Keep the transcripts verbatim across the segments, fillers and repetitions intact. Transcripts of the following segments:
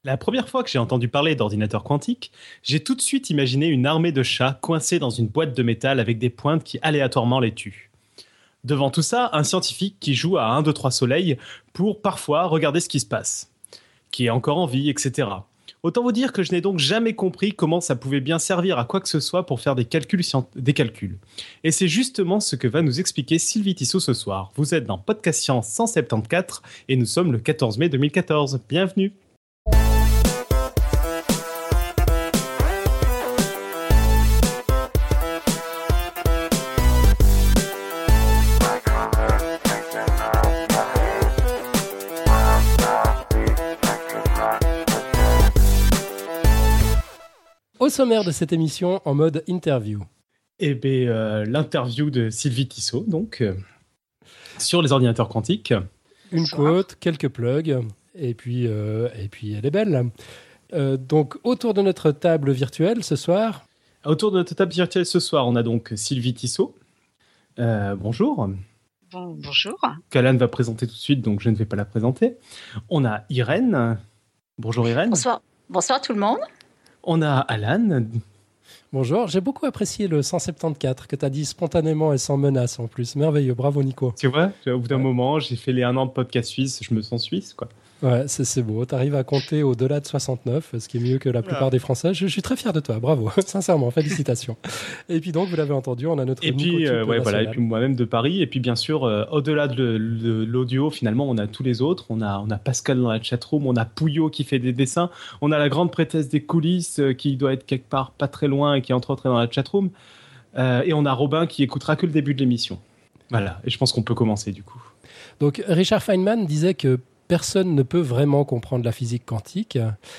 La première fois que j'ai entendu parler d'ordinateur quantique, j'ai tout de suite imaginé une armée de chats coincés dans une boîte de métal avec des pointes qui aléatoirement les tuent. Devant tout ça, un scientifique qui joue à un, deux, trois soleils pour parfois regarder ce qui se passe, qui est encore en vie, et cetera. Autant vous dire que je n'ai donc jamais compris comment ça pouvait bien servir à quoi que ce soit pour faire des calculs. Des calculs. Et c'est justement ce que va nous expliquer Sylvie Tissot ce soir. Vous êtes dans Podcast Science cent soixante-quatorze et nous sommes le quatorze mai deux mille quatorze. Bienvenue. Au sommaire de cette émission, en mode interview. Eh bien, euh, l'interview de Sylvie Tissot, donc, euh, sur les ordinateurs quantiques. Une quote, quelques plugs, et puis, euh, et puis elle est belle. Euh, donc, autour de notre table virtuelle ce soir... Autour de notre table virtuelle ce soir, on a donc Sylvie Tissot. Euh, bonjour. Bon, bonjour. Qu'Alan va présenter tout de suite, donc je ne vais pas la présenter. On a Irène. Bonjour Irène. Bonsoir. Bonsoir tout le monde. On a Alan. Bonjour, j'ai beaucoup apprécié le cent soixante-quatorze que tu as dit spontanément et sans menace en plus. Merveilleux, bravo Nico. Tu vois, au bout d'un ouais. moment, j'ai fait les un an de podcast suisse, je me sens suisse, quoi. Ouais, c'est, c'est beau. Tu arrives à compter au-delà de soixante-neuf, ce qui est mieux que la plupart ah. des Français. Je, je suis très fier de toi, bravo, sincèrement, félicitations. Et puis donc, vous l'avez entendu, on a notre et Nico puis, euh, ouais, voilà, et puis moi-même de Paris. Et puis bien sûr, euh, au-delà de, de l'audio, finalement, on a tous les autres. On a, on a Pascal dans la chatroom, on a Pouillot qui fait des dessins, on a la grande prêtresse des coulisses euh, qui doit être quelque part pas très loin et qui est entre autres dans la chatroom. Euh, et on a Robin qui écoutera que le début de l'émission. Voilà, et je pense qu'on peut commencer du coup. Donc Richard Feynman disait que personne ne peut vraiment comprendre la physique quantique.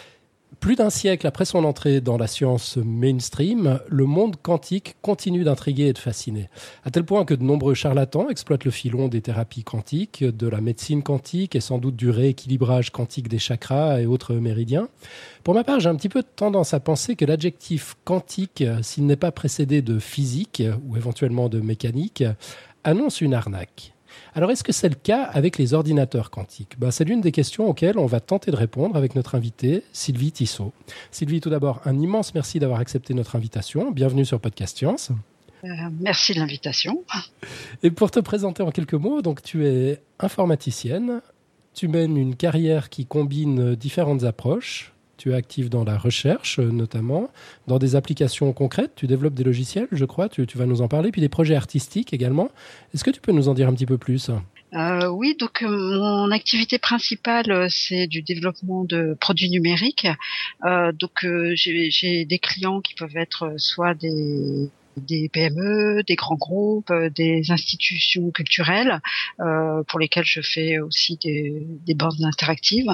Plus d'un siècle après son entrée dans la science mainstream, le monde quantique continue d'intriguer et de fasciner. À tel point que de nombreux charlatans exploitent le filon des thérapies quantiques, de la médecine quantique et sans doute du rééquilibrage quantique des chakras et autres méridiens. Pour ma part, j'ai un petit peu tendance à penser que l'adjectif quantique, s'il n'est pas précédé de physique ou éventuellement de mécanique, annonce une arnaque. Alors, est-ce que c'est le cas avec les ordinateurs quantiques ? Ben, c'est l'une des questions auxquelles on va tenter de répondre avec notre invitée, Sylvie Tissot. Sylvie, tout d'abord, un immense merci d'avoir accepté notre invitation. Bienvenue sur Podcast Science. Euh, merci de l'invitation. Et pour te présenter en quelques mots, donc, tu es informaticienne, tu mènes une carrière qui combine différentes approches. Tu es active dans la recherche, notamment, dans des applications concrètes. Tu développes des logiciels, je crois, tu, tu vas nous en parler, puis des projets artistiques également. Est-ce que tu peux nous en dire un petit peu plus ? Euh, oui, donc euh, mon activité principale, euh, c'est du développement de produits numériques. Euh, donc euh, j'ai, j'ai des clients qui peuvent être soit des... des P M E, des grands groupes, des institutions culturelles euh, pour lesquelles je fais aussi des, des bornes interactives.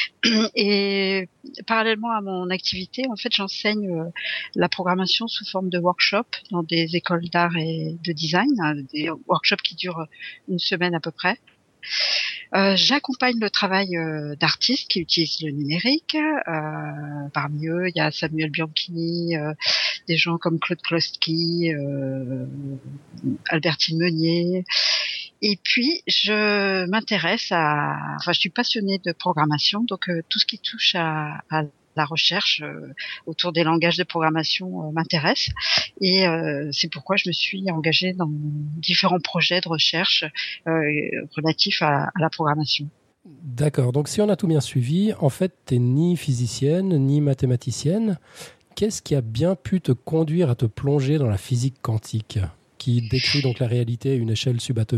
Et parallèlement à mon activité, en fait, j'enseigne euh, la programmation sous forme de workshop dans des écoles d'art et de design, des workshops qui durent une semaine à peu près. Euh, j'accompagne le travail euh, d'artistes qui utilisent le numérique. Euh, parmi eux, il y a Samuel Bianchini, euh, des gens comme Claude Kloski, euh, Albertine Meunier. Et puis, je m'intéresse à... Enfin, je suis passionnée de programmation, donc euh, tout ce qui touche à, à la recherche euh, autour des langages de programmation euh, m'intéresse. Et euh, c'est pourquoi je me suis engagée dans différents projets de recherche euh, relatifs à, à la programmation. D'accord. Donc, si on a tout bien suivi, en fait, tu n'es ni physicienne, ni mathématicienne. Qu'est-ce qui a bien pu te conduire à te plonger dans la physique quantique, qui décrit donc la réalité à une échelle subatomique ?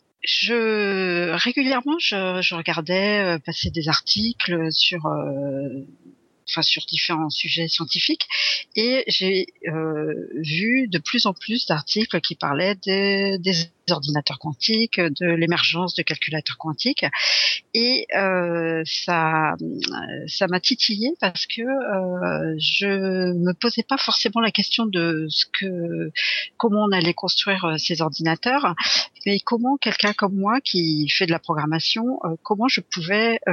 Je régulièrement, je, je regardais euh, passer des articles sur, euh, enfin sur différents sujets scientifiques, et j'ai euh, vu de plus en plus d'articles qui parlaient des, des ordinateurs quantiques, de l'émergence de calculateurs quantiques, et euh, ça, ça m'a titillé parce que euh, je me posais pas forcément la question de ce que, comment on allait construire ces ordinateurs, mais comment quelqu'un comme moi qui fait de la programmation, euh, comment je pouvais euh,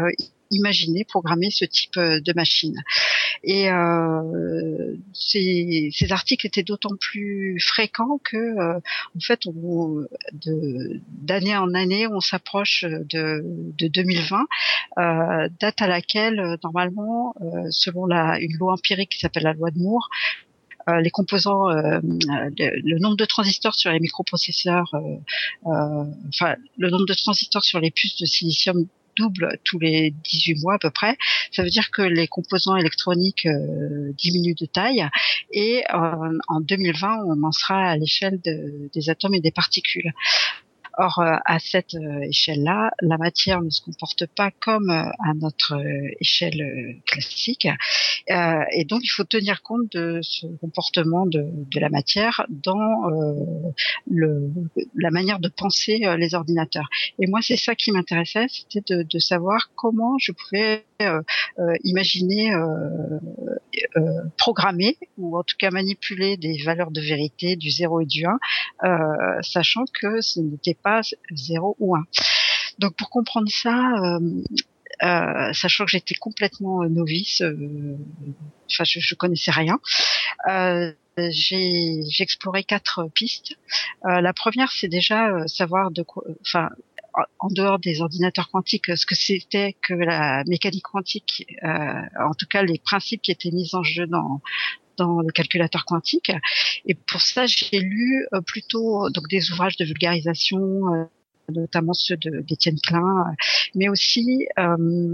imaginer, programmer ce type de machine. Et euh, ces, ces articles étaient d'autant plus fréquents que, euh, en fait, on, de, d'année en année, on s'approche de, de deux mille vingt, euh, date à laquelle, normalement, euh, selon la, une loi empirique qui s'appelle la loi de Moore, euh, les composants, euh, le, le nombre de transistors sur les microprocesseurs, euh, euh, enfin, le nombre de transistors sur les puces de silicium double tous les dix-huit mois à peu près. Ça veut dire que les composants électroniques euh, diminuent de taille et euh, en deux mille vingt, on en sera à l'échelle de, des atomes et des particules. Or, euh, à cette euh, échelle-là, la matière ne se comporte pas comme euh, à notre euh, échelle euh, classique. Euh, et donc, il faut tenir compte de ce comportement de, de la matière dans euh, le, la manière de penser euh, les ordinateurs. Et moi, c'est ça qui m'intéressait, c'était de, de savoir comment je pouvais euh, euh, imaginer euh, euh, programmer, ou en tout cas manipuler des valeurs de vérité du zéro et du un, euh, sachant que ce n'était pas zéro ou un. Donc pour comprendre ça, euh, euh, sachant que j'étais complètement novice, euh, enfin je, je connaissais rien, euh, j'ai, j'ai exploré quatre pistes. Euh, la première, c'est déjà euh, savoir de quoi, enfin en dehors des ordinateurs quantiques, ce que c'était que la mécanique quantique, euh, en tout cas les principes qui étaient mis en jeu dans dans le calculateur quantique. Et pour ça, j'ai lu euh, plutôt donc des ouvrages de vulgarisation, euh, notamment ceux de, d'Étienne Klein, euh, mais aussi euh,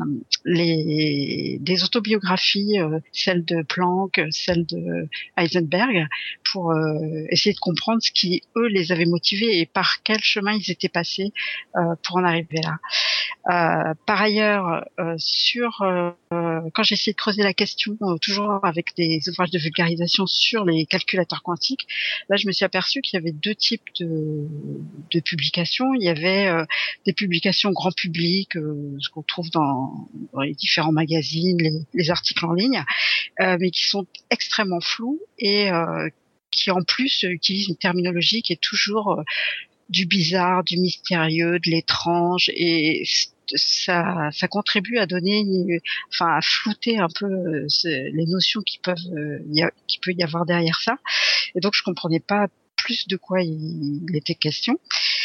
les, des autobiographies, euh, celles de Planck, celles de Heisenberg, pour euh, essayer de comprendre ce qui, eux, les avait motivés et par quel chemin ils étaient passés euh, pour en arriver là. Euh, par ailleurs, euh, sur euh, quand j'ai essayé de creuser la question, euh, toujours avec des ouvrages de vulgarisation sur les calculateurs quantiques, là je me suis aperçue qu'il y avait deux types de, de publications. Il y avait euh, des publications grand public, euh, ce qu'on trouve dans, dans les différents magazines, les, les articles en ligne, euh, mais qui sont extrêmement flous et euh, qui en plus utilisent une terminologie qui est toujours euh, du bizarre, du mystérieux, de l'étrange, et ça, ça contribue à donner, enfin, à flouter un peu euh, les notions qui peuvent, euh, y a, qui peut y avoir derrière ça. Et donc, je comprenais pas plus de quoi il, il était question.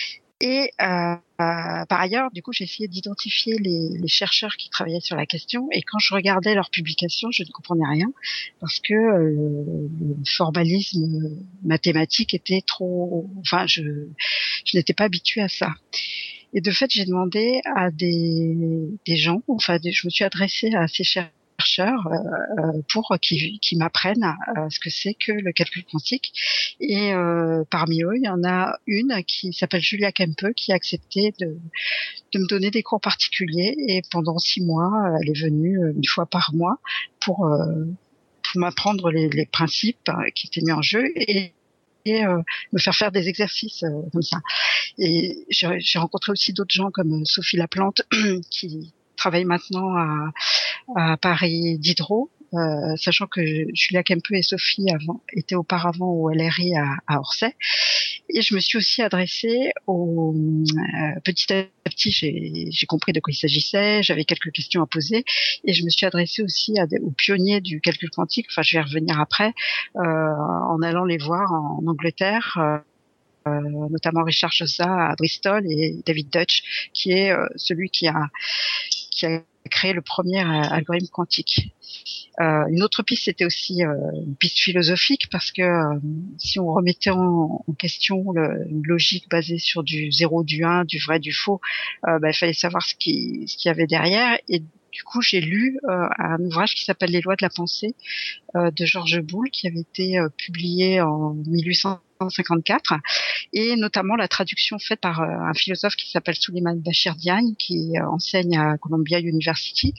Et euh, euh, par ailleurs, du coup, j'ai essayé d'identifier les, les chercheurs qui travaillaient sur la question. Et quand je regardais leurs publications, je ne comprenais rien parce que euh, le formalisme mathématique était trop. Enfin, je, je n'étais pas habituée à ça. Et de fait, j'ai demandé à des, des gens. Enfin, des, je me suis adressée à ces chercheurs. chercheurs euh, pour qu'ils qui m'apprennent euh, ce que c'est que le calcul quantique. Et euh, parmi eux, il y en a une qui s'appelle Julia Kempe qui a accepté de, de me donner des cours particuliers. Et pendant six mois, elle est venue une fois par mois pour, euh, pour m'apprendre les, les principes qui étaient mis en jeu et et euh, me faire faire des exercices euh, comme ça. Et j'ai, j'ai rencontré aussi d'autres gens comme Sophie Laplante qui travaille maintenant à, à Paris Diderot, euh, sachant que Julia Kempe et Sophie avant, étaient auparavant au L R I à, à Orsay. Et je me suis aussi adressée au euh, petit à petit, j'ai, j'ai compris de quoi il s'agissait, j'avais quelques questions à poser, et je me suis adressée aussi à des, aux pionniers du calcul quantique. Enfin, je vais y revenir après, euh, en allant les voir en, en Angleterre. Euh, Euh, notamment Richard Josa à Bristol et David Deutsch, qui est euh, celui qui a qui a créé le premier euh, algorithme quantique. Euh, une autre piste, c'était aussi euh, une piste philosophique, parce que euh, si on remettait en, en question le, une logique basée sur du zéro, du un, du vrai, du faux, euh, bah, il fallait savoir ce qui ce qu'il y avait derrière. Et du coup, j'ai lu euh, un ouvrage qui s'appelle Les lois de la pensée euh, de Georges Boole, qui avait été euh, publié en mille huit cent cinquante-quatre, et notamment la traduction faite par euh, un philosophe qui s'appelle Souleiman Bachir Diagne, qui euh, enseigne à Columbia University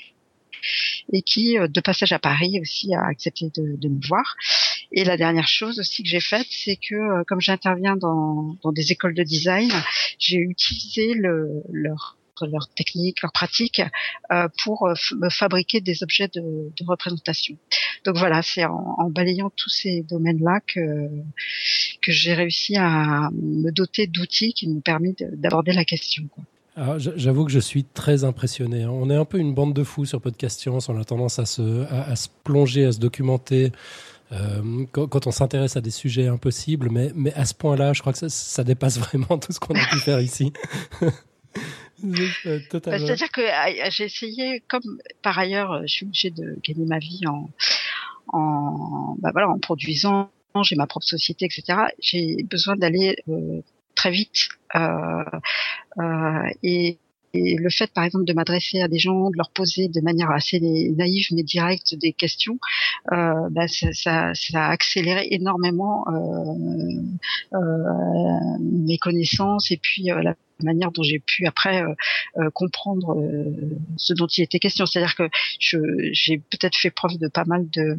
et qui, euh, de passage à Paris aussi, a accepté de, de me voir. Et la dernière chose aussi que j'ai faite, c'est que euh, comme j'interviens dans, dans des écoles de design, j'ai utilisé le, leur leur technique, leur pratique euh, pour euh, f- me fabriquer des objets de, de représentation. Donc voilà, c'est en, en balayant tous ces domaines-là que que j'ai réussi à me doter d'outils qui m'ont permis de, d'aborder la question, quoi. Alors, j'avoue que je suis très impressionné. On est un peu une bande de fous sur Podcast Science. On a tendance à se, à, à se plonger, à se documenter euh, quand, quand on s'intéresse à des sujets impossibles. Mais, mais à ce point-là, je crois que ça, ça dépasse vraiment tout ce qu'on a pu faire ici. euh, totalement. C'est-à-dire que euh, j'ai essayé, comme par ailleurs, je suis obligée de gagner ma vie en, en, bah voilà, en produisant. J'ai ma propre société, et cetera. J'ai besoin d'aller euh, très vite. Euh, euh, et, et le fait, par exemple, de m'adresser à des gens, de leur poser de manière assez naïve mais directe des questions, euh, bah, ça, ça, ça a accéléré énormément euh, euh, mes connaissances et puis euh, la manière dont j'ai pu après euh, euh, comprendre euh, ce dont il était question. C'est-à-dire que je, j'ai peut-être fait preuve de pas mal de,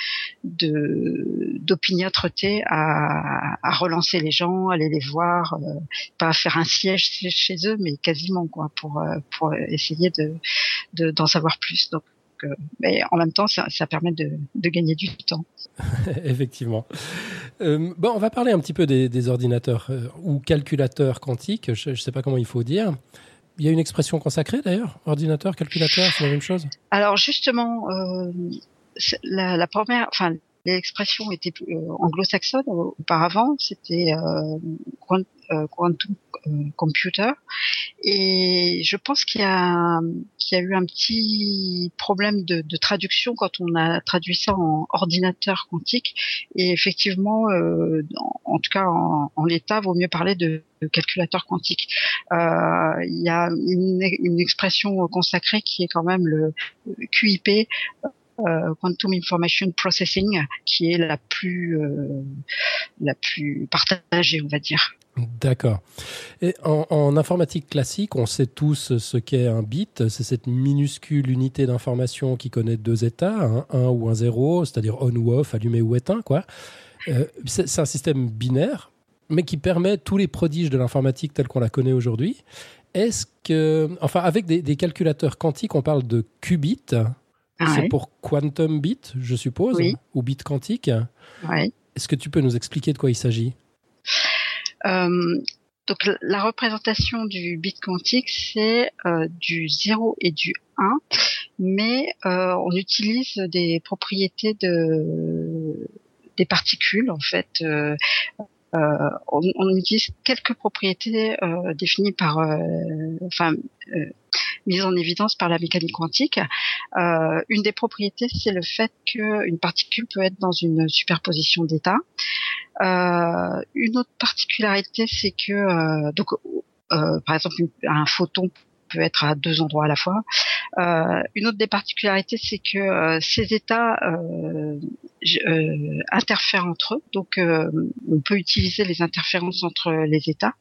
de d'opiniâtreté à, à relancer les gens, aller les voir, euh, pas faire un siège chez eux, mais quasiment quoi, pour pour essayer de, de d'en savoir plus. Donc mais en même temps, ça, ça permet de, de gagner du temps. Effectivement. Euh, bon, on va parler un petit peu des, des ordinateurs euh, ou calculateurs quantiques. Je ne sais pas comment il faut dire. Il y a une expression consacrée d'ailleurs, ordinateur, calculateur, c'est la même chose. Alors justement, euh, la, la première, enfin, l'expression était euh, anglo-saxonne auparavant. C'était euh, quant, euh, quantum euh, computer. Et je pense qu'il y a, qu'il y a eu un petit problème de, de traduction quand on a traduit ça en ordinateur quantique. Et effectivement, euh, en, en tout cas en, en l'état, vaut mieux parler de, de calculateur quantique. Euh, il y a une, une expression consacrée qui est quand même le Q I P. Euh, Quantum Information Processing, qui est la plus euh, la plus partagée, on va dire. D'accord. Et en, en informatique classique, on sait tous ce qu'est un bit. C'est cette minuscule unité d'information qui connaît deux états, un un ou un zéro, c'est-à-dire on ou off, allumé ou éteint, quoi. Euh, c'est, c'est un système binaire, mais qui permet tous les prodiges de l'informatique telle qu'on la connaît aujourd'hui. Est-ce que, enfin, avec des, des calculateurs quantiques, on parle de qubits. Ah c'est ouais. Pour quantum bit, je suppose, oui. Ou bit quantique. Oui. Est-ce que tu peux nous expliquer de quoi il s'agit ? Euh, donc la représentation du bit quantique, c'est euh, du zéro et du un, mais euh, on utilise des propriétés de des particules en fait. Euh, euh, on, on utilise quelques propriétés euh, définies par, euh, enfin, euh, mises en évidence par la mécanique quantique. Euh, une des propriétés, c'est le fait qu'une particule peut être dans une superposition d'états. Euh, une autre particularité, c'est que euh, donc euh, par exemple un photon peut être à deux endroits à la fois. Euh, une autre des particularités, c'est que euh, ces états euh, euh, interfèrent entre eux, donc euh, on peut utiliser les interférences entre les états.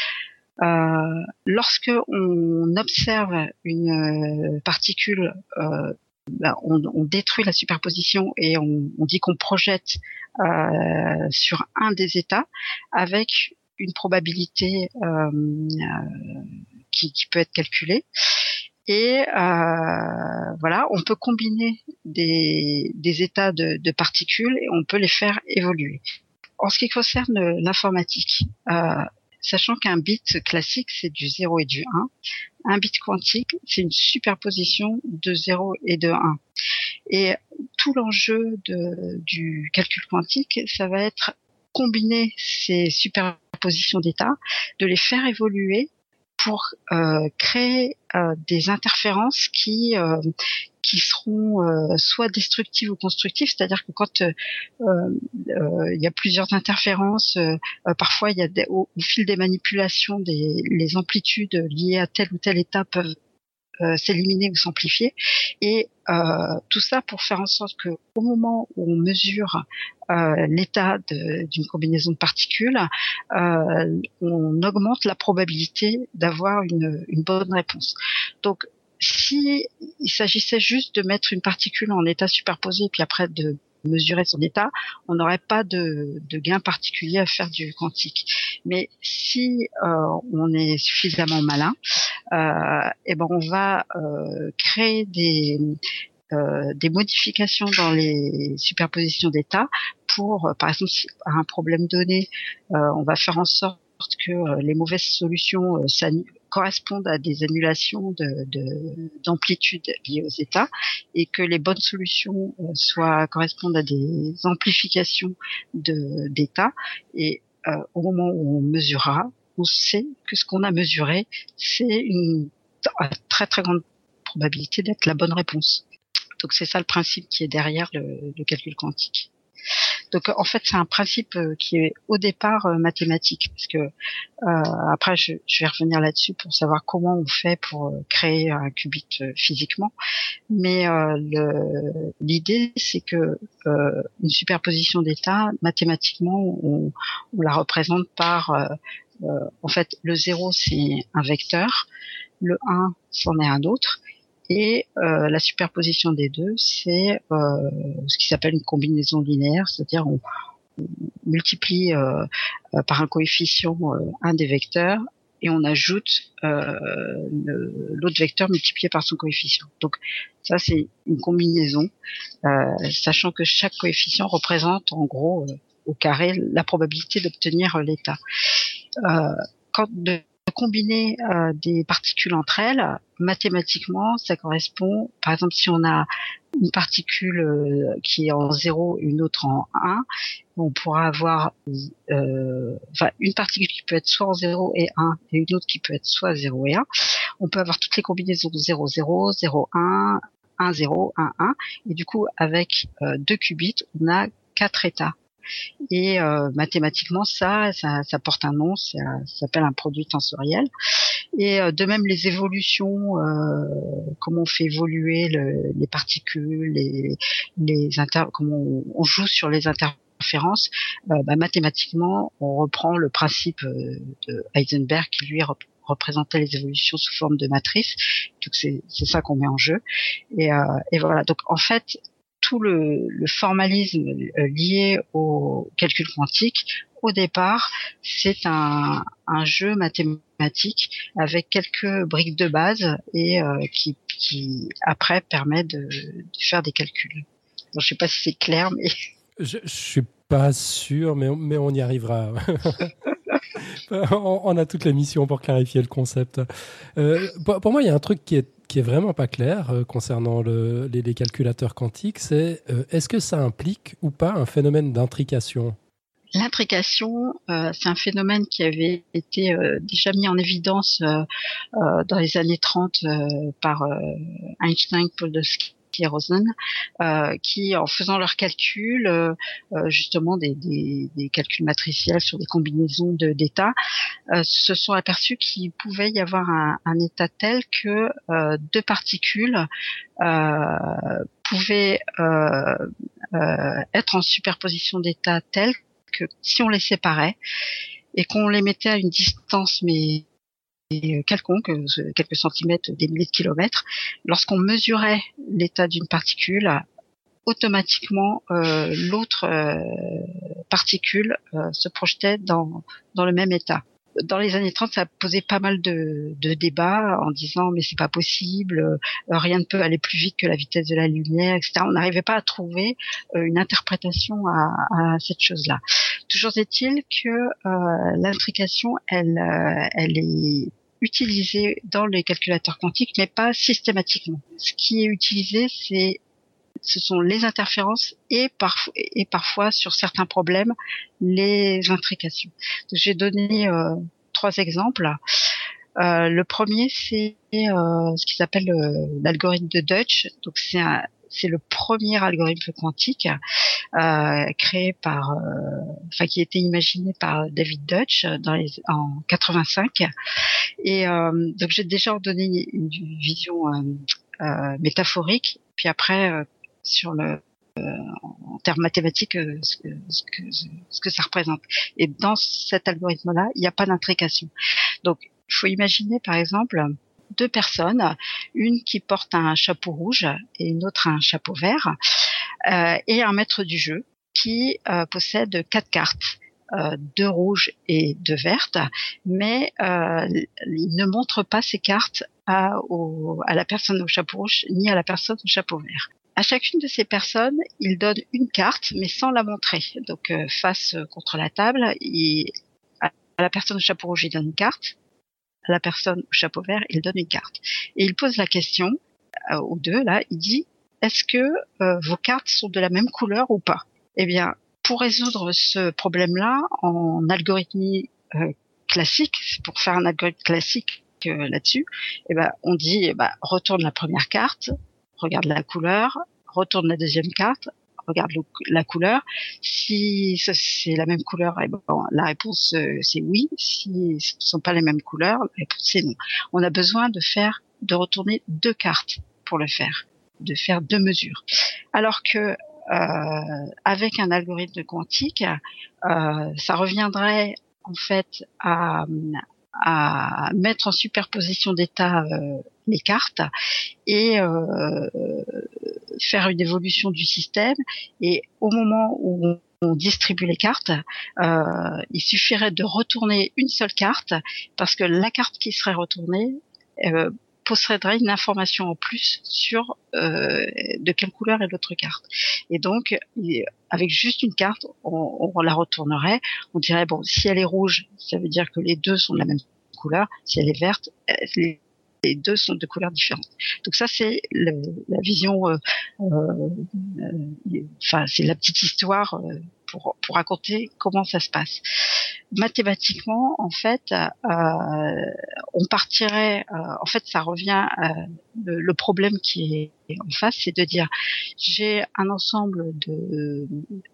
Euh, lorsque on observe une particule, euh, ben on, on détruit la superposition et on, on dit qu'on projette euh, sur un des états avec une probabilité euh, euh, qui, qui peut être calculée. Et euh, voilà, on peut combiner des, des états de, de particules et on peut les faire évoluer. En ce qui concerne l'informatique, euh, sachant qu'un bit classique, c'est du zéro et du un, un bit quantique, c'est une superposition de zéro et de un. Et tout l'enjeu de, du calcul quantique, ça va être combiner ces superpositions d'états, de les faire évoluer pour euh, créer euh, des interférences qui euh, qui seront euh, soit destructives ou constructives, c'est-à-dire que quand euh, euh, il y a plusieurs interférences, euh, parfois il y a des, au, au fil des manipulations, des, les amplitudes liées à tel ou tel état peuvent euh, s'éliminer ou s'amplifier, et euh, tout ça pour faire en sorte que au moment où on mesure euh, l'état de, d'une combinaison de particules, euh, on augmente la probabilité d'avoir une, une bonne réponse. Donc si il s'agissait juste de mettre une particule en état superposé puis après de mesurer son état, on n'aurait pas de, de gain particulier à faire du quantique. Mais si euh, on est suffisamment malin, euh, et ben on va euh, créer des euh, des modifications dans les superpositions d'états pour, euh, par exemple, si à un problème donné, euh, on va faire en sorte que euh, les mauvaises solutions euh, correspondent à des annulations de, de, d'amplitude liées aux états, et que les bonnes solutions euh, soient correspondent à des amplifications de, d'états. Et euh, au moment où on mesurera, on sait que ce qu'on a mesuré, c'est une à très très grande probabilité d'être la bonne réponse. Donc c'est ça le principe qui est derrière le, le calcul quantique. Donc en fait c'est un principe qui est au départ euh, mathématique, parce que euh, après je, je vais revenir là-dessus pour savoir comment on fait pour créer un qubit euh, physiquement. Mais euh, le, l'idée c'est que euh, une superposition d'états, mathématiquement on, on la représente par euh, euh, en fait le zéro c'est un vecteur, le un c'en est un autre. Et euh, la superposition des deux, c'est euh, ce qui s'appelle une combinaison linéaire, c'est-à-dire on, on multiplie euh, euh, par un coefficient euh, un des vecteurs et on ajoute euh, le, l'autre vecteur multiplié par son coefficient. Donc ça, c'est une combinaison, euh, sachant que chaque coefficient représente en gros euh, au carré la probabilité d'obtenir euh, l'état. Euh, quand de combiner euh, des particules entre elles, mathématiquement, ça correspond, par exemple, si on a une particule euh, qui est en zéro, une autre en un, on pourra avoir euh, enfin, une particule qui peut être soit en zéro et un, et une autre qui peut être soit zéro et un. On peut avoir toutes les combinaisons de zéro, zéro, zéro, un, un, zéro, un, un, et du coup, avec euh, deux qubits, on a quatre états. Et euh, mathématiquement, ça, ça, ça porte un nom, ça, ça s'appelle un produit tensoriel. Et euh, de même, les évolutions, euh, comment on fait évoluer le, les particules, les, les inter, comment on, on joue sur les interférences, euh, bah, mathématiquement, on reprend le principe de Heisenberg qui lui rep- représentait les évolutions sous forme de matrice. Donc c'est, c'est ça qu'on met en jeu. Et, euh, et voilà. Donc en fait, tout le, le formalisme lié au calcul quantique, au départ, c'est un, un jeu mathématique avec quelques briques de base et euh, qui, qui après permet de, de faire des calculs. Donc, je sais pas si c'est clair, mais je, je suis pas sûr, mais mais on y arrivera. on, on a toute l'émission pour clarifier le concept. Euh, pour, pour moi, il y a un truc qui est qui est vraiment pas clair euh, concernant le, les, les calculateurs quantiques, c'est euh, est-ce que ça implique ou pas un phénomène d'intrication ? L'intrication, euh, c'est un phénomène qui avait été euh, déjà mis en évidence euh, euh, dans les années trente euh, par euh, Einstein, Podolsky et Rosen, euh, qui, en faisant leurs calculs, euh, justement des, des, des calculs matriciels sur des combinaisons de, d'états, euh, se sont aperçus qu'il pouvait y avoir un, un état tel que euh, deux particules euh, pouvaient euh, euh, être en superposition d'états tels que si on les séparait et qu'on les mettait à une distance mais quelconque, quelques centimètres, des milliers de kilomètres, lorsqu'on mesurait l'état d'une particule, automatiquement euh, l'autre euh, particule euh, se projetait dans dans le même état. Dans les années trente, ça a posé pas mal de, de débats en disant mais c'est pas possible, euh, rien ne peut aller plus vite que la vitesse de la lumière, et cetera. On n'arrivait pas à trouver euh, une interprétation à, à cette chose-là. Toujours est-il que euh, l'intrication, elle, euh, elle est utilisée dans les calculateurs quantiques, mais pas systématiquement. Ce qui est utilisé, c'est ce sont les interférences et parfois, et parfois sur certains problèmes, les intrications. Donc, j'ai donné euh, trois exemples. Euh, le premier, c'est euh, ce qui s'appelle euh, l'algorithme de Deutsch. Donc, c'est, un, c'est le premier algorithme quantique euh, créé par, euh, enfin, qui a été imaginé par David Deutsch dans les, en quatre-vingt-cinq. Et euh, donc, j'ai déjà donné une vision euh, euh, métaphorique. Puis après, euh, sur le euh, en termes mathématiques euh, ce, que, ce, que, ce que ça représente. Et dans cet algorithme-là, il n'y a pas d'intrication. Donc, il faut imaginer, par exemple, deux personnes, une qui porte un chapeau rouge et une autre un chapeau vert, euh, et un maître du jeu qui euh, possède quatre cartes. Euh, deux rouges et deux vertes, mais euh, il ne montre pas ces cartes à, au, à la personne au chapeau rouge ni à la personne au chapeau vert. À chacune de ces personnes, il donne une carte, mais sans la montrer. Donc, euh, face contre la table, il, à la personne au chapeau rouge, il donne une carte. À la personne au chapeau vert, il donne une carte. Et il pose la question euh, aux deux, là, il dit, est-ce que euh, vos cartes sont de la même couleur ou pas? Eh bien, pour résoudre ce problème-là, en algorithmie euh, classique, pour faire un algorithme classique euh, là-dessus, eh ben, on dit, eh ben, retourne la première carte, regarde la couleur, retourne la deuxième carte, regarde le, la couleur. Si c'est la même couleur, eh ben, la réponse euh, c'est oui. Si ce ne sont pas les mêmes couleurs, la réponse c'est non. On a besoin de faire, de retourner deux cartes pour le faire, de faire deux mesures. Alors que euh, avec un algorithme quantique, euh, ça reviendrait en fait à, à mettre en superposition d'état euh, les cartes et euh, faire une évolution du système. Et au moment où on on distribue les cartes, euh, il suffirait de retourner une seule carte parce que la carte qui serait retournée euh, posséderait une information en plus sur euh, de quelle couleur est l'autre carte. Et donc, avec juste une carte, on, on la retournerait. On dirait, bon, si elle est rouge, ça veut dire que les deux sont de la même couleur. Si elle est verte, les les deux sont de couleurs différentes. Donc ça, c'est le, la vision, euh, euh, enfin, c'est la petite histoire euh, pour, pour raconter comment ça se passe. Mathématiquement, en fait, euh, on partirait, euh, en fait, ça revient, euh, le, le problème qui est en face, c'est de dire, j'ai un ensemble de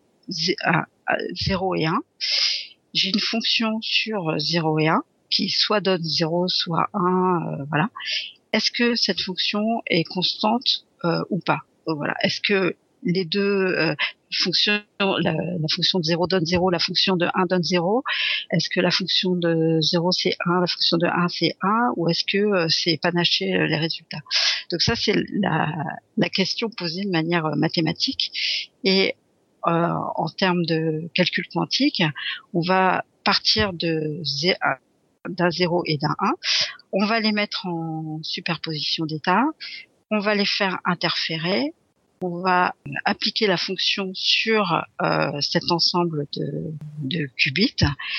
zéro et un, j'ai une fonction sur zéro et un, qui soit donne zéro, soit un, euh, voilà. Est-ce que cette fonction est constante euh, ou pas? Voilà. Est-ce que les deux euh, fonctions, la, la fonction de zéro donne zéro, la fonction de un donne zéro? Est-ce que la fonction de zéro c'est un, la fonction de un c'est un, ou est-ce que euh, c'est panaché euh, les résultats? Donc ça, c'est la, la question posée de manière euh, mathématique. Et euh, en termes de calcul quantique, on va partir de zéro, d'un zéro et d'un un, on va les mettre en superposition d'état, on va les faire interférer, on va appliquer la fonction sur euh, cet ensemble de, de qubits.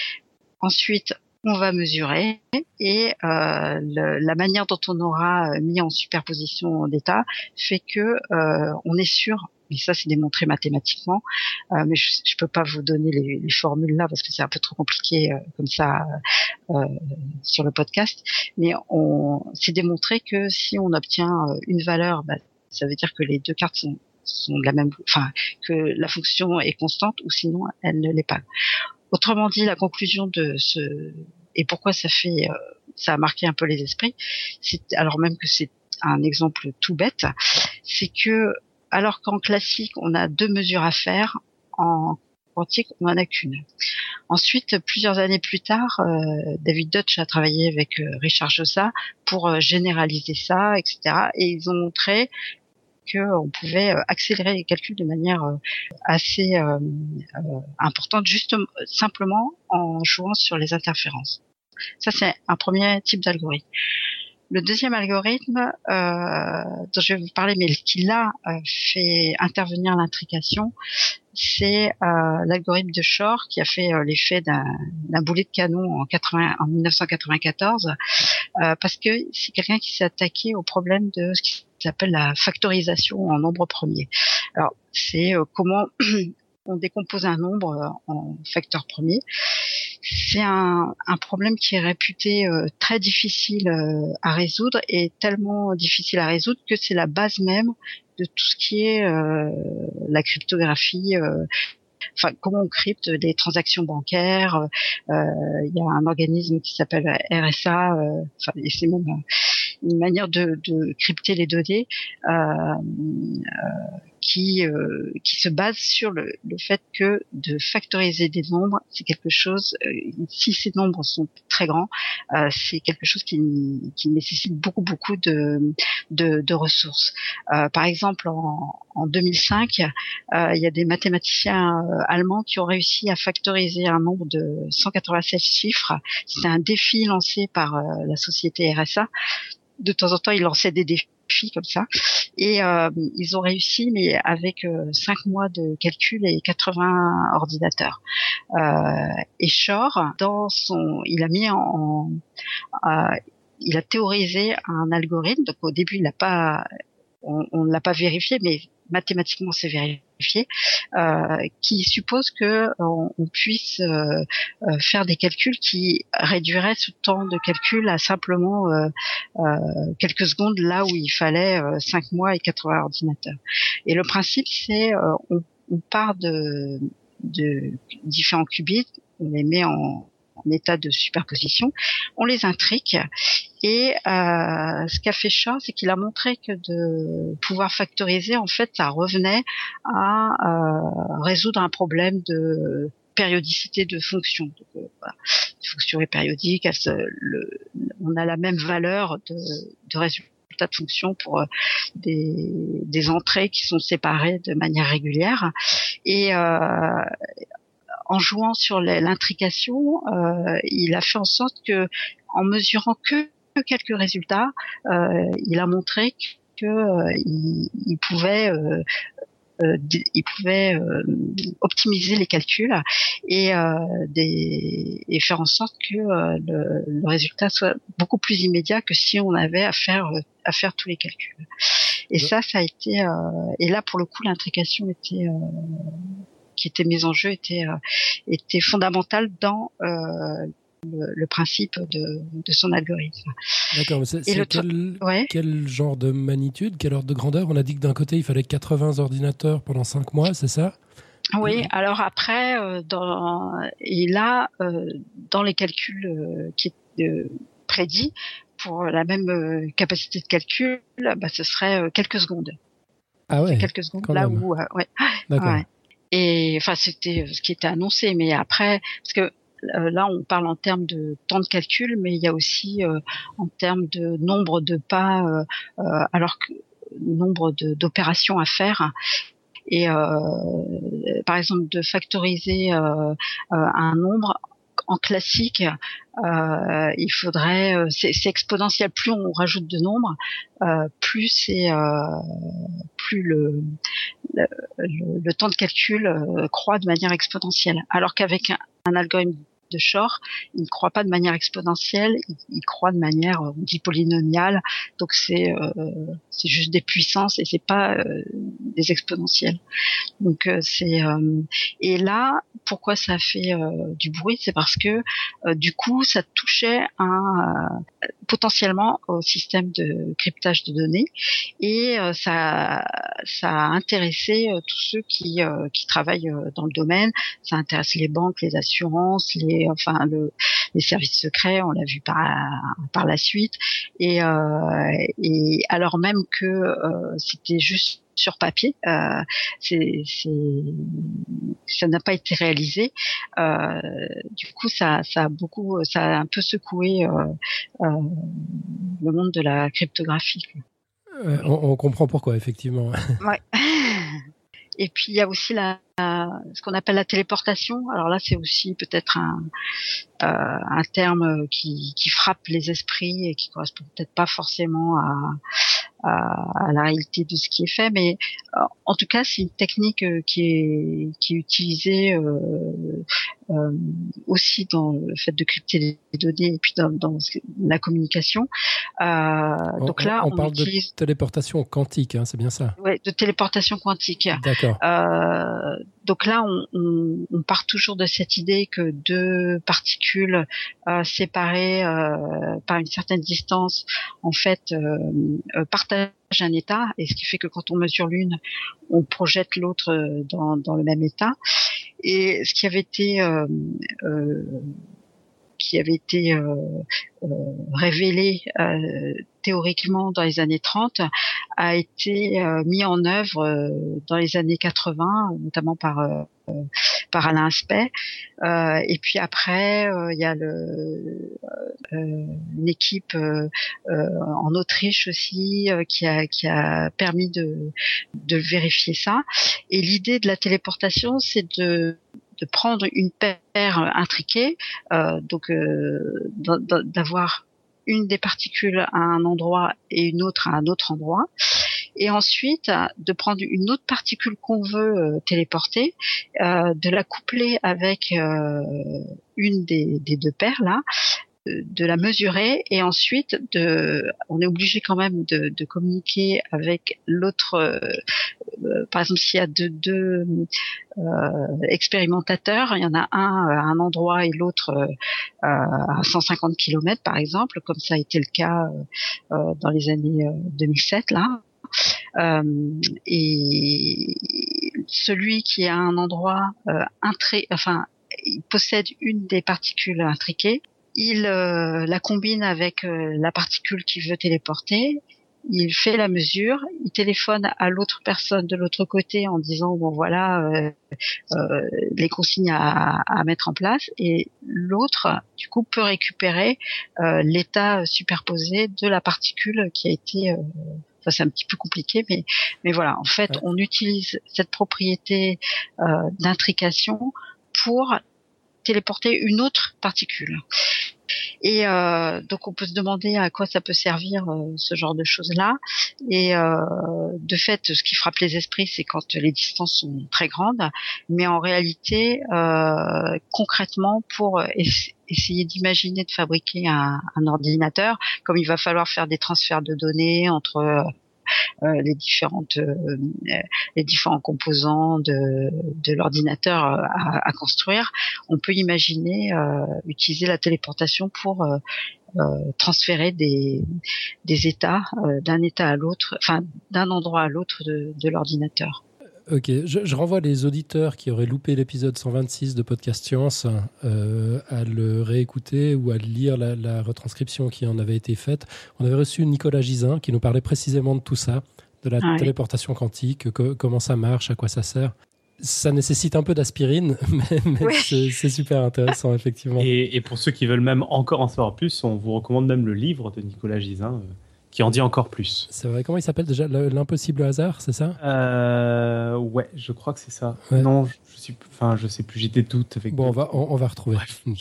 Ensuite, on va mesurer et euh, le, la manière dont on aura mis en superposition d'état fait que euh, on est sûr. Mais ça, c'est démontré mathématiquement. Euh, mais je ne peux pas vous donner les, les formules là parce que c'est un peu trop compliqué euh, comme ça euh, sur le podcast. Mais on, c'est démontré que si on obtient une valeur, bah, ça veut dire que les deux cartes sont, sont de la même, enfin que la fonction est constante, ou sinon elle ne l'est pas. Autrement dit, la conclusion de ce et pourquoi ça fait, euh, ça a marqué un peu les esprits, c'est alors même que c'est un exemple tout bête, c'est que alors qu'en classique, on a deux mesures à faire, en quantique, on n'en a qu'une. Ensuite, plusieurs années plus tard, euh, David Deutsch a travaillé avec euh, Richard Jossa pour euh, généraliser ça, et cetera. Et ils ont montré qu'on pouvait euh, accélérer les calculs de manière euh, assez euh, euh, importante, juste simplement en jouant sur les interférences. Ça, c'est un premier type d'algorithme. Le deuxième algorithme euh, dont je vais vous parler, mais qui là euh, fait intervenir l'intrication, c'est euh, l'algorithme de Shor qui a fait euh, l'effet d'un, d'un boulet de canon en, quatre-vingts, en dix-neuf cent quatre-vingt-quatorze, euh, parce que c'est quelqu'un qui s'est attaqué au problème de ce qui s'appelle la factorisation en nombre premier. Alors, c'est euh, comment on décompose un nombre en facteur premier. C'est un, un problème qui est réputé euh, très difficile euh, à résoudre, et tellement difficile à résoudre que c'est la base même de tout ce qui est euh, la cryptographie, euh, enfin comment on crypte des transactions bancaires. Il euh, y a un organisme qui s'appelle R S A, euh, enfin, et c'est même une manière de, de crypter les données euh, euh, qui euh, qui se base sur le, le fait que de factoriser des nombres, c'est quelque chose, euh, si ces nombres sont très grands, euh, c'est quelque chose qui, qui nécessite beaucoup beaucoup de de, de ressources. Euh, par exemple, en, en deux mille cinq, euh, il y a des mathématiciens euh, allemands qui ont réussi à factoriser un nombre de cent quatre-vingt-seize chiffres. C'est un défi lancé par euh, la société R S A. de temps en temps, ils lançaient des défis comme ça. Et euh, ils ont réussi, mais avec euh, cinq mois de calcul et quatre-vingts ordinateurs. Euh, et Shor, dans son, il a mis en, euh, il a théorisé un algorithme. Donc au début, il n'a pas, on, on ne l'a pas vérifié, mais mathématiquement, c'est vérifié, euh, qui suppose que on, on puisse euh, euh, faire des calculs qui réduiraient ce temps de calcul à simplement euh, euh, quelques secondes, là où il fallait euh, cinq mois et quatre-vingts ordinateurs. Et le principe, c'est euh, on, on part de, de différents qubits, on les met en, en état de superposition, on les intrique. Et euh, ce qu'a fait Shor, c'est qu'il a montré que de pouvoir factoriser, en fait, ça revenait à euh, résoudre un problème de périodicité de fonction. Donc, euh, voilà. Les fonctions périodiques, elles se, le, on a la même valeur de, de résultat de fonction pour euh, des, des entrées qui sont séparées de manière régulière. Et euh, en jouant sur l'intrication, euh, il a fait en sorte que, en mesurant que quelques résultats, euh, il a montré que euh, il, il pouvait euh, euh, il pouvait euh, optimiser les calculs et, euh, des, et faire en sorte que euh, le, le résultat soit beaucoup plus immédiat que si on avait à faire à faire tous les calculs. Et ça, ça a été euh, et là pour le coup l'intrication était euh, qui était mise en jeu était euh, était fondamentale dans euh, Le, le principe de, de son algorithme. D'accord, mais c'est, c'est quel, ouais. quel genre de magnitude, quel ordre de grandeur? On a dit que d'un côté, il fallait quatre-vingts ordinateurs pendant cinq mois, c'est ça? Oui, alors après, euh, dans, et là, euh, dans les calculs euh, qui est euh, prédits, pour la même euh, capacité de calcul, bah, ce serait euh, quelques secondes. Ah ouais, quelques secondes, quand là même. où... Euh, ouais. D'accord. Ouais. Et enfin, c'était ce qui était annoncé, mais après, parce que Euh, là, on parle en termes de temps de calcul, mais il y a aussi euh, en termes de nombre de pas, euh, euh, alors que nombre de, d'opérations à faire. Et euh, par exemple, de factoriser euh, euh, un nombre en classique, euh, il faudrait, euh, c'est, c'est exponentiel. Plus on rajoute de nombres, euh, plus c'est, euh, plus le, le, le, le temps de calcul euh, croît de manière exponentielle. Alors qu'avec un, un algorithme de Shor, il ne croît pas de manière exponentielle, il, il croît de manière, on dit polynomiale, donc c'est euh, c'est juste des puissances et c'est pas euh, des exponentielles. Donc euh, c'est euh, et là, pourquoi ça fait euh, du bruit, c'est parce que euh, du coup, ça touchait un euh, potentiellement au système de cryptage de données et euh, ça ça a intéressé euh, tous ceux qui euh, qui travaillent euh, dans le domaine. Ça intéresse les banques, les assurances, les enfin le, les services secrets, on l'a vu par par la suite, et, euh, et alors même que euh, c'était juste sur papier, euh, c'est, c'est, ça n'a pas été réalisé. Euh, du coup, ça, ça a beaucoup, ça a un peu secoué euh, euh, le monde de la cryptographie. Euh, on, on comprend pourquoi, effectivement. Ouais. Et puis il y a aussi la, ce qu'on appelle la téléportation. Alors là, c'est aussi peut-être un, euh, un terme qui, qui frappe les esprits et qui correspond peut-être pas forcément à, à, à la réalité de ce qui est fait, mais euh, en tout cas, c'est une technique euh, qui est qui est utilisée euh, euh, aussi dans le fait de crypter les données et puis dans, dans la communication. Euh, on, donc là, on, on on parle utilise... de téléportation quantique, hein, c'est bien ça? Ouais, de téléportation quantique. D'accord. Euh, donc là, on, on, on part toujours de cette idée que deux particules euh, séparées euh, par une certaine distance, en fait, euh, euh, partagent un état, et ce qui fait que quand on mesure l'une, on projette l'autre dans, dans le même état. Et ce qui avait été euh, euh, qui avait été euh, euh, révélé euh, théoriquement dans les années trente a été euh, mis en œuvre euh, dans les années quatre-vingts, notamment par euh, par Alain Aspect. Euh, et puis après, il euh, y a le, euh, une équipe euh, euh, en Autriche aussi euh, qui a qui a permis de de vérifier ça. Et l'idée de la téléportation, c'est de de prendre une paire intriquée, euh, donc euh, d'avoir une des particules à un endroit et une autre à un autre endroit. Et ensuite, de prendre une autre particule qu'on veut euh, téléporter, euh, de la coupler avec euh, une des, des deux paires là, de la mesurer et ensuite de, on est obligé quand même de, de communiquer avec l'autre. Euh, par exemple, s'il y a deux, deux euh, expérimentateurs, il y en a un à un endroit et l'autre euh, à cent cinquante kilomètres par exemple, comme ça a été le cas euh, dans les années deux mille sept là. Euh, et celui qui est à un endroit euh, intré, enfin, il possède une des particules intriquées. Il euh, la combine avec euh, la particule qu'il veut téléporter, il fait la mesure, il téléphone à l'autre personne de l'autre côté en disant bon voilà euh, euh, les consignes à, à mettre en place, et l'autre du coup peut récupérer euh, l'état superposé de la particule qui a été euh, enfin, c'est un petit peu compliqué, mais mais voilà, en fait ouais. On utilise cette propriété euh, d'intrication pour téléporter une autre particule. Et euh, donc on peut se demander à quoi ça peut servir euh, ce genre de choses-là. Et euh, de fait, ce qui frappe les esprits, c'est quand les distances sont très grandes. Mais en réalité, euh, concrètement, pour ess- essayer d'imaginer de fabriquer un, un ordinateur, comme il va falloir faire des transferts de données entre euh, Euh, les différentes euh, les différents composants de, de l'ordinateur à, à construire, on peut imaginer euh, utiliser la téléportation pour euh, euh, transférer des des états euh, d'un état à l'autre, enfin d'un endroit à l'autre de, de l'ordinateur. Ok, je, je renvoie les auditeurs qui auraient loupé l'épisode cent vingt-six de Podcast Science euh, à le réécouter ou à lire la, la retranscription qui en avait été faite. On avait reçu Nicolas Gisin qui nous parlait précisément de tout ça, de la ouais. téléportation quantique, que, comment ça marche, à quoi ça sert. Ça nécessite un peu d'aspirine, mais, mais oui. c'est, c'est super intéressant, effectivement. Et, et pour ceux qui veulent même encore en savoir plus, on vous recommande même le livre de Nicolas Gisin, euh, qui en dit encore plus. C'est vrai, comment il s'appelle déjà ? L'impossible hasard, c'est ça ? euh, Ouais, je crois que c'est ça. Ouais. Non, je, je suis, enfin, je sais plus, j'ai des doutes avec. Bon, on va, on, on va retrouver.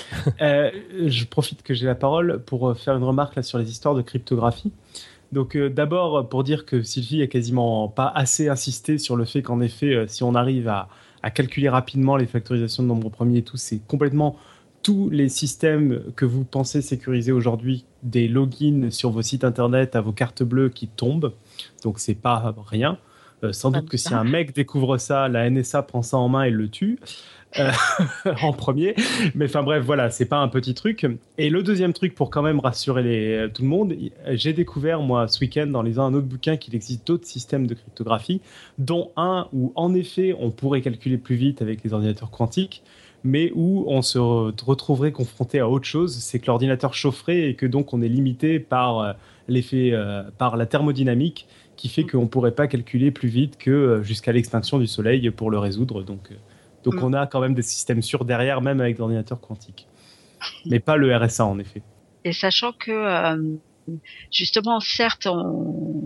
euh, je profite que j'ai la parole pour faire une remarque là sur les histoires de cryptographie. Donc euh, d'abord pour dire que Sylvie a quasiment pas assez insisté sur le fait qu'en effet, euh, si on arrive à, à calculer rapidement les factorisations de nombres premiers et tout, c'est complètement tous les systèmes que vous pensez sécuriser aujourd'hui, des logins sur vos sites internet à vos cartes bleues qui tombent. Donc c'est pas rien. Euh, sans doute que si un mec découvre ça, la N S A prend ça en main et le tue. Euh, en premier, mais enfin bref, voilà, c'est pas un petit truc. Et le deuxième truc, pour quand même rassurer les, tout le monde, j'ai découvert moi ce week-end en lisant un autre bouquin qu'il existe d'autres systèmes de cryptographie, dont un où en effet on pourrait calculer plus vite avec les ordinateurs quantiques, mais où on se retrouverait confronté à autre chose, c'est que l'ordinateur chaufferait et que donc on est limité par l'effet, euh, par la thermodynamique, qui fait qu'on pourrait pas calculer plus vite que jusqu'à l'extinction du soleil pour le résoudre. Donc Donc mmh. on a quand même des systèmes sûrs derrière, même avec l'ordinateur quantique. Mais pas le R S A, en effet. Et sachant que, euh, justement, certes, on,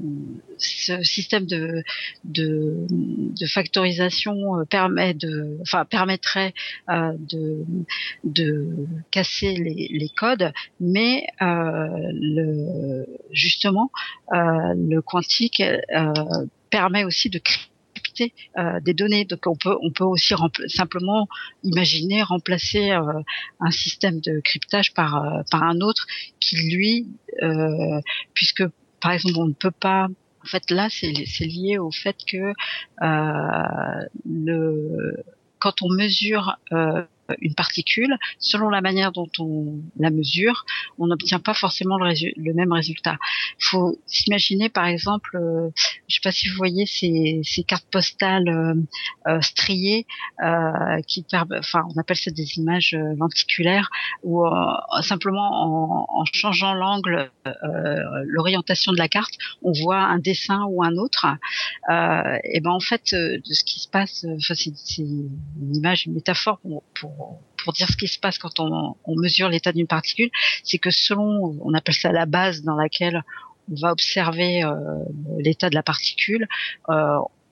ce système de, de, de factorisation permet de, enfin, permettrait euh, de, de casser les, les codes, mais euh, le, justement, euh, le quantique euh, permet aussi de créer Euh, des données. Donc on peut on peut aussi rempla- simplement imaginer remplacer euh, un système de cryptage par euh, par un autre qui lui euh, puisque par exemple on ne peut pas, en fait là c'est c'est lié au fait que euh, le quand on mesure euh, une particule, selon la manière dont on la mesure, on n'obtient pas forcément le, résu- le même résultat. Il faut s'imaginer, par exemple, euh, je ne sais pas si vous voyez ces, ces cartes postales euh, euh, striées, euh, qui, enfin, on appelle ça des images euh, lenticulaires, où euh, simplement en, en changeant l'angle, euh, l'orientation de la carte, on voit un dessin ou un autre. Euh, et ben en fait, euh, de ce qui se passe, enfin, c'est, c'est une image, une métaphore pour, pour pour dire ce qui se passe quand on, on mesure l'état d'une particule, c'est que selon, on appelle ça la base dans laquelle on va observer euh, l'état de la particule, euh,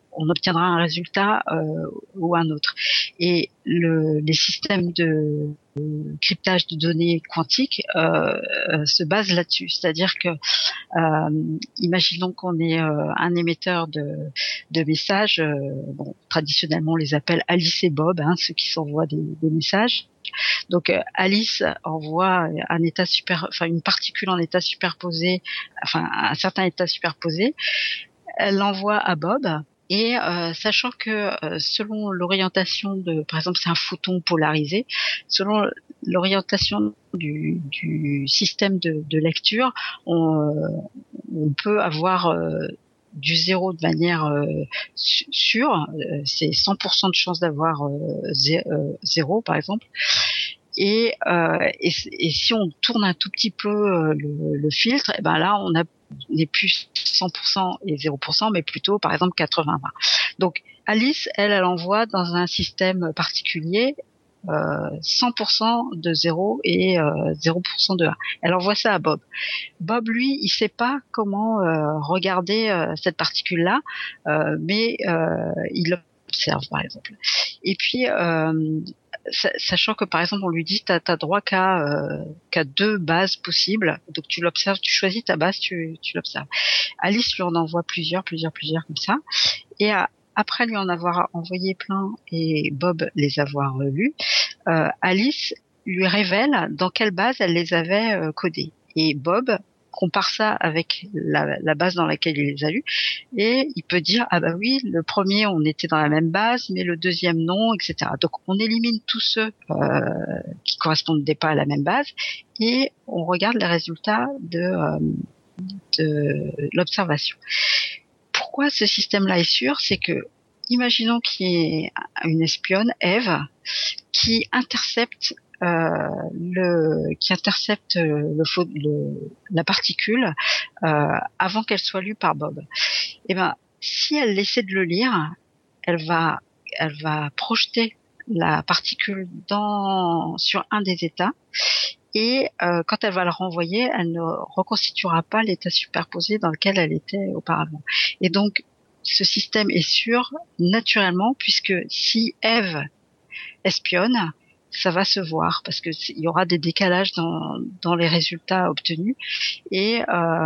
on obtiendra un résultat euh, ou un autre. Et le, les systèmes de cryptage de données quantiques euh, euh, se basent là-dessus. C'est-à-dire que, euh, imaginons qu'on est euh, un émetteur de, de messages. Euh, bon, traditionnellement, on les appelle Alice et Bob, hein, ceux qui s'envoient des, des messages. Donc euh, Alice envoie un état super, enfin une particule en état superposé, enfin un certain état superposé. Elle l'envoie à Bob. Et euh, sachant que euh, selon l'orientation de, par exemple, c'est un photon polarisé, selon l'orientation du, du système de, de lecture, on, euh, on peut avoir euh, du zéro de manière euh, sûre, euh, c'est cent pour cent de chance d'avoir euh, zé, euh, zéro, par exemple. Et, euh, et, et si on tourne un tout petit peu euh, le, le filtre, et ben là on a n'est plus cent pour cent et zéro pour cent, mais plutôt par exemple quatre-vingts vingt. Donc Alice, elle, elle envoie dans un système particulier euh, cent pour cent de zéro et euh, zéro pour cent de un. Elle envoie ça à Bob. Bob, lui, il sait pas comment euh, regarder euh, cette particule-là, euh, mais euh, il l'observe par exemple. Et puis euh, sachant que par exemple on lui dit t'as t'as droit qu'à euh, qu'à deux bases possibles, donc tu l'observes, tu choisis ta base, tu tu l'observes. Alice lui en envoie plusieurs, plusieurs, plusieurs comme ça, et à, après lui en avoir envoyé plein et Bob les avoir euh, lus, euh, Alice lui révèle dans quelle base elle les avait euh, codés. Et Bob compare ça avec la, la base dans laquelle il les a lus, et il peut dire ah bah oui, le premier on était dans la même base, mais le deuxième non, et cetera. Donc on élimine tous ceux euh, qui correspondaient pas à la même base, et on regarde les résultats de, euh, de l'observation. Pourquoi ce système-là est sûr, c'est que imaginons qu'il y ait une espionne, Eve, qui intercepte Euh, le qui intercepte le, le la particule euh, avant qu'elle soit lue par Bob. Et ben si elle essaie de le lire, elle va elle va projeter la particule dans sur un des états, et euh, quand elle va le renvoyer, elle ne reconstituera pas l'état superposé dans lequel elle était auparavant. Et donc ce système est sûr naturellement, puisque si Eve espionne, ça va se voir parce que il y aura des décalages dans dans les résultats obtenus, et euh,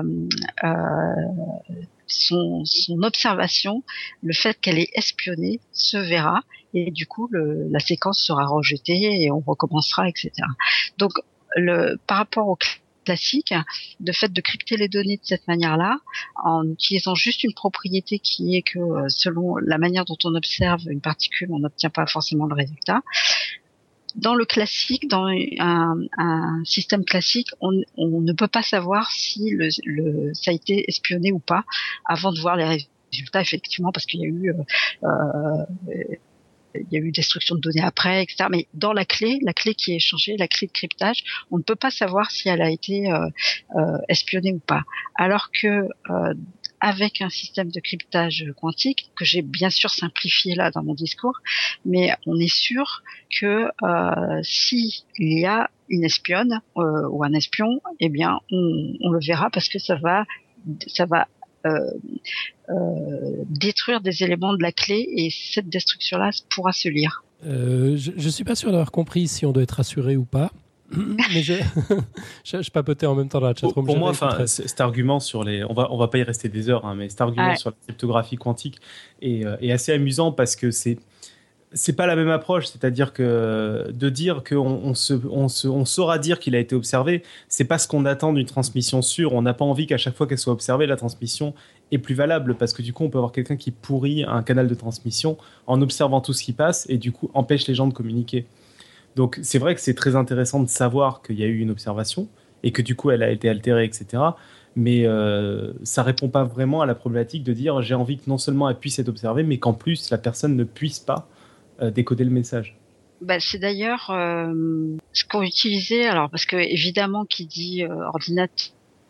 euh, son son observation, le fait qu'elle est espionnée, se verra, et du coup le, la séquence sera rejetée et on recommencera, et cetera. Donc le par rapport au classique, de fait de crypter les données de cette manière-là, en utilisant juste une propriété qui est que selon la manière dont on observe une particule, on n'obtient pas forcément le résultat. Dans le classique, dans un, un système classique, on, on ne peut pas savoir si le, le, ça a été espionné ou pas avant de voir les résultats, effectivement, parce qu'il y a eu, euh, euh, il y a eu destruction de données après, et cetera. Mais dans la clé, la clé qui est échangée, la clé de cryptage, on ne peut pas savoir si elle a été euh, euh, espionnée ou pas. Alors que euh, avec un système de cryptage quantique, que j'ai bien sûr simplifié là dans mon discours, mais on est sûr que euh, si il y a une espionne euh, ou un espion, eh bien on, on le verra, parce que ça va ça va euh, euh, détruire des éléments de la clé, et cette destruction-là pourra se lire. Euh, je ne suis pas sûr d'avoir compris si on doit être rassuré ou pas. Mais je, je, je papotais en même temps dans la chatroom. Pour, pour moi, enfin, cet argument sur les, on va, on va pas y rester des heures, hein, mais cet argument ouais. sur la cryptographie quantique est, euh, est assez amusant, parce que c'est, c'est pas la même approche. C'est-à-dire que de dire qu'on on se, on se, on saura dire qu'il a été observé, c'est pas ce qu'on attend d'une transmission sûre. On n'a pas envie qu'à chaque fois qu'elle soit observée, la transmission est plus valable, parce que du coup, on peut avoir quelqu'un qui pourrit un canal de transmission en observant tout ce qui passe, et du coup empêche les gens de communiquer. Donc c'est vrai que c'est très intéressant de savoir qu'il y a eu une observation et que du coup elle a été altérée, et cetera. Mais euh, ça répond pas vraiment à la problématique de dire j'ai envie que non seulement elle puisse être observée, mais qu'en plus la personne ne puisse pas euh, décoder le message. Bah, c'est d'ailleurs euh, ce qu'on utilisait, alors parce que évidemment qui dit euh, ordinateur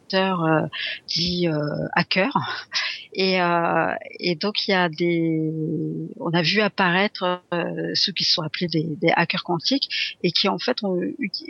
euh, dits euh, hackers. Et, euh, et donc il y a des, on a vu apparaître euh, ceux qui se sont appelés des, des hackers quantiques et qui en fait ont uti-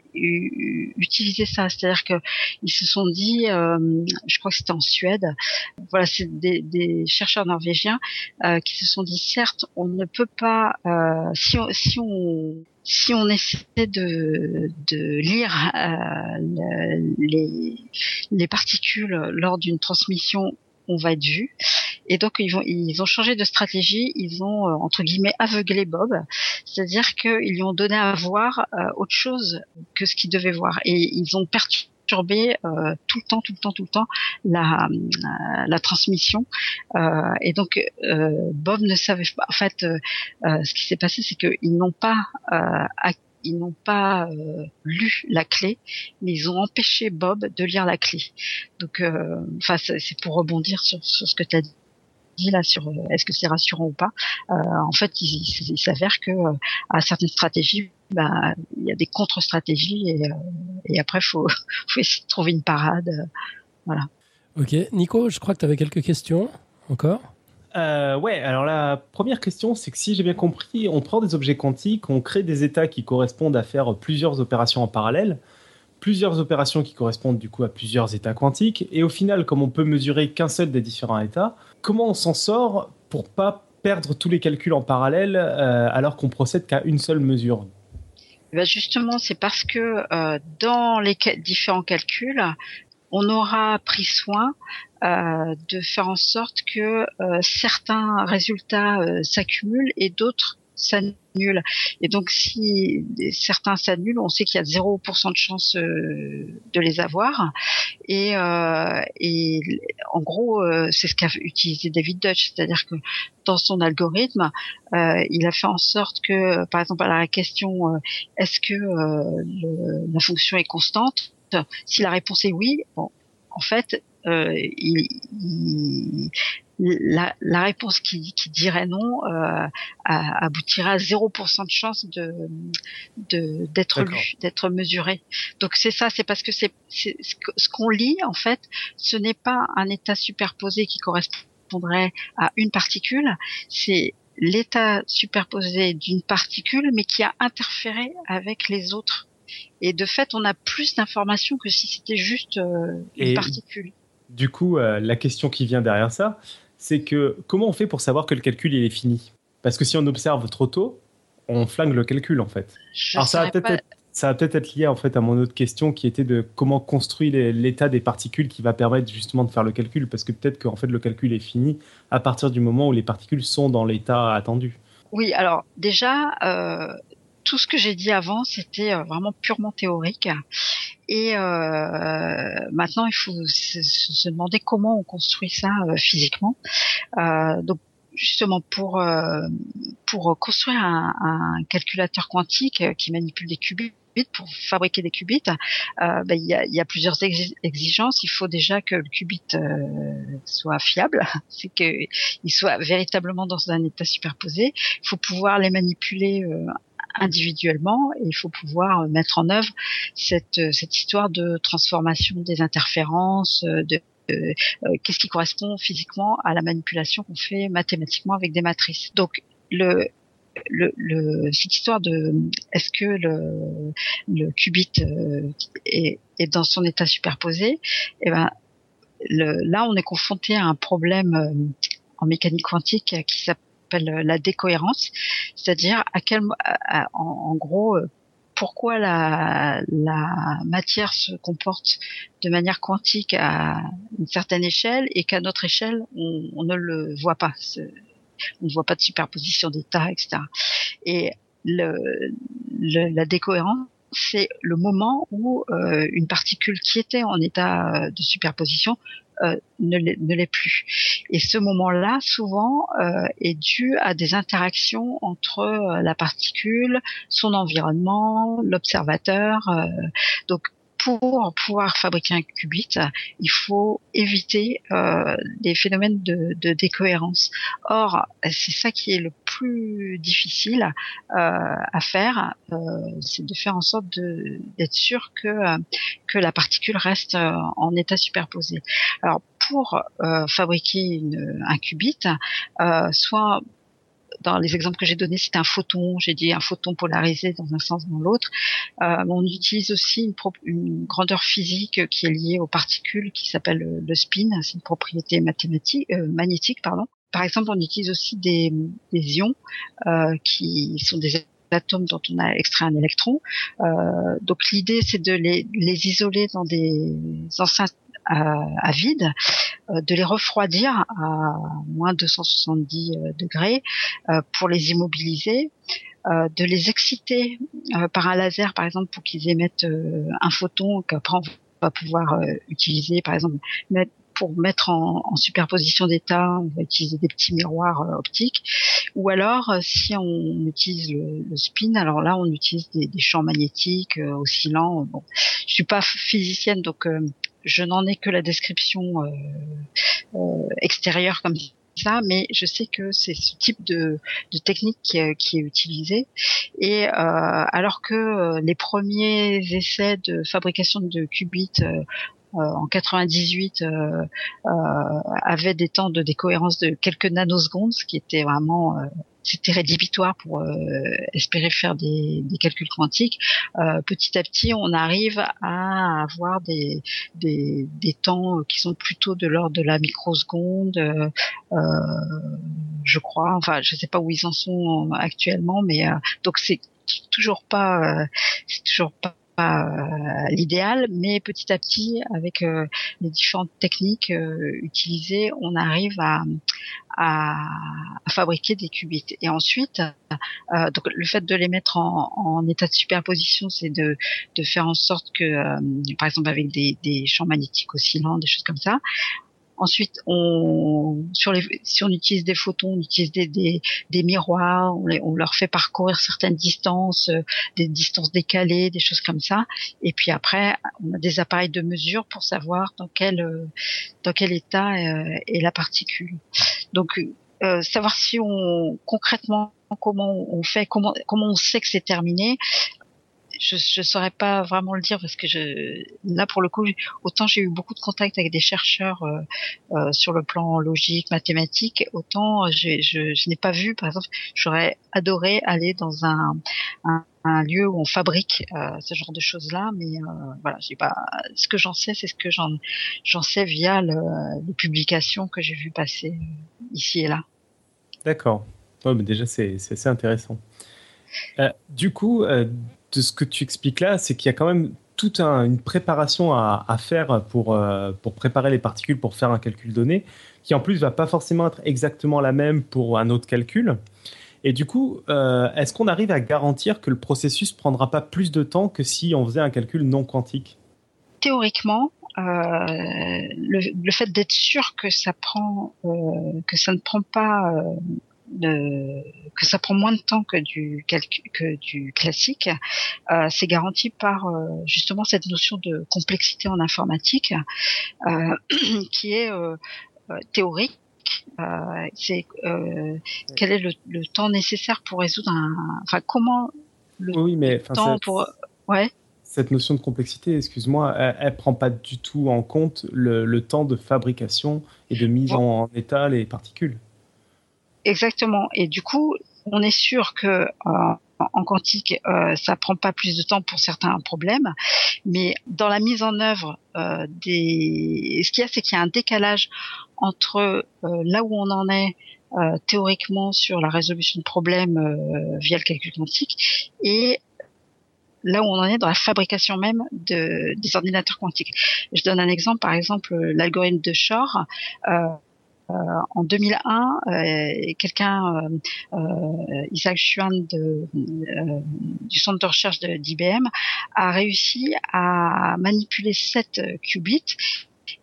utilisé ça, c'est-à-dire que ils se sont dit, euh, je crois que c'était en Suède, voilà, c'est des, des chercheurs norvégiens euh, qui se sont dit, certes, on ne peut pas, euh, si on, si on si on essaie de, de lire euh, le, les, les particules lors d'une transmission, on va être vu. Et donc ils vont, ils ont changé de stratégie. Ils ont euh, entre guillemets aveuglé Bob, c'est-à-dire qu'ils lui ont donné à voir euh, autre chose que ce qu'il devait voir. Et ils ont perturbé euh, tout le temps, tout le temps, tout le temps la euh, la transmission. Euh, et donc euh, Bob ne savait pas. En fait, euh, euh, ce qui s'est passé, c'est qu'ils n'ont pas euh, ils n'ont pas euh, lu la clé, mais ils ont empêché Bob de lire la clé. Donc, enfin, euh, c'est pour rebondir sur, sur ce que tu as dit là, sur euh, est-ce que c'est rassurant ou pas. Euh, en fait, il, il, il s'avère que euh, à certaines stratégies, bah, il y a des contre-stratégies et, euh, et après, faut, faut essayer de trouver une parade. Euh, voilà. Ok, Nico, je crois que tu avais quelques questions encore. Euh, ouais, alors la première question, c'est que si j'ai bien compris, on prend des objets quantiques, on crée des états qui correspondent à faire plusieurs opérations en parallèle, plusieurs opérations qui correspondent du coup à plusieurs états quantiques, et au final, comme on peut mesurer qu'un seul des différents états, comment on s'en sort pour pas perdre tous les calculs en parallèle euh, alors qu'on procède qu'à une seule mesure? Ben justement, c'est parce que euh, dans les ca- différents calculs, on aura pris soin euh, de faire en sorte que euh, certains résultats euh, s'accumulent et d'autres s'annulent. Et donc, si certains s'annulent, on sait qu'il y a zéro pour cent de chance euh, de les avoir. Et, euh, et en gros, euh, c'est ce qu'a utilisé David Deutsch, c'est-à-dire que dans son algorithme, euh, il a fait en sorte que, par exemple, à la question euh, est-ce que euh, le, la fonction est constante, si la réponse est oui, bon, en fait, euh, il, il, la, la réponse qui, qui dirait non euh, aboutira à zéro pour cent de chance de, de d'être D'accord. lu, d'être mesuré. Donc c'est ça, c'est parce que c'est, c'est ce qu'on lit en fait, ce n'est pas un état superposé qui correspondrait à une particule, c'est l'état superposé d'une particule mais qui a interféré avec les autres. Et de fait, on a plus d'informations que si c'était juste euh, une Et particule. Du coup, euh, la question qui vient derrière ça, c'est que comment on fait pour savoir que le calcul il est fini? Parce que si on observe trop tôt, on flingue le calcul en fait. Je Alors ça va peut-être pas... être, ça va peut-être être lié en fait à mon autre question qui était de comment construire l'état des particules qui va permettre justement de faire le calcul, parce que peut-être qu'en fait le calcul est fini à partir du moment où les particules sont dans l'état attendu. Oui, alors déjà, euh, tout ce que j'ai dit avant, c'était vraiment purement théorique. Et euh, maintenant, il faut se, se demander comment on construit ça euh, physiquement. Euh, donc, justement, pour euh, pour construire un, un calculateur quantique qui manipule des qubits, pour fabriquer des qubits, euh, ben, il y a, il y a plusieurs exigences. Il faut déjà que le qubit euh, soit fiable, c'est qu'il soit véritablement dans un état superposé. Il faut pouvoir les manipuler euh, individuellement et il faut pouvoir mettre en œuvre cette, cette histoire de transformation des interférences, de euh, euh, qu'est-ce qui correspond physiquement à la manipulation qu'on fait mathématiquement avec des matrices. Donc le Le, le, cette histoire de est-ce que le, le qubit euh, est, est dans son état superposé, et ben le, là on est confronté à un problème euh, en mécanique quantique qui s'appelle la décohérence, c'est-à-dire à quel à, à, en, en gros euh, pourquoi la, la matière se comporte de manière quantique à une certaine échelle et qu'à notre échelle on, on ne le voit pas. On ne voit pas de superposition d'états, et cetera. Et le, le, la décohérence, c'est le moment où euh, une particule qui était en état de superposition euh, ne, l'est, ne l'est plus. Et ce moment-là, souvent, euh, est dû à des interactions entre euh, la particule, son environnement, l'observateur. Euh, donc, pour pouvoir fabriquer un qubit, il faut éviter euh, les phénomènes de, de décohérence. Or, c'est ça qui est le plus difficile euh, à faire, euh, c'est de faire en sorte de, d'être sûr que que la particule reste euh, en état superposé. Alors, pour euh, fabriquer une, un qubit, euh, soit dans les exemples que j'ai donnés, c'était un photon, j'ai dit un photon polarisé dans un sens dans l'autre. Euh, on utilise aussi une, pro- une grandeur physique qui est liée aux particules, qui s'appelle le, le spin, c'est une propriété mathématique, euh, magnétique, pardon. Par exemple, on utilise aussi des, des ions euh, qui sont des atomes dont on a extrait un électron. Euh, donc l'idée, c'est de les, les isoler dans des enceintes à, à vide, euh, de les refroidir à moins deux cent soixante-dix degrés euh, pour les immobiliser, euh, de les exciter euh, par un laser, par exemple, pour qu'ils émettent euh, un photon qu'après on va pouvoir euh, utiliser, par exemple, mettre pour mettre en, en superposition d'état, on va utiliser des petits miroirs euh, optiques. Ou alors, euh, si on utilise le, le spin, alors là, on utilise des, des champs magnétiques euh, oscillants. Bon, je suis pas physicienne, donc euh, je n'en ai que la description euh, euh, extérieure comme ça, mais je sais que c'est ce type de, de technique qui est, qui est utilisé. Et euh, alors que euh, les premiers essais de fabrication de qubits euh, Euh, en quatre-vingt-dix-huit euh, euh, avait des temps de décohérence de quelques nanosecondes, ce qui était vraiment euh, c'était rédhibitoire pour euh, espérer faire des, des calculs quantiques. Euh, petit à petit, on arrive à avoir des, des, des temps qui sont plutôt de l'ordre de la microseconde, euh, je crois. Enfin, je ne sais pas où ils en sont actuellement, mais euh, donc c'est toujours pas, euh, c'est toujours pas pas euh, l'idéal, mais petit à petit, avec euh, les différentes techniques euh, utilisées, on arrive à, à, à fabriquer des qubits. Et ensuite, euh, donc le fait de les mettre en, en état de superposition, c'est de, de faire en sorte que, euh, par exemple, avec des, des champs magnétiques oscillants, des choses comme ça. Ensuite, on, sur les, si on utilise des photons, on utilise des, des, des miroirs, on, les, on leur fait parcourir certaines distances, euh, des distances décalées, des choses comme ça. Et puis après, on a des appareils de mesure pour savoir dans quel, euh, dans quel état euh, est la particule. Donc, euh, savoir si on, concrètement, comment on fait, comment, comment on sait que c'est terminé. Je je saurais pas vraiment le dire parce que je là pour le coup autant j'ai eu beaucoup de contacts avec des chercheurs euh, euh, sur le plan logique mathématique, autant je je, je n'ai pas vu, par exemple, j'aurais adoré aller dans un un, un lieu où on fabrique euh, ce genre de choses là, mais euh, voilà, j'ai pas ce que j'en sais, c'est ce que j'en j'en sais via le, les publications que j'ai vu passer ici et là. D'accord. Ouais, mais déjà c'est c'est assez intéressant. Euh, du coup, euh, de ce que tu expliques là, c'est qu'il y a quand même toute un, une préparation à, à faire pour, euh, pour préparer les particules pour faire un calcul donné, qui en plus va pas forcément être exactement la même pour un autre calcul. Et du coup, euh, est-ce qu'on arrive à garantir que le processus prendra pas plus de temps que si on faisait un calcul non quantique ? Théoriquement, euh, le, le fait d'être sûr que ça prend, euh, que ça ne prend pas euh, De, que ça prend moins de temps que du calcul, que du classique, euh, c'est garanti par euh, justement cette notion de complexité en informatique euh, qui est euh, euh, théorique. Euh, c'est euh, quel est le, le temps nécessaire pour résoudre un, enfin comment le, Oui, mais le temps pour, ouais. Cette notion de complexité, excuse-moi, elle, elle prend pas du tout en compte le, le temps de fabrication et de mise en, en état les particules. Exactement. Et du coup, on est sûr que euh, en quantique, euh, ça prend pas plus de temps pour certains problèmes, mais dans la mise en œuvre euh, des, ce qu'il y a, c'est qu'il y a un décalage entre euh, là où on en est euh, théoriquement sur la résolution de problèmes euh, via le calcul quantique et là où on en est dans la fabrication même de, des ordinateurs quantiques. Je donne un exemple, par exemple l'algorithme de Shor. Euh, Euh, en deux mille un, euh, quelqu'un, euh, euh, Isaac Shuan de, euh, du centre de recherche de, d'I B M, a réussi à manipuler sept qubits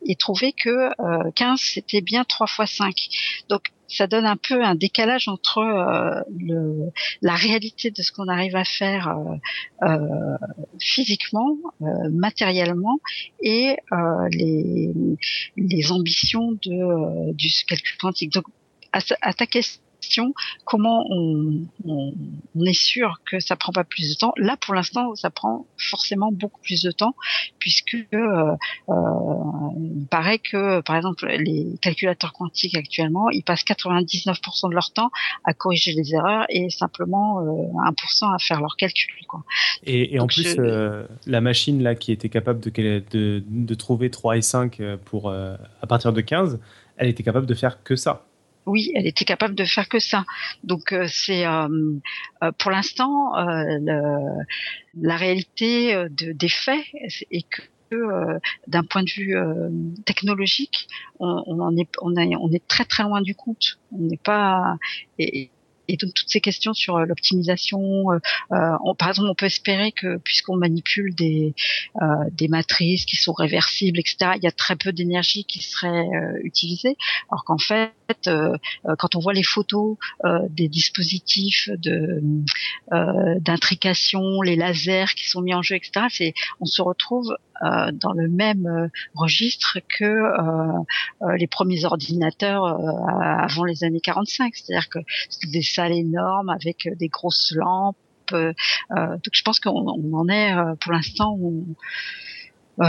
et trouvaient que euh, quinze c'était bien trois fois cinq. Donc ça donne un peu un décalage entre euh, le, la réalité de ce qu'on arrive à faire euh, euh, physiquement, euh, matériellement, et euh, les, les ambitions de, euh, du calcul quantique. Donc, à, à ta question, comment on, on, on est sûr que ça prend pas plus de temps? Là, pour l'instant, ça prend forcément beaucoup plus de temps, puisque euh, euh, il paraît que, par exemple, les calculateurs quantiques actuellement, ils passent quatre-vingt-dix-neuf pour cent de leur temps à corriger les erreurs et simplement euh, un pour cent à faire leurs calculs, quoi. Et, et en Donc, plus, je... euh, la machine là qui était capable de, de, de trouver trois et cinq pour, euh, à partir de quinze, elle était capable de faire que ça. Oui, elle était capable de faire que ça. Donc euh, c'est euh, euh, pour l'instant euh, le, la réalité de, des faits est que euh, d'un point de vue euh, technologique, on, on en est on, a, on est très très loin du compte. On n'est pas et, et donc toutes ces questions sur l'optimisation, euh, on, par exemple, on peut espérer que puisqu'on manipule des euh, des matrices qui sont réversibles, et cetera, il y a très peu d'énergie qui serait euh, utilisée, alors qu'en fait, euh, quand on voit les photos euh, des dispositifs de euh, d'intrication, les lasers qui sont mis en jeu, et cetera, c'est, on se retrouve euh, dans le même euh, registre que euh, euh, les premiers ordinateurs euh, avant les années quarante-cinq, c'est-à-dire que c'était des salles énormes avec des grosses lampes. Euh, donc je pense qu'on on en est euh, pour l'instant. On, euh,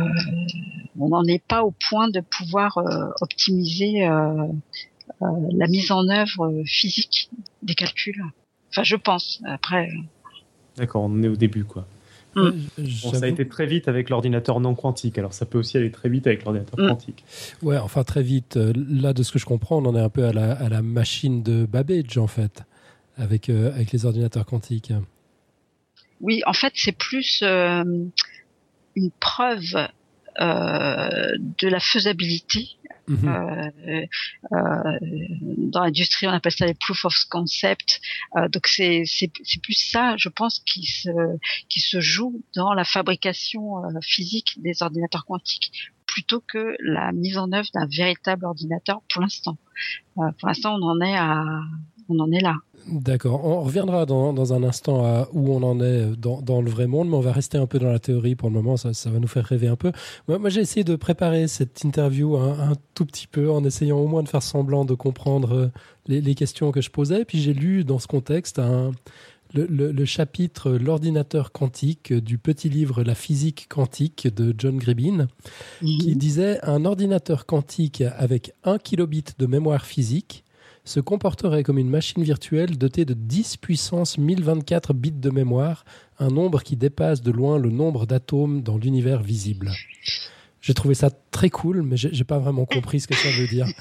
on n'en est pas au point de pouvoir euh, optimiser euh, euh, la mise en œuvre physique des calculs. Enfin, je pense. Après. D'accord, on est au début, quoi. Ouais, bon, ça a été très vite avec l'ordinateur non quantique, alors ça peut aussi aller très vite avec l'ordinateur mmh. quantique. Ouais, enfin très vite. Là, de ce que je comprends, on en est un peu à la, à la machine de Babbage, en fait, avec, euh, avec les ordinateurs quantiques. Oui, en fait, c'est plus euh, une preuve euh, de la faisabilité. Mmh. Euh, euh, dans l'industrie, on appelle ça les proof of concept. Euh, donc c'est, c'est, c'est plus ça, je pense, qui se, qui se joue dans la fabrication euh, physique des ordinateurs quantiques, plutôt que la mise en œuvre d'un véritable ordinateur pour l'instant. Euh, pour l'instant, on en est à, on en est là. D'accord. On reviendra dans, dans un instant à où on en est dans, dans le vrai monde, mais on va rester un peu dans la théorie pour le moment. Ça, ça va nous faire rêver un peu. Moi, moi j'ai essayé de préparer cette interview un, un tout petit peu en essayant au moins de faire semblant de comprendre les, les questions que je posais. Puis j'ai lu dans ce contexte un, le, le, le chapitre L'ordinateur quantique du petit livre La physique quantique de John Gribbin, mmh. qui disait « Un ordinateur quantique avec un kilobit de mémoire physique se comporterait comme une machine virtuelle dotée de dix puissance mille vingt-quatre bits de mémoire, un nombre qui dépasse de loin le nombre d'atomes dans l'univers visible. » J'ai trouvé ça très cool, mais j'ai, j'ai pas vraiment compris ce que ça veut dire.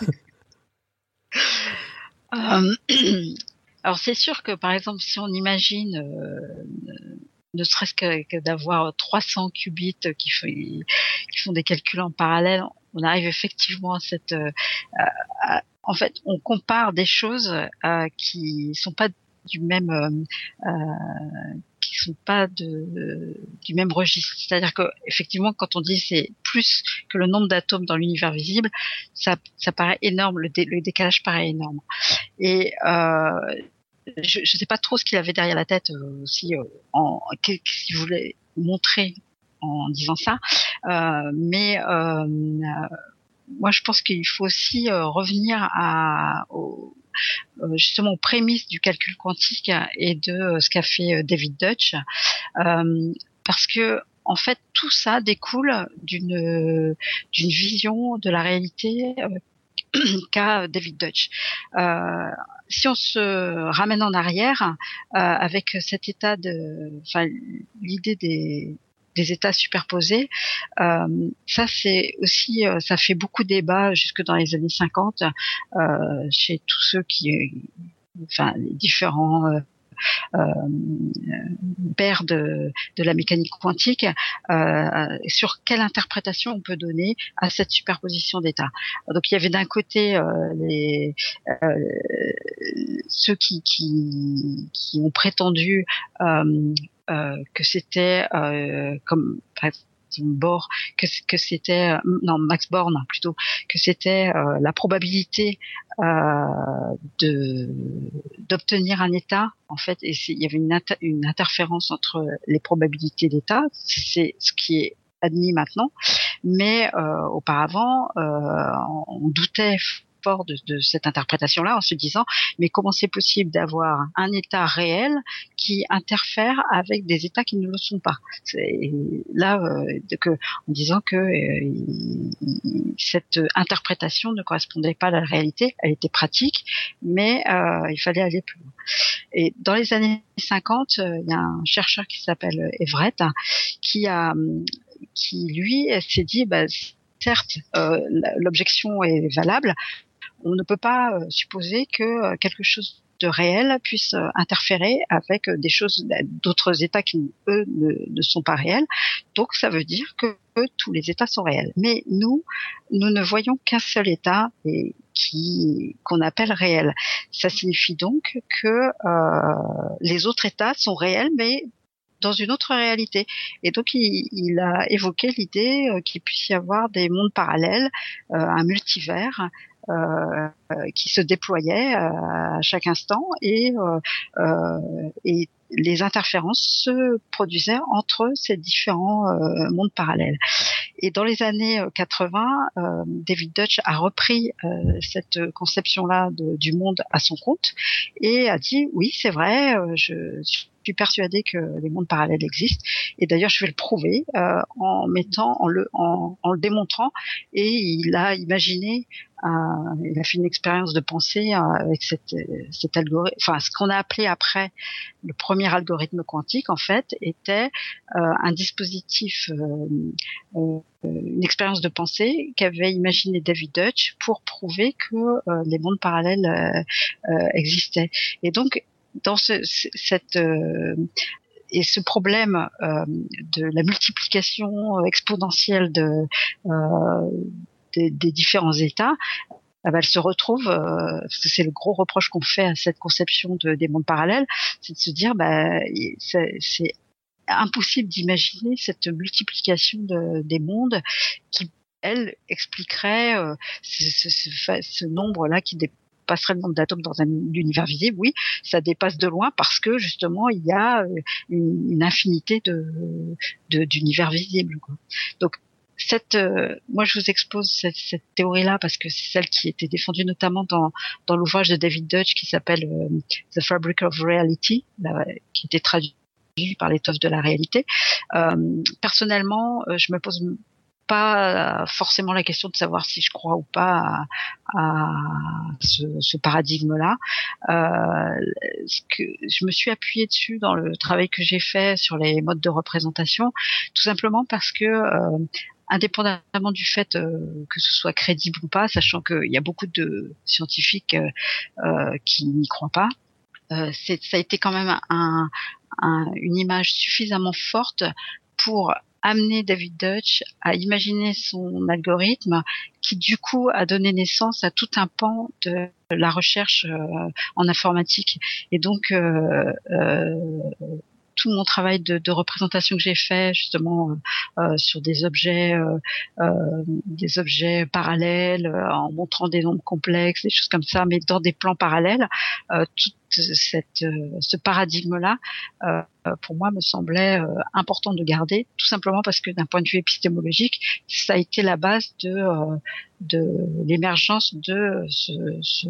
euh, alors c'est sûr que, par exemple, si on imagine euh, ne serait-ce que, que d'avoir trois cents qubits qui, f- qui font des calculs en parallèle, on arrive effectivement à cette... Euh, à, en fait, on compare des choses euh, qui sont pas du même, euh, euh, qui sont pas de, du même registre. C'est-à-dire que effectivement, quand on dit c'est plus que le nombre d'atomes dans l'univers visible, ça, ça paraît énorme. Le, dé, le décalage paraît énorme. Et euh, je ne sais pas trop ce qu'il avait derrière la tête euh, aussi, euh, en, qu'est-ce qu'il voulait montrer en disant ça, euh, mais euh, moi, je pense qu'il faut aussi euh, revenir à, au, euh, justement aux prémices du calcul quantique et de euh, ce qu'a fait euh, David Deutsch, euh, parce que en fait, tout ça découle d'une d'une vision de la réalité euh, qu'a David Deutsch. Euh, si on se ramène en arrière euh, avec cet état de, enfin, l'idée des des états superposés, euh, ça c'est aussi, euh, ça fait beaucoup débat jusque dans les années cinquante euh, chez tous ceux qui, enfin, les différents euh, euh, pères de, de la mécanique quantique, euh, sur quelle interprétation on peut donner à cette superposition d'états. Donc il y avait d'un côté euh, les, euh, ceux qui, qui, qui ont prétendu euh, euh, que c'était euh, comme Bohr, que, que c'était, euh, non, Max Born plutôt, que c'était euh, la probabilité euh, de d'obtenir un état, en fait, et il y avait une, inter, une interférence entre les probabilités d'état, c'est ce qui est admis maintenant, mais euh, auparavant, euh, on doutait fort de, de cette interprétation-là en se disant mais comment c'est possible d'avoir un état réel qui interfère avec des états qui ne le sont pas. C'est là euh, que, en disant que euh, cette interprétation ne correspondait pas à la réalité, elle était pratique, mais euh, il fallait aller plus loin. Et dans les années cinquante, il euh, y a un chercheur qui s'appelle Everett hein, qui a qui lui s'est dit bah, certes euh, l'objection est valable, on ne peut pas euh, supposer que euh, quelque chose de réel puisse euh, interférer avec euh, des choses, d'autres états qui, eux, ne, ne sont pas réels. Donc, ça veut dire que, que tous les états sont réels. Mais nous, nous ne voyons qu'un seul état et qui qu'on appelle réel. Ça signifie donc que euh, les autres états sont réels, mais dans une autre réalité. Et donc, il, il a évoqué l'idée euh, qu'il puisse y avoir des mondes parallèles, euh, un multivers, Euh, euh, qui se déployait euh, à chaque instant et, euh, euh, et les interférences se produisaient entre ces différents euh, mondes parallèles. Et dans les années quatre-vingts, euh, David Deutsch a repris euh, cette conception-là de, du monde à son compte et a dit oui, c'est vrai, euh, je suis persuadé que les mondes parallèles existent et d'ailleurs je vais le prouver euh, en mettant, en le, en, en le démontrant. Et il a imaginé, euh, il a fait une expérience de pensée euh, avec cette, cet algorithme, enfin ce qu'on a appelé après le premier algorithme quantique en fait était euh, un dispositif, euh, euh, une expérience de pensée qu'avait imaginé David Deutsch pour prouver que euh, les mondes parallèles euh, euh, existaient. Et donc dans ce, cette euh, et ce problème euh, de la multiplication exponentielle de euh, des, des différents états, ah ben, elle se retrouve, euh, parce que c'est le gros reproche qu'on fait à cette conception de, des mondes parallèles, c'est de se dire bah c'est, c'est impossible d'imaginer cette multiplication de, des mondes qui, elle, expliquerait euh, ce, ce, ce, ce nombre-là qui dépasse passerait le nombre d'atomes dans un univers visible, oui, ça dépasse de loin parce que justement il y a une, une infinité de, de d'univers visibles, quoi. Donc cette, euh, moi je vous expose cette, cette théorie-là parce que c'est celle qui était défendue notamment dans dans l'ouvrage de David Deutsch qui s'appelle euh, The Fabric of Reality, là, qui était traduit par l'étoffe de la réalité. Euh, personnellement, euh, je me pose pas forcément la question de savoir si je crois ou pas à, à ce, ce paradigme-là. Euh, ce que je me suis appuyée dessus dans le travail que j'ai fait sur les modes de représentation, tout simplement parce que euh, indépendamment du fait euh, que ce soit crédible ou pas, sachant qu'il y a beaucoup de scientifiques euh, euh, qui n'y croient pas, euh, c'est, ça a été quand même un, un, une image suffisamment forte pour amener David Deutsch à imaginer son algorithme qui du coup a donné naissance à tout un pan de la recherche euh, en informatique. Et donc euh, euh, tout mon travail de, de représentation que j'ai fait justement euh, sur des objets euh, euh, des objets parallèles euh, en montrant des nombres complexes, des choses comme ça, mais dans des plans parallèles, euh, toute cette euh, ce paradigme là euh, pour moi me semblait euh, important de garder, tout simplement parce que d'un point de vue épistémologique ça a été la base de euh, de l'émergence de ce, ce,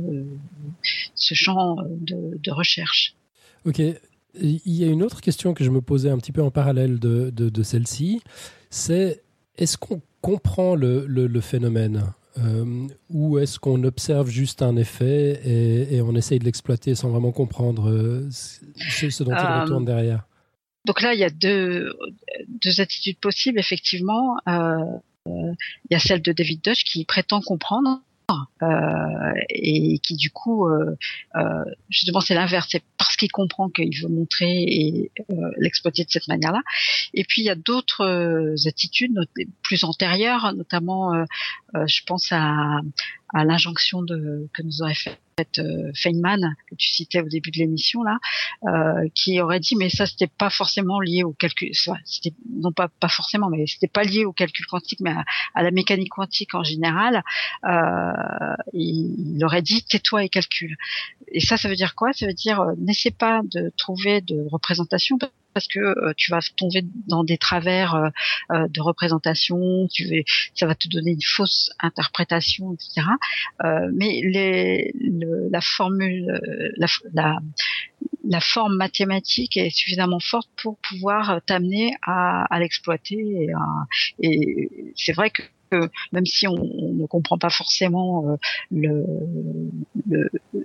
ce champ de, de recherche. Ok. Il y a une autre question que je me posais un petit peu en parallèle de, de, de celle-ci, c'est est-ce qu'on comprend le, le, le phénomène euh, ou est-ce qu'on observe juste un effet et, et on essaye de l'exploiter sans vraiment comprendre euh, ce, ce dont il euh, retourne derrière? Donc là, il y a deux, deux attitudes possibles, effectivement. Euh, euh, il y a celle de David Deutsch qui prétend comprendre. Euh, et qui du coup, euh, euh, justement, c'est l'inverse. C'est parce qu'il comprend qu'il veut montrer et euh, l'exploiter de cette manière-là. Et puis il y a d'autres euh, attitudes plus antérieures, notamment, euh, euh, je pense à, à l'injonction de, que nous aurait faite euh, Feynman, que tu citais au début de l'émission là, euh, qui aurait dit mais ça c'était pas forcément lié au calcul, c'était non pas pas forcément, mais c'était pas lié au calcul quantique, mais à, à la mécanique quantique en général. Euh, il, il aurait dit tais-toi et calcule. Et ça, ça veut dire quoi? Ça veut dire euh, n'essaie pas de trouver de représentation parce que euh, tu vas tomber dans des travers euh, euh, de représentation, tu veux, ça va te donner une fausse interprétation, et cetera. Euh, mais les, le, la formule, la, la, la forme mathématique est suffisamment forte pour pouvoir t'amener à, à l'exploiter. Et, à, et c'est vrai que que même si on, on ne comprend pas forcément euh, le, le,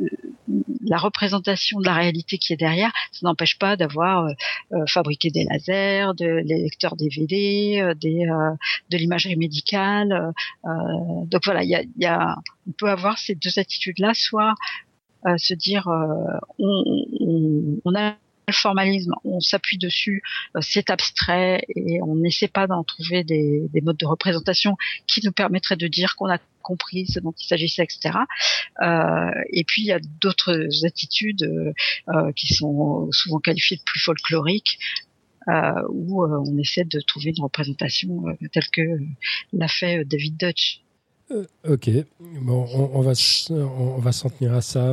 la représentation de la réalité qui est derrière, ça n'empêche pas d'avoir euh, fabriqué des lasers, de, des lecteurs D V D, euh, des, euh, de l'imagerie médicale. Euh, donc voilà, il y a, y a, on peut avoir ces deux attitudes-là, soit euh, se dire euh, on, on, on a le formalisme, on s'appuie dessus, euh, c'est abstrait et on n'essaie pas d'en trouver des, des modes de représentation qui nous permettraient de dire qu'on a compris ce dont il s'agissait, et cetera. Euh, et puis il y a d'autres attitudes euh, qui sont souvent qualifiées de plus folkloriques, euh, où euh, on essaie de trouver une représentation euh, telle que l'a fait David Deutsch. Euh, ok, bon, on, on va on va s'en tenir à ça.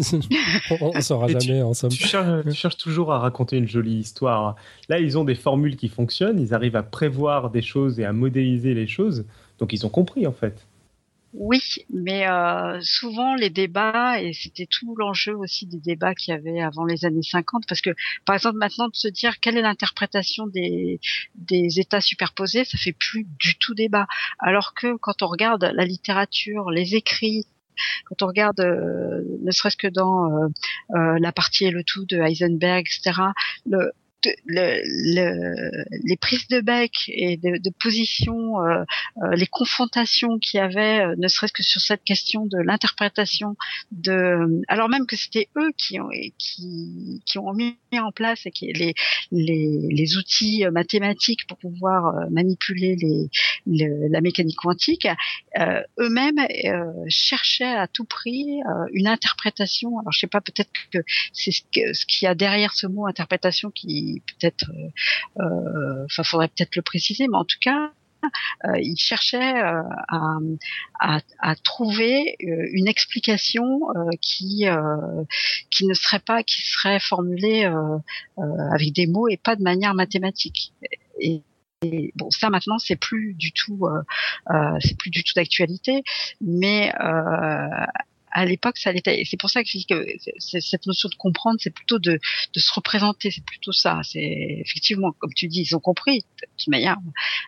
on ne saura jamais, tu, en somme. Tu cherches, tu cherches toujours à raconter une jolie histoire. Là, ils ont des formules qui fonctionnent, ils arrivent à prévoir des choses et à modéliser les choses, donc ils ont compris en fait. Oui, mais euh, souvent les débats, et c'était tout l'enjeu aussi des débats qu'il y avait avant les années cinquante, parce que par exemple maintenant de se dire quelle est l'interprétation des, des états superposés, ça fait plus du tout débat. Alors que quand on regarde la littérature, les écrits, quand on regarde euh, ne serait-ce que dans euh, euh, la partie et le tout de Heisenberg, et cetera, le Le, le, les prises de bec et de, de position, euh, euh, les confrontations qu'il y avait, euh, ne serait-ce que sur cette question de l'interprétation de, alors même que c'était eux qui ont qui qui ont mis en place et qui les les, les outils mathématiques pour pouvoir euh, manipuler les, les la mécanique quantique, euh, eux-mêmes euh, cherchaient à tout prix euh, une interprétation. Alors je sais pas, peut-être que c'est ce, que, ce qu'il y a derrière ce mot interprétation qui peut-être, enfin, euh, faudrait peut-être le préciser, mais en tout cas, euh, il cherchait euh, à, à, à trouver euh, une explication euh, qui euh, qui ne serait pas, qui serait formulée euh, euh, avec des mots et pas de manière mathématique. Et, et bon, ça maintenant, c'est plus du tout, euh, euh, c'est plus du tout d'actualité, mais euh, à l'époque, ça l'était. Et c'est pour ça que je dis que c'est, cette notion de comprendre, c'est plutôt de, de se représenter. C'est plutôt ça. C'est effectivement, comme tu dis, ils ont compris. De toute manière,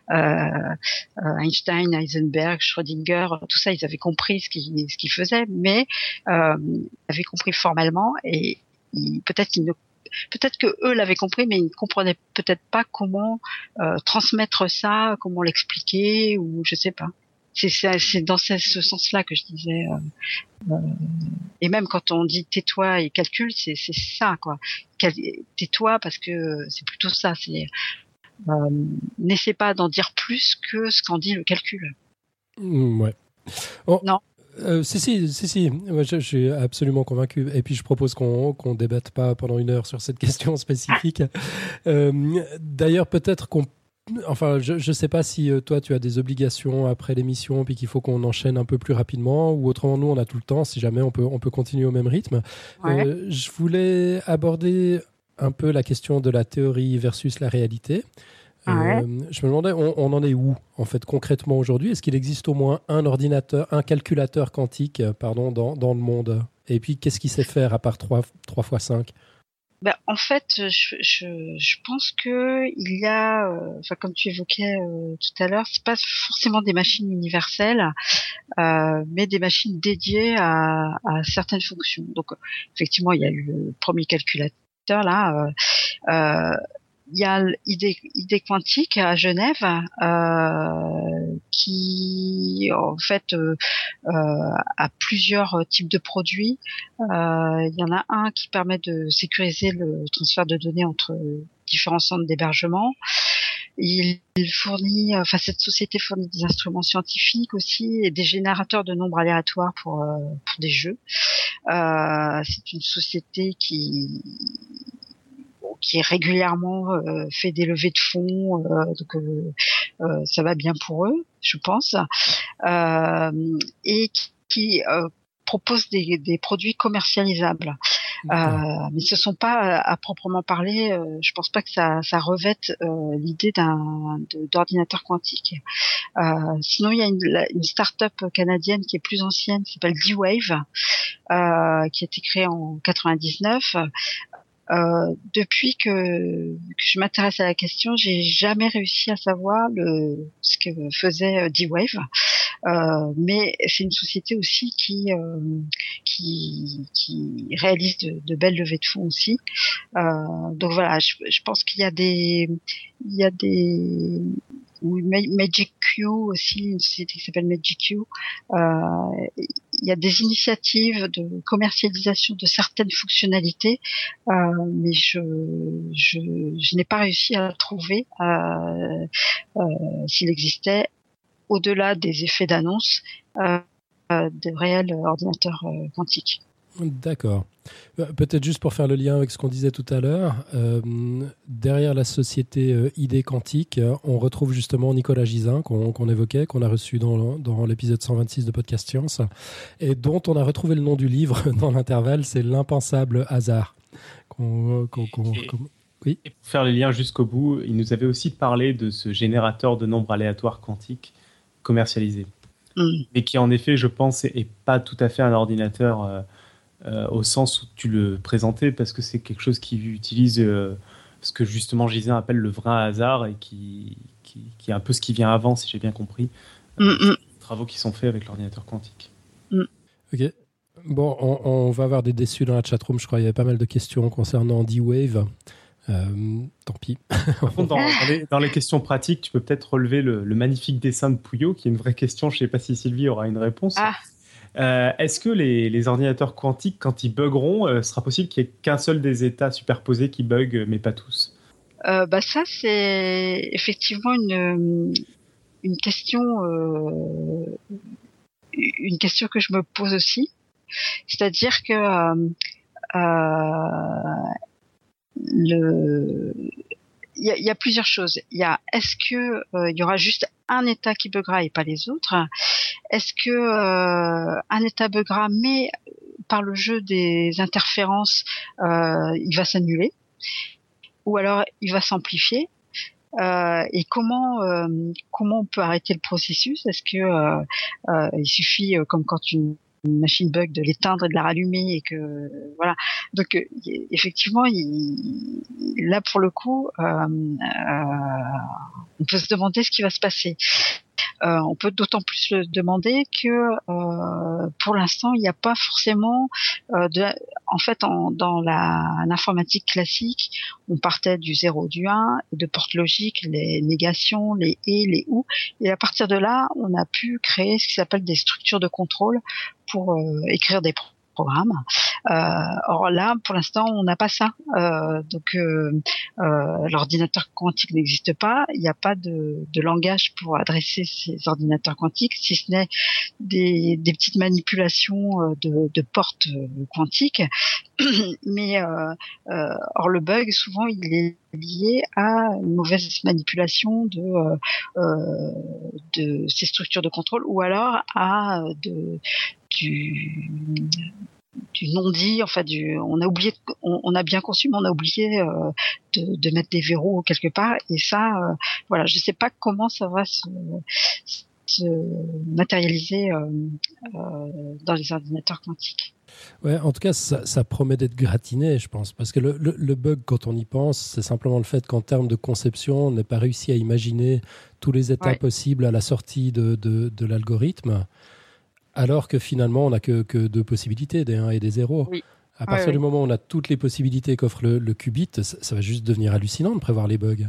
euh, Einstein, Heisenberg, Schrödinger, tout ça, ils avaient compris ce qu'ils, ce qu'ils faisaient, mais euh, ils avaient compris formellement et ils, peut-être qu'ils ne Peut-être que eux l'avaient compris, mais ils ne comprenaient peut-être pas comment euh, transmettre ça, comment l'expliquer, ou je sais pas. C'est, c'est, c'est dans ce, ce sens-là que je disais. Euh, euh, et même quand on dit tais-toi et calcule, c'est, c'est ça, quoi. Tais-toi parce que c'est plutôt ça. C'est euh, n'essaie pas d'en dire plus que ce qu'en dit le calcul. Mmh, ouais. Oh. Non. Euh, si, si, si, si. Moi, je, je suis absolument convaincu. Et puis, je propose qu'on qu'on débatte pas pendant une heure sur cette question spécifique. euh, d'ailleurs, peut-être qu'on... Enfin, je ne sais pas si euh, toi, tu as des obligations après l'émission, puis qu'il faut qu'on enchaîne un peu plus rapidement, ou autrement, nous, on a tout le temps. Si jamais, on peut, on peut continuer au même rythme. Ouais. Euh, je voulais aborder un peu la question de la théorie versus la réalité. Ouais. Euh, je me demandais, on, on en est où, en fait, concrètement aujourd'hui? Est-ce qu'il existe au moins un ordinateur, un calculateur quantique, pardon, dans, dans le monde? Et puis, qu'est-ce qu'il sait faire à part trois fois cinq? Ben, en fait, je, je, je pense que il y a, enfin, euh, comme tu évoquais euh, tout à l'heure, c'est pas forcément des machines universelles, euh, mais des machines dédiées à, à certaines fonctions. Donc, effectivement, il y a eu le premier calculateur là. Euh, euh, il y a I D, I D Quantique à Genève euh, qui en fait euh, euh, a plusieurs types de produits. Euh, il y en a un qui permet de sécuriser le transfert de données entre différents centres d'hébergement. Il fournit, enfin cette société fournit des instruments scientifiques aussi et des générateurs de nombres aléatoires pour euh, pour des jeux. Euh, c'est une société qui qui régulièrement euh, fait des levées de fonds, euh, donc euh, euh, ça va bien pour eux, je pense, euh, et qui, qui euh, propose des, des produits commercialisables. Euh, mais ce sont pas à, à proprement parler. Euh, je pense pas que ça, ça revête euh, l'idée d'un de, d'ordinateur quantique. Euh, sinon, il y a une, une start-up canadienne qui est plus ancienne, qui s'appelle D-Wave, euh, qui a été créée en quatre-vingt-dix-neuf. Euh, depuis que, que je m'intéresse à la question, j'ai jamais réussi à savoir le, ce que faisait D-Wave. Euh, mais c'est une société aussi qui euh, qui, qui réalise de, de belles levées de fonds aussi. Euh, donc voilà, je, je pense qu'il y a des il y a des ou Magic Q aussi, une société qui s'appelle Magic Q. Euh, il y a des initiatives de commercialisation de certaines fonctionnalités, euh, mais je, je, je n'ai pas réussi à trouver euh, euh, s'il existait, au-delà des effets d'annonce, euh, euh, de réels ordinateurs euh, quantiques. D'accord. Peut-être juste pour faire le lien avec ce qu'on disait tout à l'heure, euh, derrière la société euh, I D Quantique, on retrouve justement Nicolas Gisin qu'on, qu'on évoquait, qu'on a reçu dans, dans l'épisode cent vingt-six de Podcast Science, et dont on a retrouvé le nom du livre dans l'intervalle, c'est L'impensable hasard. Qu'on, qu'on, qu'on, et, qu'on... Oui. Et pour faire le lien jusqu'au bout, il nous avait aussi parlé de ce générateur de nombres aléatoires quantiques commercialisé, mmh. et qui en effet, je pense, est, est pas tout à fait un ordinateur euh, euh, au sens où tu le présentais, parce que c'est quelque chose qui utilise euh, ce que justement Gisin appelle le vrai hasard, et qui, qui, qui est un peu ce qui vient avant, si j'ai bien compris, mmh. euh, les travaux qui sont faits avec l'ordinateur quantique. Mmh. Ok. Bon, on, on va avoir des déçus dans la chatroom, je crois. Il y avait pas mal de questions concernant D-Wave. Euh, tant pis. Par contre, dans, dans, les, dans les questions pratiques, tu peux peut-être relever le, le magnifique dessin de Pouillot, qui est une vraie question. Je ne sais pas si Sylvie aura une réponse. Ah. Euh, est-ce que les, les ordinateurs quantiques, quand ils buggeront, euh, sera possible qu'il n'y ait qu'un seul des états superposés qui bug, mais pas tous ? euh, bah Ça, c'est effectivement une, une question, euh, une question que je me pose aussi. C'est-à-dire que euh, euh, le il y a, y a plusieurs choses. Il y a est-ce que euh, il y aura juste un état qui buggera et pas les autres ? Est-ce que euh, un état buggera mais par le jeu des interférences euh, il va s'annuler, ou alors il va s'amplifier, euh, et comment euh, comment on peut arrêter le processus ? Est-ce que euh, euh, il suffit euh, comme quand une une machine bug de l'éteindre et de la rallumer, et que voilà. Donc euh, effectivement, il, là pour le coup, euh, euh, on peut se demander ce qui va se passer. Euh, on peut d'autant plus le demander que euh, pour l'instant, il n'y a pas forcément euh, de, en fait, en, dans la l'informatique classique, on partait du zéro, du un, de portes logiques, les négations, les et, les ou, et à partir de là, on a pu créer ce qui s'appelle des structures de contrôle pour euh, écrire des programmes. Euh, or là, pour l'instant, on n'a pas ça. Euh, donc, euh, euh, l'ordinateur quantique n'existe pas. Il n'y a pas de, de langage pour adresser ces ordinateurs quantiques, si ce n'est des, des petites manipulations de, de portes quantiques. Mais euh, euh, or le bug, souvent, il est lié à une mauvaise manipulation de euh, de ces structures de contrôle, ou alors à de du du non-dit, enfin du, on a oublié, on, on a bien conçu, mais on a oublié euh, de, de mettre des verrous quelque part, et ça, euh, voilà, je sais pas comment ça va se, se matérialiser euh, euh, dans les ordinateurs quantiques. Ouais, en tout cas, ça, ça promet d'être gratiné, je pense, parce que le, le, le bug, quand on y pense, c'est simplement le fait qu'en termes de conception, on n'ait pas réussi à imaginer tous les états ouais. possibles à la sortie de, de, de l'algorithme. Alors que finalement, on n'a que, que deux possibilités, des un et des zéro. Oui. À partir ouais, du ouais. moment où on a toutes les possibilités qu'offre le, le qubit, ça, ça va juste devenir hallucinant de prévoir les bugs.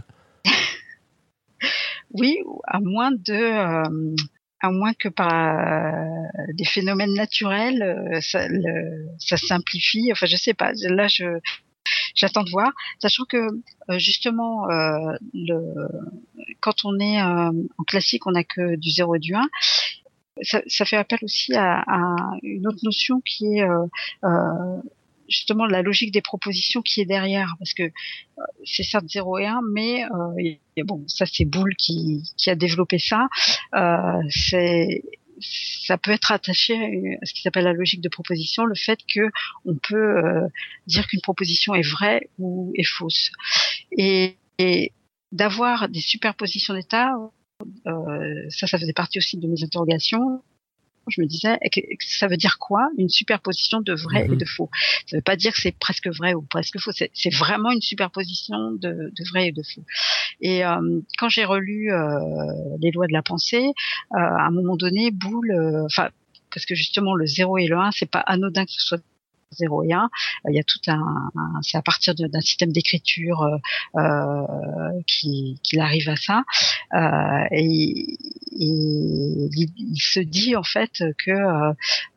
Oui, à moins de, euh, à moins que par euh, des phénomènes naturels, euh, ça, le, ça simplifie. Enfin, je sais pas. Là, je, j'attends de voir, sachant que euh, justement, euh, le, quand on est euh, en classique, on n'a que du zéro et du un. Ça, ça fait appel aussi à, à une autre notion qui est euh, euh, justement la logique des propositions qui est derrière, parce que euh, c'est certes zéro et un, mais euh, et, et bon, ça c'est Boole qui, qui a développé ça. Euh, c'est ça peut être attaché à ce qui s'appelle la logique de proposition, le fait que on peut euh, dire qu'une proposition est vraie ou est fausse, et, et d'avoir des superpositions d'états. Euh, ça, ça faisait partie aussi de mes interrogations. Je me disais, ça veut dire quoi une superposition de vrai mmh. et de faux? Ça veut pas dire que c'est presque vrai ou presque faux. C'est, c'est vraiment une superposition de, de vrai et de faux. Et euh, quand j'ai relu euh, les lois de la pensée, euh, à un moment donné, Boole, enfin, euh, parce que justement le zéro et le un, c'est pas anodin que ce soit zéro et un, il y a tout un, un c'est à partir de, d'un système d'écriture euh, qui, qu'il arrive à ça, euh, et, et il, il se dit en fait que euh,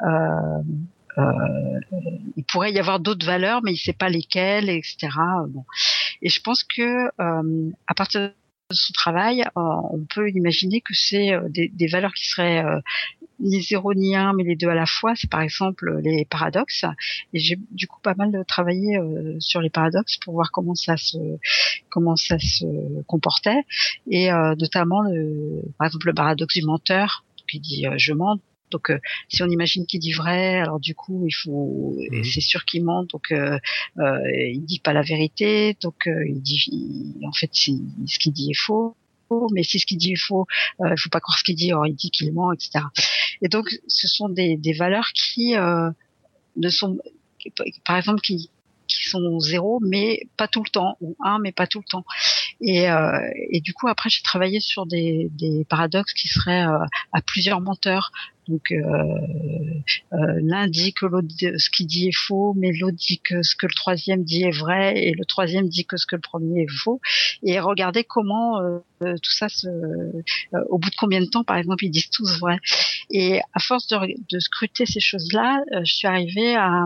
euh, il pourrait y avoir d'autres valeurs, mais il sait pas lesquelles, et cetera. Bon. Et je pense que euh, à partir de son travail, euh, on peut imaginer que c'est euh, des, des valeurs qui seraient euh, ni zéro ni un, mais les deux à la fois. C'est par exemple les paradoxes. Et j'ai du coup pas mal travaillé euh, sur les paradoxes pour voir comment ça se comment ça se comportait. Et euh, notamment, le, par exemple, le paradoxe du menteur qui dit euh, je mens. Donc, euh, si on imagine qu'il dit vrai, alors du coup, il faut, mmh. c'est sûr qu'il ment. Donc, euh, euh, il dit pas la vérité. Donc, euh, il dit, il, en fait, ce qu'il dit est faux. Mais si ce qu'il dit est faux, il euh, faut pas croire ce qu'il dit. Or, il dit qu'il ment, et cetera. Et donc, ce sont des, des valeurs qui euh, ne sont, par exemple, qui, qui sont zéro, mais pas tout le temps, ou un, mais pas tout le temps. Et, euh, et du coup, après, j'ai travaillé sur des, des paradoxes qui seraient euh, à plusieurs menteurs. Donc, euh, euh, l'un dit que l'autre, ce qu'il dit est faux, mais l'autre dit que ce que le troisième dit est vrai, et le troisième dit que ce que le premier est faux. Et regardez comment euh, tout ça, se, euh, au bout de combien de temps, par exemple, ils disent tous vrai. Et à force de, de scruter ces choses-là, euh, je suis arrivée à,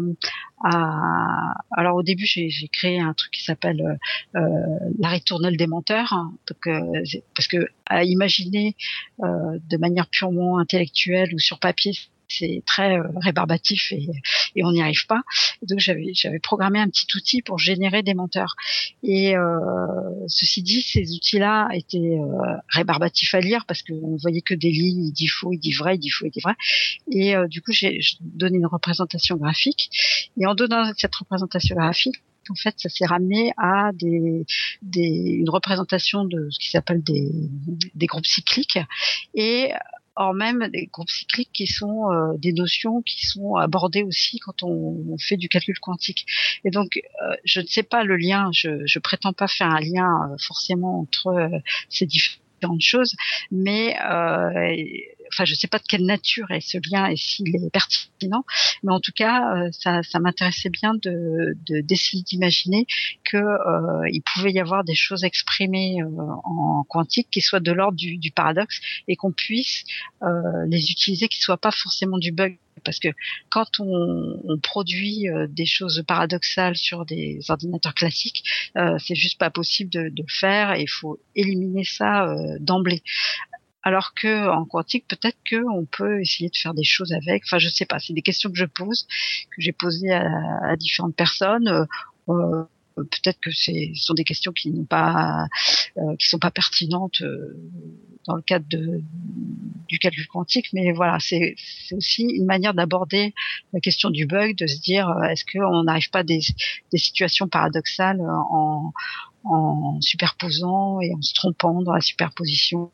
à... Alors au début, j'ai, j'ai créé un truc qui s'appelle euh, la ritournelle des menteurs, hein, donc, euh, parce que à imaginer euh, de manière purement intellectuelle ou sur papier, c'est très euh, rébarbatif et, et on n'y arrive pas. Et donc j'avais, j'avais programmé un petit outil pour générer des menteurs. Et euh, ceci dit, ces outils-là étaient euh, rébarbatifs à lire parce qu'on voyait que des lignes, il dit faux, il dit vrai, il dit faux, il dit vrai. Et euh, du coup, j'ai, j'ai donné une représentation graphique. Et en donnant cette représentation graphique, en fait, ça s'est ramené à des, des, une représentation de ce qui s'appelle des, des groupes cycliques. Et or même des groupes cycliques qui sont euh, des notions qui sont abordées aussi quand on, on fait du calcul quantique. Et donc, euh, je ne sais pas le lien, je, je prétends pas faire un lien euh, forcément entre euh, ces différentes choses, mais euh, enfin, je ne sais pas de quelle nature est ce lien et s'il est pertinent, mais en tout cas, euh, ça, ça m'intéressait bien de, de d'essayer d'imaginer que euh, il pouvait y avoir des choses exprimées euh, en quantique qui soient de l'ordre du, du paradoxe et qu'on puisse euh, les utiliser, qui soient pas forcément du bug. Parce que quand on, on produit euh, des choses paradoxales sur des ordinateurs classiques, euh, c'est juste pas possible de, de le faire et il faut éliminer ça euh, d'emblée. Alors que en quantique, peut-être que on peut essayer de faire des choses avec. Enfin, je sais pas. C'est des questions que je pose, que j'ai posées à, à différentes personnes. Euh, euh, peut-être que c'est, ce sont des questions qui n'ont pas, euh, qui sont pas pertinentes euh, dans le cadre de, du calcul quantique. Mais voilà, c'est, c'est aussi une manière d'aborder la question du bug, de se dire euh, est-ce qu'on n'arrive pas des, des situations paradoxales en, en superposant et en se trompant dans la superposition.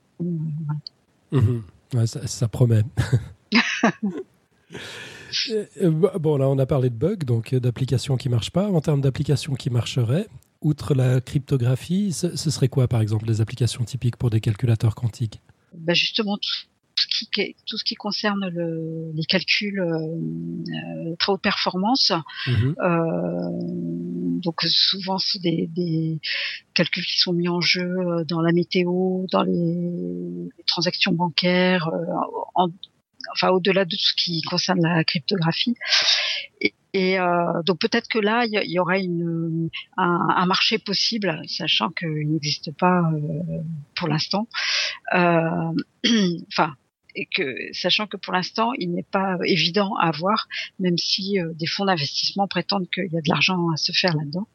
Mmh. Ouais, ça, ça promet. Bon, là, on a parlé de bugs, donc d'applications qui ne marchent pas. En termes d'applications qui marcheraient, outre la cryptographie, ce, ce serait quoi, par exemple, les applications typiques pour des calculateurs quantiques? Ben justement, tout ce qui tout ce qui concerne le, les calculs euh, euh, très haute performance. Mmh. Euh, donc souvent c'est des, des calculs qui sont mis en jeu dans la météo, dans les, les transactions bancaires, euh, en, enfin au-delà de tout ce qui concerne la cryptographie. Et, et euh, donc peut-être que là il y, y aurait une, un, un marché possible, sachant qu'il n'existe pas euh, pour l'instant. Euh, enfin, et que sachant que pour l'instant il n'est pas évident à avoir, même si euh, des fonds d'investissement prétendent qu'il y a de l'argent à se faire là-dedans.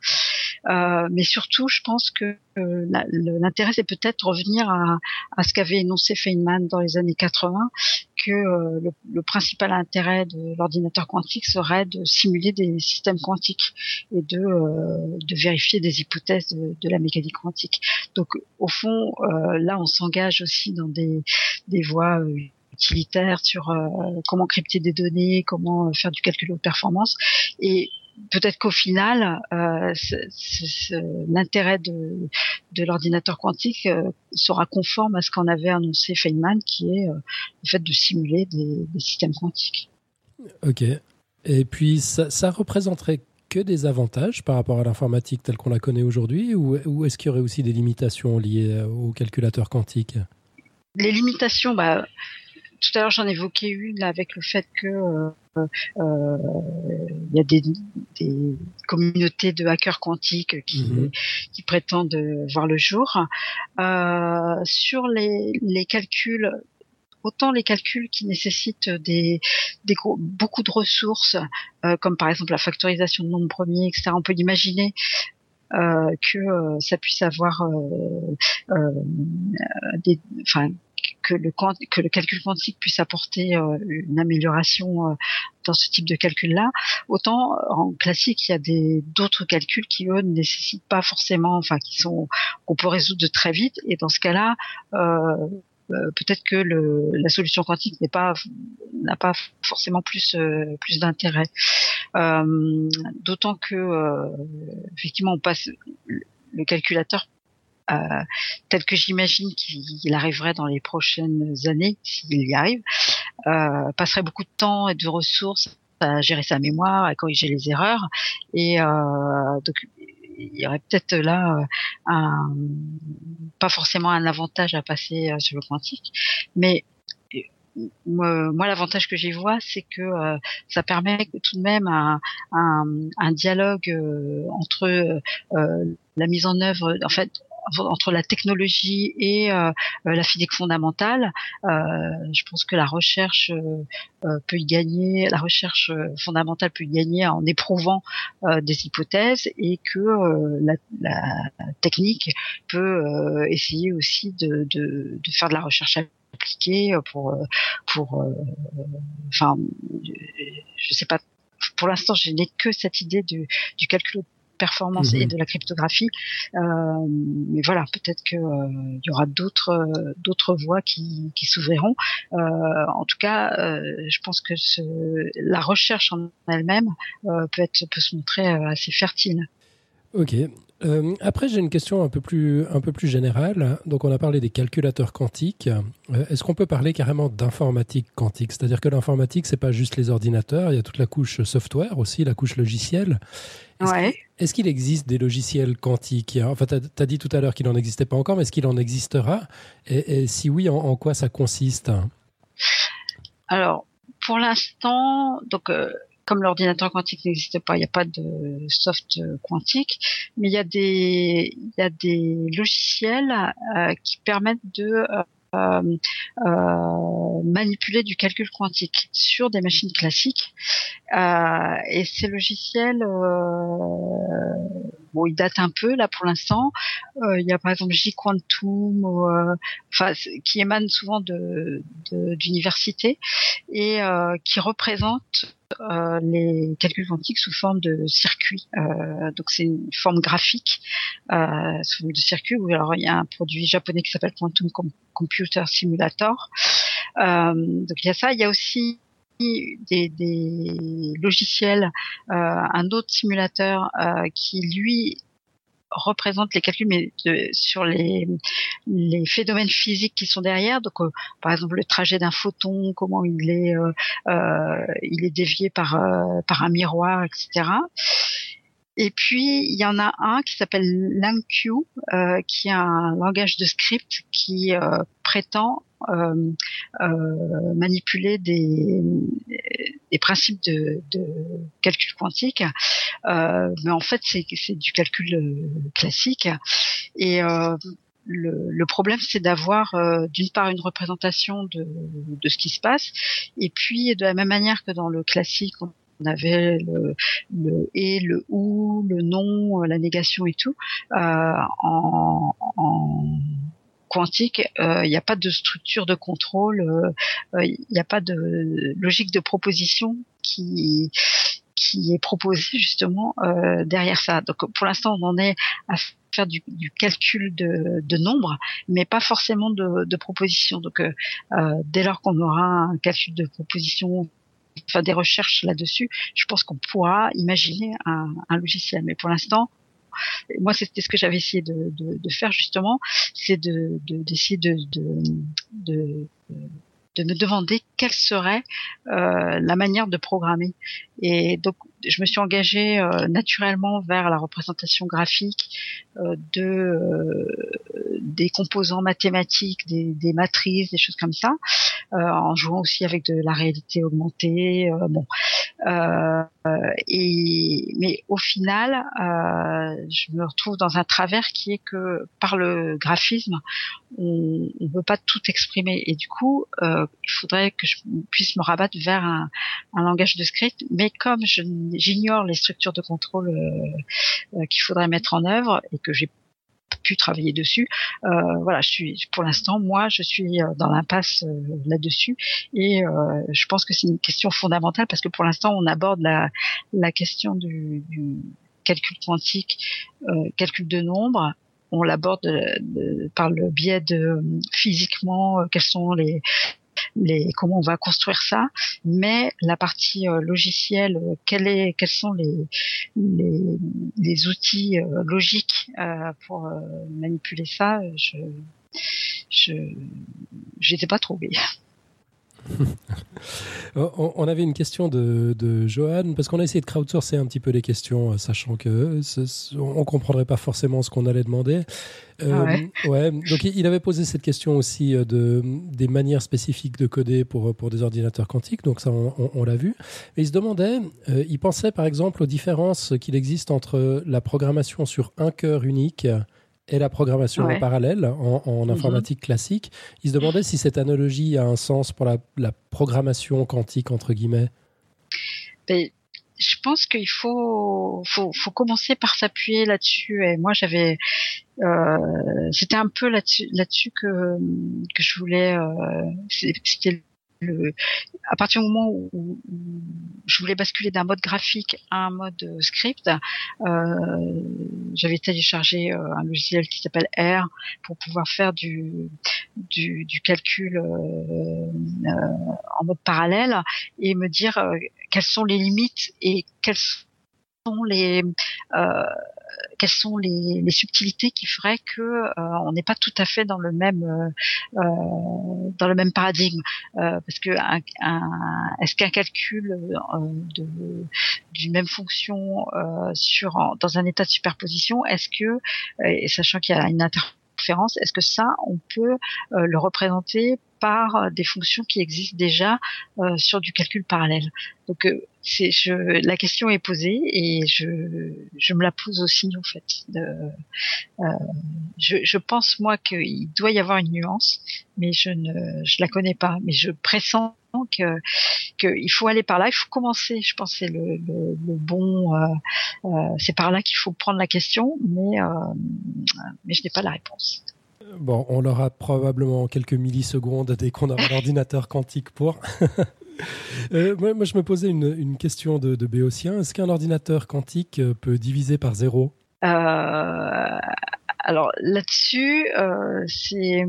Euh, mais surtout, je pense que euh, la, l'intérêt, c'est peut-être revenir à, à ce qu'avait énoncé Feynman dans les années quatre-vingts, que euh, le, le principal intérêt de l'ordinateur quantique serait de simuler des systèmes quantiques et de, euh, de vérifier des hypothèses de, de la mécanique quantique. Donc, au fond, euh, là, on s'engage aussi dans des, des voies euh, utilitaires sur euh, comment crypter des données, comment faire du calcul haute performance. Et peut-être qu'au final, euh, c'est, c'est, c'est, l'intérêt de, de l'ordinateur quantique euh, sera conforme à ce qu'en avait annoncé Feynman, qui est euh, le fait de simuler des, des systèmes quantiques. Ok. Et puis, ça, ça représenterait que des avantages par rapport à l'informatique telle qu'on la connaît aujourd'hui, ou, ou est-ce qu'il y aurait aussi des limitations liées aux calculateurs quantiques ? Les limitations, bah, tout à l'heure j'en évoquais une là, avec le fait que euh, euh, il y a des, des communautés de hackers quantiques qui, mmh. qui prétendent voir le jour. Euh, sur les, les calculs, autant les calculs qui nécessitent des, des gros, beaucoup de ressources, euh, comme par exemple la factorisation de nombres premiers, et cetera. On peut imaginer euh, que euh, ça puisse avoir euh, euh, des, enfin que le, que le calcul quantique puisse apporter euh, une amélioration euh, dans ce type de calcul-là. Autant en classique, il y a des d'autres calculs qui eux ne nécessitent pas forcément, enfin qui sont qu'on peut résoudre de très vite. Et dans ce cas-là, euh, euh, peut-être que le, la solution quantique n'est pas n'a pas forcément plus euh, plus d'intérêt. Euh, d'autant que euh, effectivement, on passe le calculateur. Euh, tel que j'imagine qu'il arriverait dans les prochaines années, s'il y arrive, euh, passerait beaucoup de temps et de ressources à gérer sa mémoire, à corriger les erreurs, et euh, donc il y aurait peut-être là un, pas forcément un avantage à passer sur le quantique, mais moi, moi l'avantage que j'y vois, c'est que euh, ça permet tout de même un, un, un dialogue euh, entre euh, la mise en œuvre, en fait, entre la technologie et euh, la physique fondamentale. Euh, je pense que la recherche euh, peut y gagner, la recherche fondamentale peut y gagner en éprouvant euh, des hypothèses, et que euh, la, la technique peut euh, essayer aussi de, de, de faire de la recherche appliquée pour pour euh, enfin je sais pas, pour l'instant je n'ai que cette idée du, du calcul performance mmh. et de la cryptographie, euh, mais voilà, peut-être que il euh, y aura d'autres euh, d'autres voies qui, qui s'ouvriront. Euh, en tout cas, euh, je pense que ce, la recherche en elle-même euh, peut être peut se montrer euh, assez fertile. Ok. Euh, après, j'ai une question un peu plus un peu plus générale. Donc, on a parlé des calculateurs quantiques. Euh, est-ce qu'on peut parler carrément d'informatique quantique ? C'est-à-dire que l'informatique, c'est pas juste les ordinateurs. Il y a toute la couche software aussi, la couche logicielle. Est-ce, ouais. qu'il, est-ce qu'il existe des logiciels quantiques ? Enfin, tu as dit tout à l'heure qu'il n'en existait pas encore, mais est-ce qu'il en existera ? et, et si oui, en, en quoi ça consiste ? Alors, pour l'instant, donc, euh, comme l'ordinateur quantique n'existe pas, il n'y a pas de soft quantique, mais il y a des, il y a des logiciels euh, qui permettent de euh, Euh, euh, manipuler du calcul quantique sur des machines classiques, euh, et ces logiciels euh, bon, ils datent un peu là pour l'instant. Euh, il y a par exemple J-Quantum, euh, enfin qui émanent souvent de, de d'universités et euh, qui représentent euh, les calculs quantiques sous forme de circuits. Euh, donc c'est une forme graphique euh, sous forme de circuit. Où alors il y a un produit japonais qui s'appelle Quantum Computer Simulator. Euh, donc il y a ça. Il y a aussi des, des logiciels, euh, un autre simulateur euh, qui lui représente les calculs, mais de, sur les, les phénomènes physiques qui sont derrière. Donc, euh, par exemple, le trajet d'un photon, comment il est, euh, euh, il est dévié par, euh, par un miroir, et cetera. Et puis, il y en a un qui s'appelle LangQ, euh, qui est un langage de script qui euh, prétend euh, euh, manipuler des, des principes de, de calcul quantique. Euh, mais en fait, c'est, c'est du calcul classique. Et euh, le, le problème, c'est d'avoir euh, d'une part une représentation de, de ce qui se passe, et puis de la même manière que dans le classique, on on avait le, le et, le ou, le non, la négation et tout. Euh, en, en quantique, il euh, n'y a pas de structure de contrôle, il euh, n'y a pas de logique de proposition qui qui est proposée justement euh, derrière ça. Donc pour l'instant, on en est à faire du, du calcul de, de nombres, mais pas forcément de, de propositions. Donc euh, dès lors qu'on aura un calcul de proposition, enfin des recherches là-dessus, je pense qu'on pourra imaginer un, un logiciel. Mais pour l'instant, moi c'était ce que j'avais essayé de, de, de faire justement, c'est de, de d'essayer de, de, de, de me demander quelle serait euh, la manière de programmer. Et donc je me suis engagée euh, naturellement vers la représentation graphique euh, de euh, des composants mathématiques, des, des matrices, des choses comme ça, euh, en jouant aussi avec de la réalité augmentée. Euh, bon, euh, et mais au final, euh, je me retrouve dans un travers qui est que par le graphisme, on ne peut pas tout exprimer. Et du coup, euh, il faudrait que je puisse me rabattre vers un, un langage de script. Mais comme je, j'ignore les structures de contrôle euh, euh, qu'il faudrait mettre en œuvre et que j'ai pu travailler dessus, euh, voilà, je suis pour l'instant, moi, je suis dans l'impasse euh, là-dessus. Et euh, je pense que c'est une question fondamentale parce que pour l'instant, on aborde la, la question du, du calcul quantique, euh, calcul de nombres. On l'aborde de, de, par le biais de physiquement, euh, quels sont les les comment on va construire ça, mais la partie euh, logicielle, euh, quel est, quels sont les les, les outils euh, logiques euh, pour euh, manipuler ça, je je je les ai pas trouvés. On avait une question de, de Johan, parce qu'on a essayé de crowdsourcer un petit peu les questions, sachant que on comprendrait pas forcément ce qu'on allait demander. Euh, ouais. ouais. Donc il avait posé cette question aussi de des manières spécifiques de coder pour pour des ordinateurs quantiques. Donc ça, on, on, on l'a vu. Mais il se demandait, euh, il pensait par exemple aux différences qu'il existe entre la programmation sur un cœur unique et la programmation ouais. en parallèle, en, en mm-hmm. informatique classique. Il se demandait si cette analogie a un sens pour la, la programmation quantique, entre guillemets. Mais je pense qu'il faut, faut, faut commencer par s'appuyer là-dessus. Et moi, j'avais... Euh, c'était un peu là-dessus, là-dessus que, que je voulais... Euh, c'était le, à partir du moment où, où je voulais basculer d'un mode graphique à un mode script, euh, j'avais téléchargé euh, un logiciel qui s'appelle R pour pouvoir faire du du, du calcul euh, euh, en mode parallèle et me dire euh, quelles sont les limites et quelles sont les euh, quelles sont les, les subtilités qui feraient que euh, on n'est pas tout à fait dans le même euh, dans le même paradigme, euh, parce que un, un, est-ce qu'un calcul euh, de d'une même fonction euh, sur dans un état de superposition, est-ce que et sachant qu'il y a une interférence, est-ce que ça on peut euh, le représenter par des fonctions qui existent déjà euh, sur du calcul parallèle. Donc euh, c'est je la question est posée et je je me la pose aussi en fait. De, euh, je je pense moi qu'il doit y avoir une nuance, mais je ne je la connais pas, mais je pressens que qu'il faut aller par là, il faut commencer. Je pense que c'est le le, le bon euh, euh, c'est par là qu'il faut prendre la question, mais euh, mais je n'ai pas la réponse. Bon, on aura probablement quelques millisecondes dès qu'on aura l'ordinateur quantique pour. euh, moi, moi, je me posais une, une question de, de béotien. Est-ce qu'un ordinateur quantique peut diviser par zéro ? euh, Alors là-dessus, euh, c'est,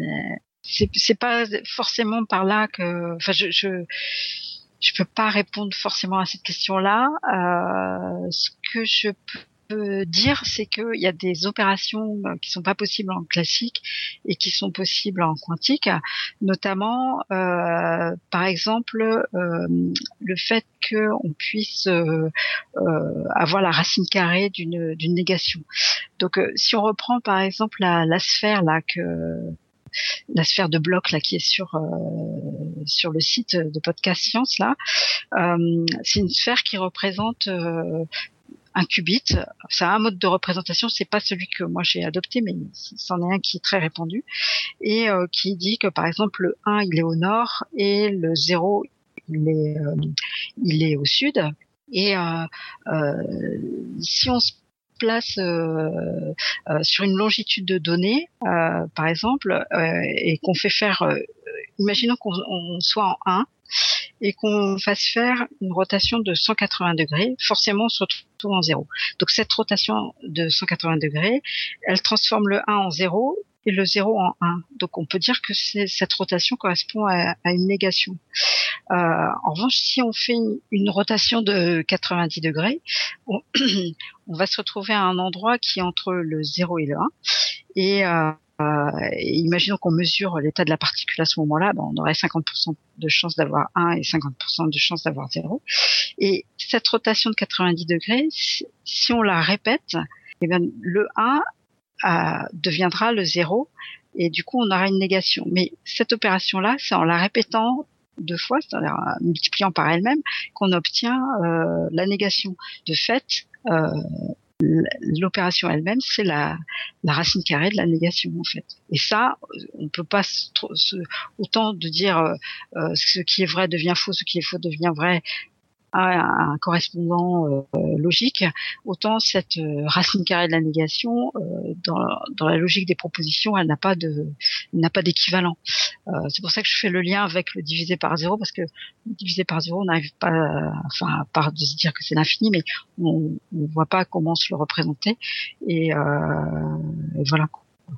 c'est c'est pas forcément par là que. Enfin, je je je peux pas répondre forcément à cette question-là. Euh, ce que je peux peut dire, c'est qu'il y a des opérations qui sont pas possibles en classique et qui sont possibles en quantique, notamment, euh, par exemple, euh, le fait qu'on puisse euh, euh, avoir la racine carrée d'une, d'une négation. Donc, euh, si on reprend par exemple la, la sphère là que la sphère de bloc là qui est sur euh, sur le site de Podcast Science là, euh, c'est une sphère qui représente euh, un qubit. C'est un mode de représentation, c'est pas celui que moi j'ai adopté, mais c'en est un qui est très répandu et euh, qui dit que par exemple le un il est au nord et le zéro il est euh, il est au sud. Et euh, euh, si on se place euh, euh, sur une longitude de données, euh, par exemple, euh, et qu'on fait faire, euh, imaginons qu'on on soit en un et qu'on fasse faire une rotation de cent quatre-vingts degrés, forcément on se retrouve en zéro. Donc cette rotation de cent quatre-vingts degrés, elle transforme le un en zéro et le zéro en un. Donc on peut dire que c'est, cette rotation correspond à, à une négation. Euh, en revanche, si on fait une, une rotation de quatre-vingt-dix degrés, on, on va se retrouver à un endroit qui est entre le zéro et le un. Et, euh, euh, et imaginons qu'on mesure l'état de la particule à ce moment-là, ben on aurait cinquante pour cent de chance d'avoir un et cinquante pour cent de chance d'avoir zéro. Et cette rotation de quatre-vingt-dix degrés, si, si on la répète, eh bien, le un euh, deviendra le zéro et du coup on aura une négation. Mais cette opération-là, c'est en la répétant deux fois, c'est-à-dire en multipliant par elle-même, qu'on obtient euh, la négation. De fait, euh, l'opération elle-même, c'est la, la racine carrée de la négation en fait. Et ça, on peut pas se, se, autant de dire euh, ce qui est vrai devient faux, ce qui est faux devient vrai, à un correspondant euh, logique, autant cette euh, racine carrée de la négation, euh, dans, dans la logique des propositions, elle n'a pas de, elle n'a pas d'équivalent. Euh, c'est pour ça que je fais le lien avec le divisé par zéro, parce que divisé par zéro, on n'arrive pas, à, enfin, à part de se dire que c'est l'infini, mais on ne voit pas comment se le représenter. Et, euh, et voilà.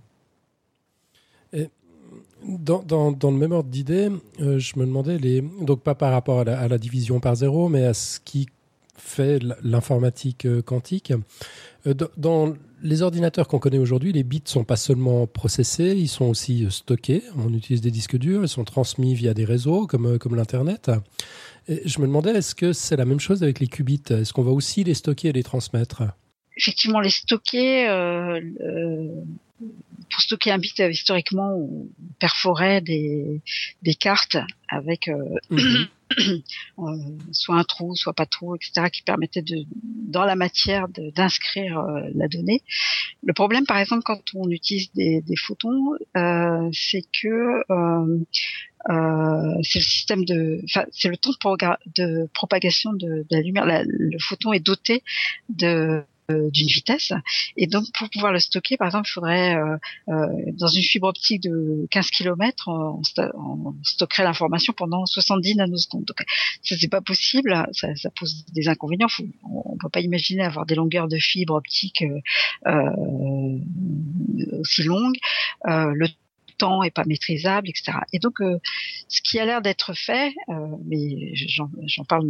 Et... Dans, dans, dans le même ordre d'idée, euh, je me demandais, les... donc pas par rapport à la, à la division par zéro, mais à ce qui fait l'informatique quantique. Euh, dans, dans les ordinateurs qu'on connaît aujourd'hui, les bits ne sont pas seulement processés, ils sont aussi stockés. On utilise des disques durs, ils sont transmis via des réseaux comme, comme l'Internet. Et je me demandais, est-ce que c'est la même chose avec les qubits ? Est-ce qu'on va aussi les stocker et les transmettre ? Effectivement, les stocker... Euh, euh... Pour stocker un bit, euh, historiquement, on perforait des, des cartes avec euh, mmh. euh, soit un trou, soit pas de trou, et cetera, qui permettaient de, dans la matière de, d'inscrire euh, la donnée. Le problème, par exemple, quand on utilise des, des photons, euh, c'est que euh, euh, c'est le système de, enfin, c'est le temps de, proga- de propagation de, de la lumière. La, le photon est doté de d'une vitesse, et donc pour pouvoir le stocker, par exemple, il faudrait euh, euh, dans une fibre optique de quinze kilomètres, on, sto- on stockerait l'information pendant soixante-dix nanosecondes. Donc ça, c'est pas possible, ça, ça pose des inconvénients. Faut, on, on peut pas imaginer avoir des longueurs de fibre optique euh, euh, aussi longues. Euh, le temps est pas maîtrisable, et cetera. Et donc, euh, ce qui a l'air d'être fait, euh, mais j'en, j'en parle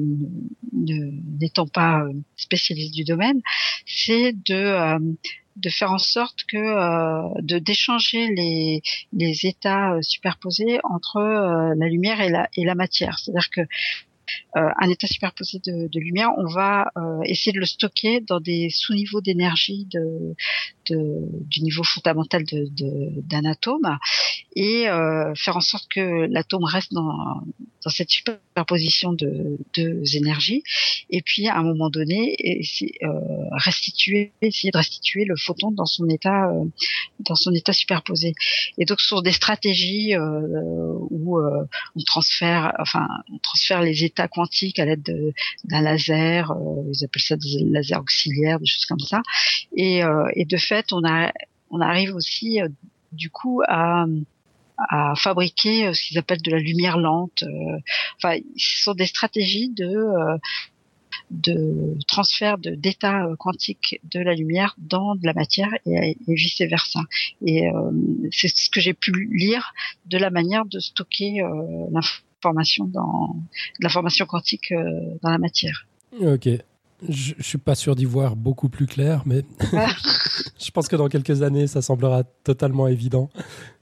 n'étant pas spécialiste du domaine, c'est de euh, de faire en sorte que euh, de d'échanger les les états superposés entre euh, la lumière et la et la matière. C'est-à-dire que Euh, un état superposé de, de lumière, on va euh, essayer de le stocker dans des sous-niveaux d'énergie de, de, du niveau fondamental de, de, d'un atome et euh, faire en sorte que l'atome reste dans, dans cette superposition de deux énergies et puis à un moment donné essayer, euh, restituer, essayer de restituer le photon dans son état, euh, dans son état superposé. Et donc sur des stratégies euh, où euh, on transfère, enfin on transfère les états quantique à l'aide de, d'un laser, euh, ils appellent ça des lasers auxiliaires, des choses comme ça. Et, euh, et de fait, on, a, on arrive aussi euh, du coup à, à fabriquer euh, ce qu'ils appellent de la lumière lente. Euh, enfin, ce sont des stratégies de, euh, de transfert de, d'état quantique de la lumière dans de la matière et, et vice versa. Et euh, c'est ce que j'ai pu lire de la manière de stocker euh, l'information dans l'information quantique euh, dans la matière. Ok. Je ne suis pas sûr d'y voir beaucoup plus clair, mais je pense que dans quelques années, ça semblera totalement évident.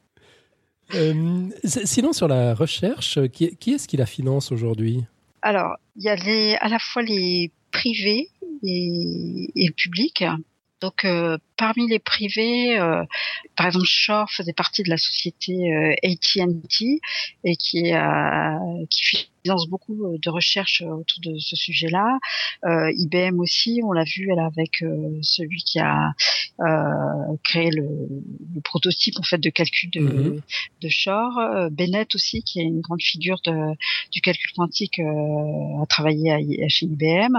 Euh, sinon, sur la recherche, qui, qui est-ce qui la finance aujourd'hui ? Alors, il y a les, à la fois les privés et, et le public. Donc, euh, parmi les privés, euh, par exemple, Shore faisait partie de la société euh, A T and T et qui, euh, qui finance beaucoup de recherches autour de ce sujet-là. Euh, I B M aussi, on l'a vu, elle avec euh, celui qui a euh, créé le, le prototype en fait de calcul de, mm-hmm. de Shore. Euh, Bennett aussi, qui est une grande figure de, du calcul quantique, euh, a travaillé à, chez I B M.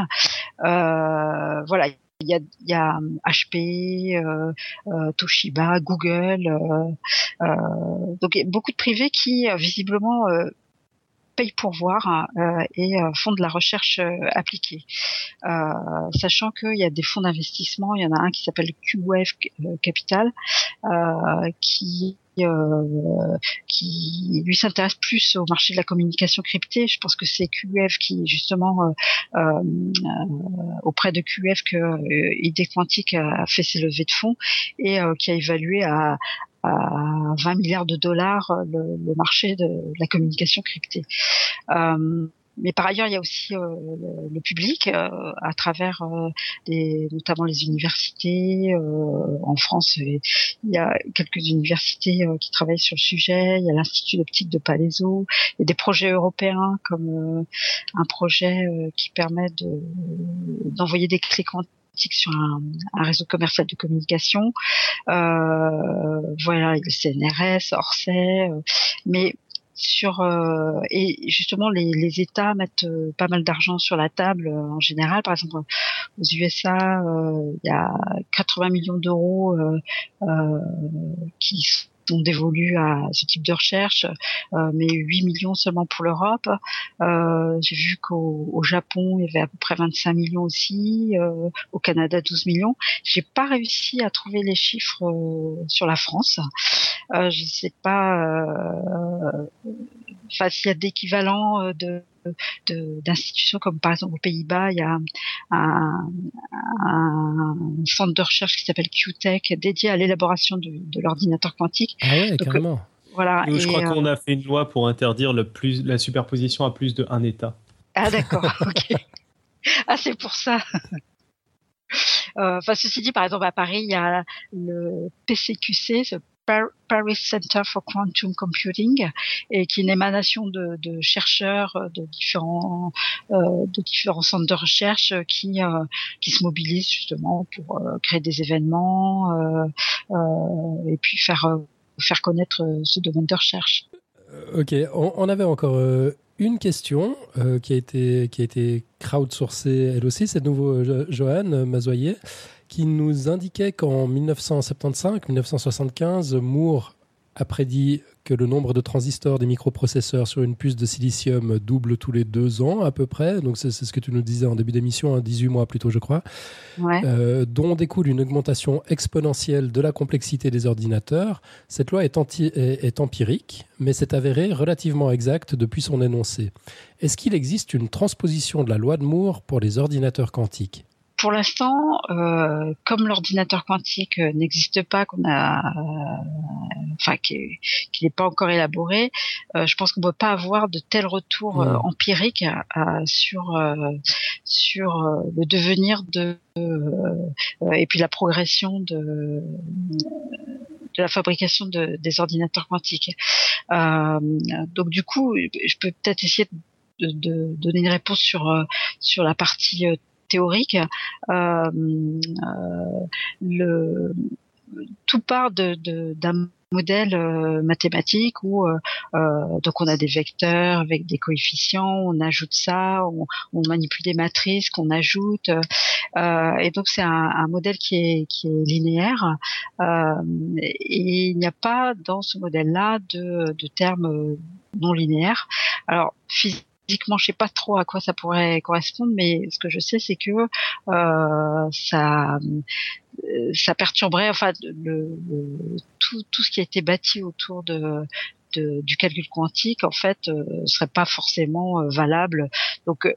Euh, voilà. Il y a, il y a H P, euh, euh, Toshiba, Google, euh, euh, donc il y a beaucoup de privés qui euh, visiblement euh, payent pour voir euh, et euh, font de la recherche euh, appliquée. Euh, sachant qu'il y a des fonds d'investissement, il y en a un qui s'appelle Q F Capital, euh, qui Euh, qui lui s'intéresse plus au marché de la communication cryptée. Je pense que c'est Q F qui justement euh, euh, auprès de Q F que euh, Idée Quantique a fait ses levées de fonds et euh, qui a évalué à à vingt milliards de dollars le, le marché de, de la communication cryptée. Euh, Mais par ailleurs, il y a aussi euh, le, le public euh, à travers euh, des, notamment les universités. Euh, en France, il y a quelques universités euh, qui travaillent sur le sujet. Il y a l'Institut d'optique de Palaiseau. Il y a des projets européens comme euh, un projet euh, qui permet de, d'envoyer des clés quantiques sur un, un réseau commercial de communication. Euh, voilà, le C N R S, Orsay. Euh, mais sur euh, et justement les, les États mettent euh, pas mal d'argent sur la table euh, en général. Par exemple aux U S A, euh, il y a quatre-vingts millions d'euros euh, euh, qui sont dévolus à ce type de recherche, euh, mais huit millions seulement pour l'Europe. Euh, j'ai vu qu'au au Japon, il y avait à peu près vingt-cinq millions aussi, euh, au Canada douze millions. J'ai pas réussi à trouver les chiffres euh, sur la France. Euh, je sais pas euh, enfin, s'il y a d'équivalents de De, d'institutions comme par exemple aux Pays-Bas, il y a un, un centre de recherche qui s'appelle Q-Tech dédié à l'élaboration de, de l'ordinateur quantique. Ah ouais, donc, carrément. Euh, voilà. Nous, et, je crois euh, qu'on a fait une loi pour interdire le plus, la superposition à plus d'un État. Ah d'accord, ok. Ah c'est pour ça. Enfin, euh, ceci dit, par exemple à Paris, il y a le P C Q C, ce Paris Center for Quantum Computing, et qui est une émanation de, de chercheurs de différents euh, de différents centres de recherche qui euh, qui se mobilisent justement pour euh, créer des événements euh, euh, et puis faire euh, faire connaître ce domaine de recherche. Ok, on, on avait encore euh, une question euh, qui a été qui a été crowdsourcée elle aussi, c'est de nouveau jo- Johan Mazoyer, qui nous indiquait qu'en dix-neuf cent soixante-quinze dix-neuf cent soixante-quinze, Moore a prédit que le nombre de transistors des microprocesseurs sur une puce de silicium double tous les deux ans à peu près. Donc c'est, c'est ce que tu nous disais en début d'émission, hein, dix-huit mois plus tôt je crois, ouais. euh, dont découle une augmentation exponentielle de la complexité des ordinateurs. Cette loi est, anti- est, est empirique, mais s'est avérée relativement exacte depuis son énoncé. Est-ce qu'il existe une transposition de la loi de Moore pour les ordinateurs quantiques ? Pour l'instant, euh, comme l'ordinateur quantique euh, n'existe pas, qu'on a, euh, enfin, qu'il n'est pas encore élaboré, euh, je pense qu'on ne peut pas avoir de tels retours euh, empiriques euh, sur euh, sur euh, le devenir de euh, et puis la progression de de la fabrication de, des ordinateurs quantiques. Euh, donc du coup, je peux peut-être essayer de, de donner une réponse sur sur la partie euh, théorique. Euh, euh, le, tout part de, de, d'un modèle euh, mathématique où euh, euh, donc on a des vecteurs avec des coefficients, on ajoute ça, on, on manipule des matrices qu'on ajoute, euh, et donc c'est un, un modèle qui est qui est linéaire, euh, et il n'y a pas dans ce modèle-là de, de termes non linéaires. Alors physiquement, Physiquement, je sais pas trop à quoi ça pourrait correspondre, mais ce que je sais, c'est que euh, ça, ça perturberait, enfin, le, le, tout, tout ce qui a été bâti autour de, de du calcul quantique, en fait, euh, serait pas forcément euh, valable. Donc, euh,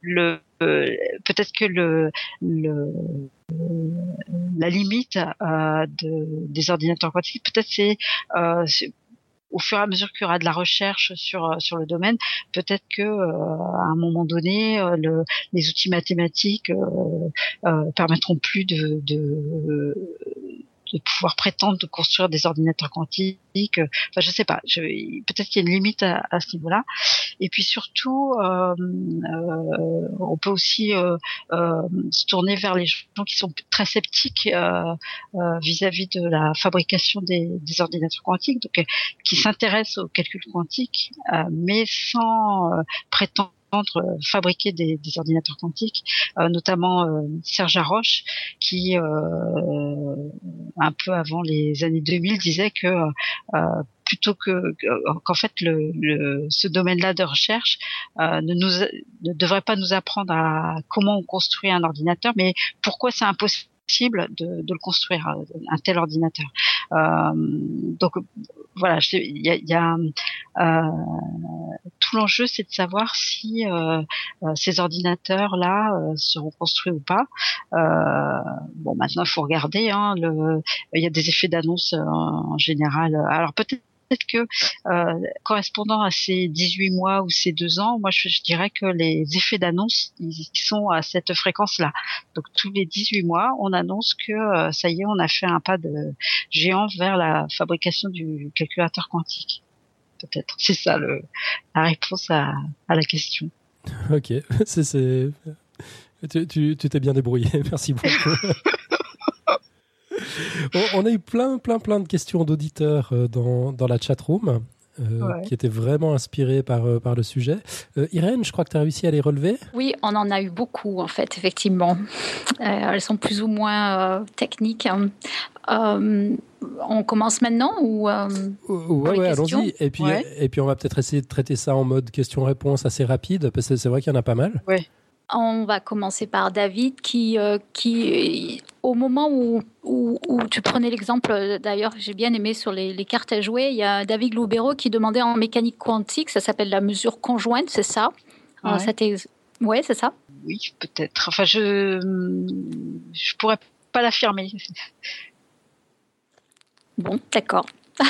le euh, peut-être que le, le la limite euh, de, des ordinateurs quantiques, peut-être c'est, euh, c'est au fur et à mesure qu'il y aura de la recherche sur sur le domaine, peut-être que euh, à un moment donné, euh, le, les outils mathématiques euh, euh, permettront plus de, de de pouvoir prétendre de construire des ordinateurs quantiques. Enfin, je sais pas. Je, peut-être qu'il y a une limite à, à ce niveau-là. Et puis surtout, euh, euh, on peut aussi euh, euh, se tourner vers les gens qui sont très sceptiques euh, euh, vis-à-vis de la fabrication des, des ordinateurs quantiques, donc euh, qui s'intéressent au calcul quantique, euh, mais sans euh, prétendre fabriquer des, des ordinateurs quantiques, euh, notamment euh, Serge Haroche, qui euh, un peu avant les années deux mille disait que euh, plutôt que qu'en fait le, le ce domaine-là de recherche euh, ne nous ne devrait pas nous apprendre à comment on construit un ordinateur, mais pourquoi c'est impossible de, de le construire, un tel ordinateur. Euh, donc voilà, il y a, y a euh, tout l'enjeu, c'est de savoir si euh, euh, ces ordinateurs-là euh, seront construits ou pas. Euh, bon, maintenant il faut regarder. Hein, le, il y a des effets d'annonce euh, en général. Alors peut-être Peut-être que euh, correspondant à ces dix-huit mois ou ces deux ans, moi je, je dirais que les effets d'annonce ils, ils sont à cette fréquence-là. Donc tous les dix-huit mois, on annonce que euh, ça y est, on a fait un pas de géant vers la fabrication du calculateur quantique. Peut-être, c'est ça le, la réponse à, à la question. Ok, c'est, c'est... Tu, tu, tu t'es bien débrouillé, merci beaucoup. On a eu plein, plein, plein de questions d'auditeurs dans, dans la chatroom euh, ouais. qui étaient vraiment inspirés par, par le sujet. Euh, Irène, je crois que tu as réussi à les relever. Oui, on en a eu beaucoup, en fait, effectivement. Euh, elles sont plus ou moins euh, techniques. Euh, on commence maintenant ou euh, Oui, ouais, allons-y. Et puis, ouais. et puis, on va peut-être essayer de traiter ça en mode question-réponse assez rapide, parce que c'est vrai qu'il y en a pas mal. Oui. On va commencer par David qui, euh, qui au moment où, où, où tu prenais l'exemple, d'ailleurs j'ai bien aimé sur les, les cartes à jouer, il y a David Loubero qui demandait en mécanique quantique, ça s'appelle la mesure conjointe, c'est ça? Ouais, euh, ça ouais, c'est ça? Oui, peut-être. Enfin, je je pourrais pas l'affirmer. Bon, d'accord.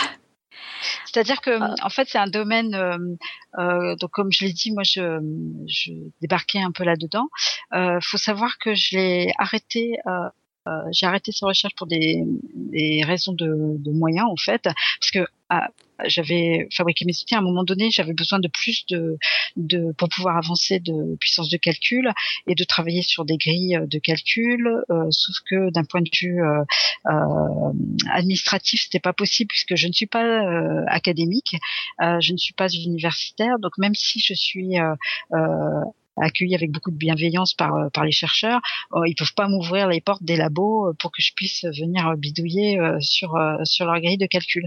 C'est-à-dire que, euh, en fait, c'est un domaine. Euh, euh, donc, comme je l'ai dit, moi, je, je débarquais un peu là-dedans. Euh, faut savoir que je l'ai arrêté. Euh, euh, j'ai arrêté ces recherches pour des, des raisons de, de moyens, en fait, parce que ah, j'avais fabriqué mes outils. À un moment donné, j'avais besoin de plus de, de pour pouvoir avancer de puissance de calcul et de travailler sur des grilles de calcul. Euh, sauf que d'un point de vue euh, euh, administratif, c'était pas possible puisque je ne suis pas euh, académique, euh, je ne suis pas universitaire. Donc même si je suis euh, euh, accueilli avec beaucoup de bienveillance par par les chercheurs, euh, ils peuvent pas m'ouvrir les portes des labos pour que je puisse venir bidouiller euh, sur euh, sur leur grille de calcul.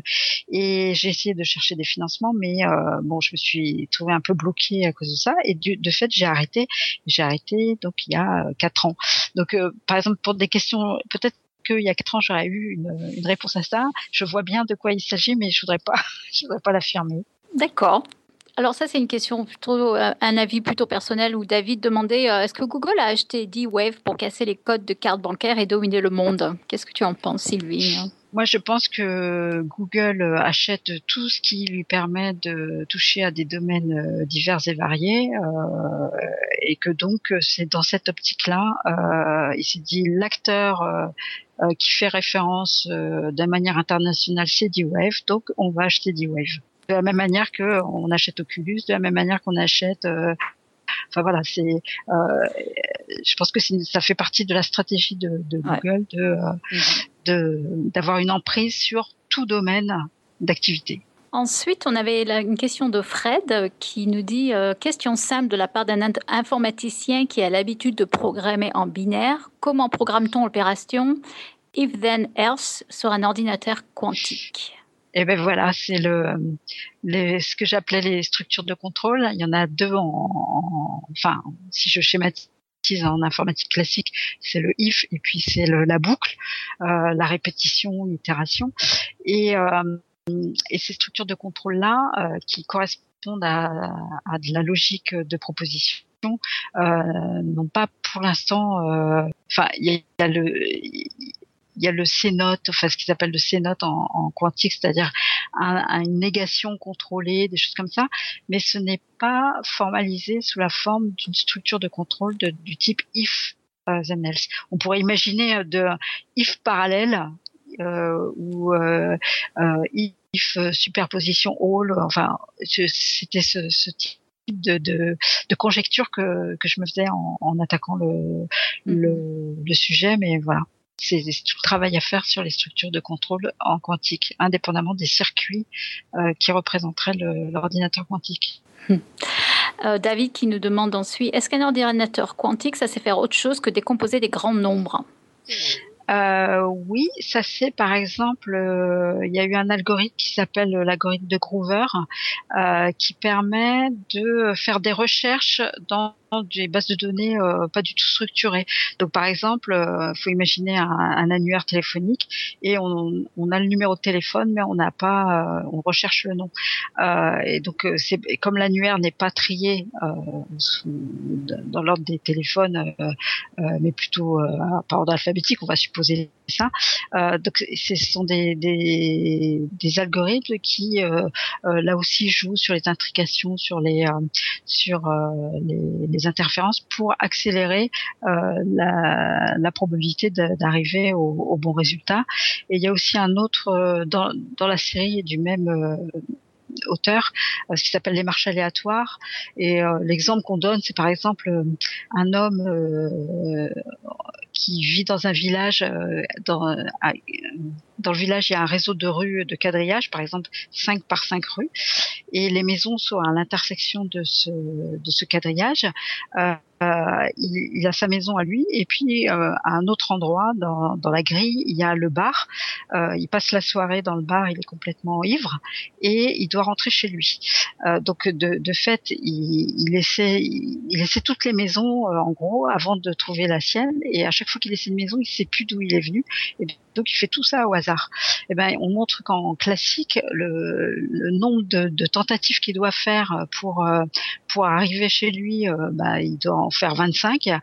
Et j'ai essayé de chercher des financements, mais euh, bon, je me suis trouvée un peu bloquée à cause de ça. Et du, de fait, j'ai arrêté. J'ai arrêté donc il y a quatre ans. Donc euh, par exemple pour des questions peut-être qu'il y a quatre ans j'aurais eu une, une réponse à ça. Je vois bien de quoi il s'agit, mais je voudrais pas, je voudrais pas l'affirmer. D'accord. Alors ça, c'est une question plutôt, euh, un avis plutôt personnel où David demandait euh, est-ce que Google a acheté D-Wave pour casser les codes de cartes bancaires et dominer le monde? Qu'est-ce que tu en penses, Sylvie? Moi, je pense que Google achète tout ce qui lui permet de toucher à des domaines divers et variés, euh, et que donc c'est dans cette optique-là, euh, il s'est dit l'acteur euh, euh, qui fait référence euh, d'une manière internationale, c'est D-Wave, donc on va acheter D-Wave. De la même manière qu'on achète Oculus, de la même manière qu'on achète... Euh, enfin voilà, c'est... Euh, je pense que c'est, ça fait partie de la stratégie de, de Google ouais. de, euh, mmh. de, d'avoir une emprise sur tout domaine d'activité. Ensuite, on avait une question de Fred qui nous dit euh, « Question simple de la part d'un informaticien qui a l'habitude de programmer en binaire. Comment programme-t-on l'opération if then else sur un ordinateur quantique ?» Et ben voilà, c'est le, les, ce que j'appelais les structures de contrôle. Il y en a deux en, en enfin, si je schématise en informatique classique, c'est le if et puis c'est le, la boucle, euh, la répétition, l'itération. Et, euh, et ces structures de contrôle-là, euh, qui correspondent à, à de la logique de proposition, euh, n'ont pas pour l'instant. Enfin, il y, y a le il y a le C-note, enfin ce qu'ils appellent le C-note en, en quantique, c'est-à-dire un, un, une négation contrôlée, des choses comme ça, mais ce n'est pas formalisé sous la forme d'une structure de contrôle de, du type if euh, then else. On pourrait imaginer de if parallèle euh, ou euh, euh, if superposition all, enfin c'était ce, ce type De, de, de conjecture que, que je me faisais en, en attaquant le, le, le sujet, mais voilà. C'est, c'est tout le travail à faire sur les structures de contrôle en quantique, indépendamment des circuits euh, qui représenteraient le, l'ordinateur quantique. Hum. Euh, David qui nous demande ensuite, est-ce qu'un ordinateur quantique, ça sait faire autre chose que décomposer des grands nombres ? Euh, oui, ça c'est par exemple, euh, il y a eu un algorithme qui s'appelle l'algorithme de Groover euh, qui permet de faire des recherches dans des bases de données euh, pas du tout structurées. Donc par exemple, euh, faut imaginer un, un annuaire téléphonique et on, on a le numéro de téléphone mais on n'a pas, euh, on recherche le nom. Euh, et donc c'est comme l'annuaire n'est pas trié euh, sous, dans l'ordre des téléphones, euh, euh, mais plutôt euh, par ordre alphabétique, on va supposer ça. Euh, donc ce sont des, des, des algorithmes qui euh, euh, là aussi jouent sur les intrications, sur les euh, sur euh, les, les interférences pour accélérer euh, la, la probabilité de, d'arriver au, au bon résultat. Et il y a aussi un autre euh, dans, dans la série du même euh, auteur, euh, ce qui s'appelle les marches aléatoires. Et euh, l'exemple qu'on donne, c'est par exemple euh, un homme euh, qui vit dans un village, euh, dans, euh, dans le village il y a un réseau de rues de quadrillage, par exemple cinq par cinq rues, et les maisons sont à l'intersection de ce, de ce quadrillage. Euh, Euh, il, il a sa maison à lui et puis euh, à un autre endroit dans, dans la grille il y a le bar. Euh, il passe la soirée dans le bar, il est complètement ivre et il doit rentrer chez lui. Euh, donc de, de fait il, il essaie il, il essaie toutes les maisons euh, en gros avant de trouver la sienne, et à chaque fois qu'il essaie une maison il sait plus d'où il est venu et donc il fait tout ça au hasard. Et ben on montre qu'en classique le, le nombre de, de tentatives qu'il doit faire pour euh, pour arriver chez lui, euh, bah, il doit en faire vingt-cinq, euh,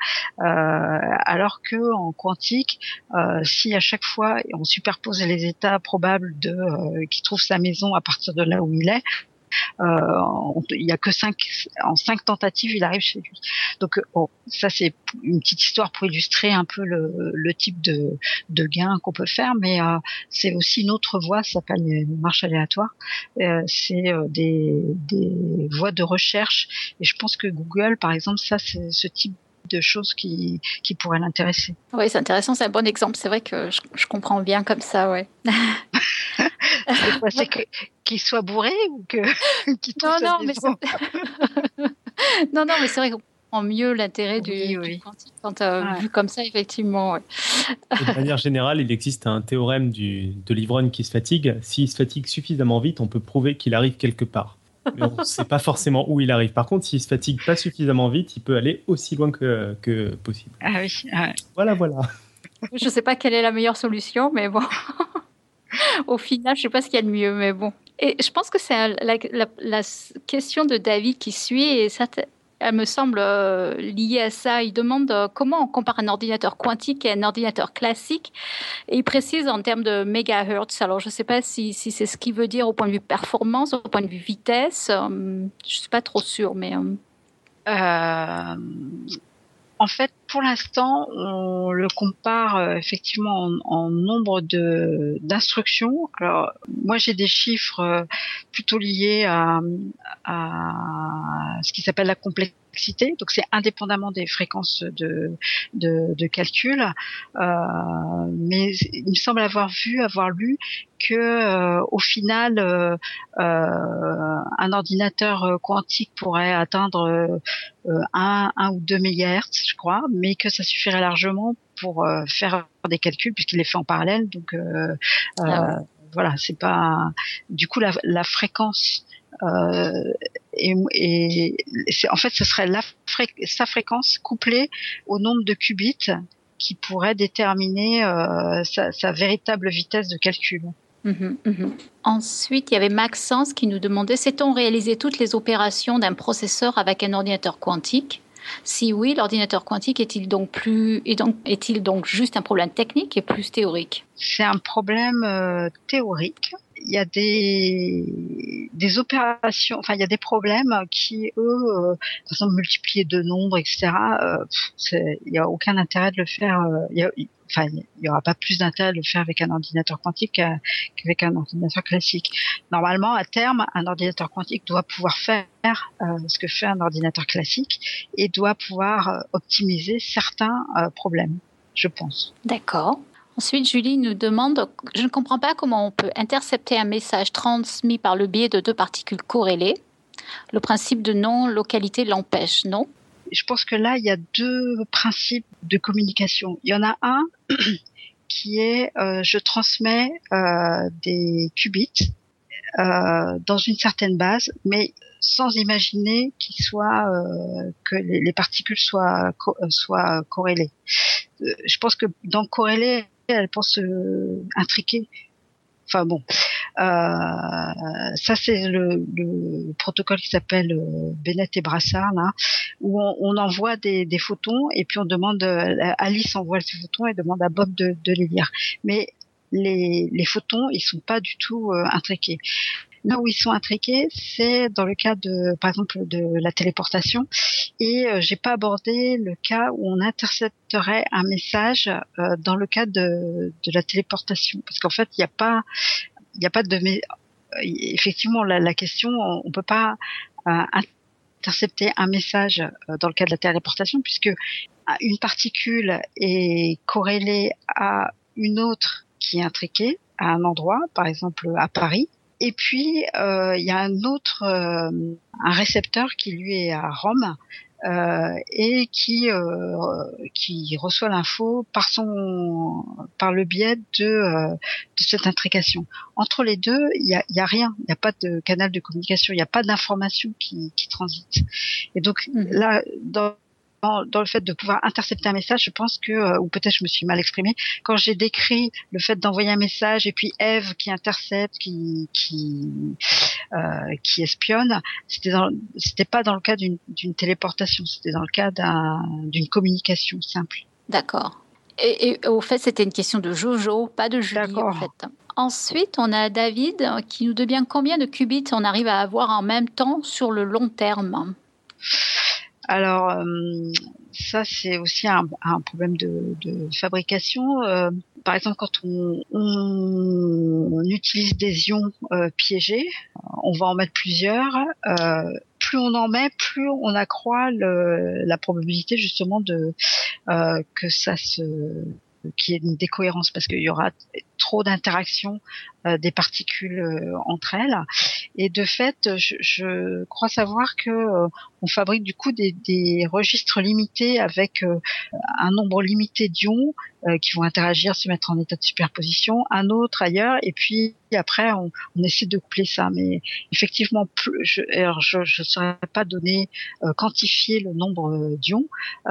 alors que en quantique, euh, si à chaque fois on superpose les états probables de euh, qui trouve sa maison à partir de là où il est, euh, on, il y a que cinq en cinq tentatives il arrive chez lui. Donc bon, ça c'est une petite histoire pour illustrer un peu le, le type de, de gain qu'on peut faire, mais euh, c'est aussi une autre voie, ça s'appelle les marches aléatoires. Euh, c'est euh, des, des voies de recherche, et je pense que Google par exemple, ça c'est ce type de choses qui, qui pourraient l'intéresser. Oui, c'est intéressant, c'est un bon exemple. C'est vrai que je, je comprends bien comme ça, ouais. C'est quoi, c'est que, qu'il soit bourré ou que qu'il trouve non, sa non, maison. mais non, non, mais c'est vrai qu'on comprend mieux l'intérêt du, oui, oui. du quantique quand euh, ouais. vu comme ça, effectivement. Ouais. De manière générale, il existe un théorème du, de l'ivrogne qui se fatigue. S'il se fatigue suffisamment vite, on peut prouver qu'il arrive quelque part. Mais on ne sait pas forcément où il arrive. Par contre, s'il se fatigue pas suffisamment vite, il peut aller aussi loin que, que possible. Ah oui. Ouais. Voilà, voilà. Je ne sais pas quelle est la meilleure solution, mais bon. Au final, je ne sais pas ce qu'il y a de mieux, mais bon. Et je pense que c'est la, la, la question de David qui suit, et ça, elle me semble euh, liée à ça. Il demande euh, comment on compare un ordinateur quantique et un ordinateur classique. Et il précise en termes de mégahertz. Alors, je ne sais pas si, si c'est ce qu'il veut dire au point de vue performance, au point de vue vitesse. Euh, je ne suis pas trop sûre, mais... Euh... Euh... En fait, pour l'instant, on le compare euh, effectivement en, en nombre de d'instructions. Alors, moi, j'ai des chiffres euh, plutôt liés à, à ce qui s'appelle la complexité. Donc, c'est indépendamment des fréquences de de, de calcul. Euh, mais il me semble avoir vu, avoir lu que euh, au final, euh, euh, un ordinateur quantique pourrait atteindre euh, un, un ou deux mégahertz, je crois, mais que ça suffirait largement pour euh, faire des calculs puisqu'il est fait en parallèle. Donc euh, ah ouais. euh, voilà, c'est pas. Du coup, la, la fréquence euh, et, et c'est, en fait, ce serait la fré... sa fréquence couplée au nombre de qubits qui pourrait déterminer euh, sa, sa véritable vitesse de calcul. Mmh, mmh. Ensuite, il y avait Maxence qui nous demandait, sait-on réaliser toutes les opérations d'un processeur avec un ordinateur quantique ? Si oui, l'ordinateur quantique est-il donc plus est donc, est-il donc juste un problème technique et plus théorique? C'est un problème euh, théorique. Il y a des des opérations, enfin il y a des problèmes qui eux, euh, par exemple multiplier deux nombres, et cetera. Euh, c'est, il y a aucun intérêt de le faire. Euh, il y a, enfin il y aura pas plus d'intérêt de le faire avec un ordinateur quantique qu'avec un ordinateur classique. Normalement, à terme, un ordinateur quantique doit pouvoir faire euh, ce que fait un ordinateur classique et doit pouvoir euh, optimiser certains euh, problèmes, je pense. D'accord. Ensuite, Julie nous demande, je ne comprends pas comment on peut intercepter un message transmis par le biais de deux particules corrélées. Le principe de non-localité l'empêche, non? Je pense que là, il y a deux principes de communication. Il y en a un qui est euh, je transmets euh, des qubits euh, dans une certaine base, mais sans imaginer qu'il soit euh, que les, les particules soient co- soient corrélées. Euh, je pense que dans corrélé, elle pense euh, intriqué. Enfin bon, euh, ça c'est le, le protocole qui s'appelle euh, Bennett et Brassard là, où on, on envoie des, des photons et puis on demande, euh, Alice envoie ces photons et demande à Bob de, de les lire. Mais les, les photons, ils sont pas du tout euh, intriqués. Là où ils sont intriqués, c'est dans le cas de, par exemple, de la téléportation. Et euh, j'ai pas abordé le cas où on intercepterait un message euh, dans le cas de, de la téléportation, parce qu'en fait, il n'y a pas, il n'y a pas de, mais, euh, effectivement, la, la question, on, on peut pas euh, intercepter un message euh, dans le cas de la téléportation, puisque une particule est corrélée à une autre qui est intriquée à un endroit, par exemple à Paris. Et puis euh, il y a un autre, euh, un récepteur qui lui est à Rome euh, et qui euh, qui reçoit l'info par son par le biais de euh, de cette intrication. Entre les deux, il y a il y a rien, il n'y a pas de canal de communication, il n'y a pas d'information qui qui transite. Et donc mmh. là dans dans le fait de pouvoir intercepter un message, je pense que, euh, ou peut-être je me suis mal exprimée, quand j'ai décrit le fait d'envoyer un message et puis Eve qui intercepte, qui qui euh, qui espionne, c'était dans, c'était pas dans le cas d'une, d'une téléportation, c'était dans le cas d'un, d'une communication simple. D'accord. Et, et au fait, c'était une question de Jojo, pas de Julie. D'accord. En fait. Ensuite, on a David qui nous demande combien de qubits on arrive à avoir en même temps sur le long terme. Alors, euh, ça, c'est aussi un, un problème de, de fabrication. Euh, par exemple, quand on, on utilise des ions euh, piégés, on va en mettre plusieurs. Euh, plus on en met, plus on accroît le, la probabilité justement de euh, que ça se qu'il y ait une décohérence, parce qu'il y aura trop d'interactions euh, des particules euh, entre elles. Et de fait, je, je crois savoir que euh, on fabrique du coup des, des registres limités avec euh, un nombre limité d'ions euh, qui vont interagir, se mettre en état de superposition, un autre ailleurs, et puis après on, on essaie de coupler ça. Mais effectivement, plus, je alors je je saurais pas donner euh, quantifier le nombre d'ions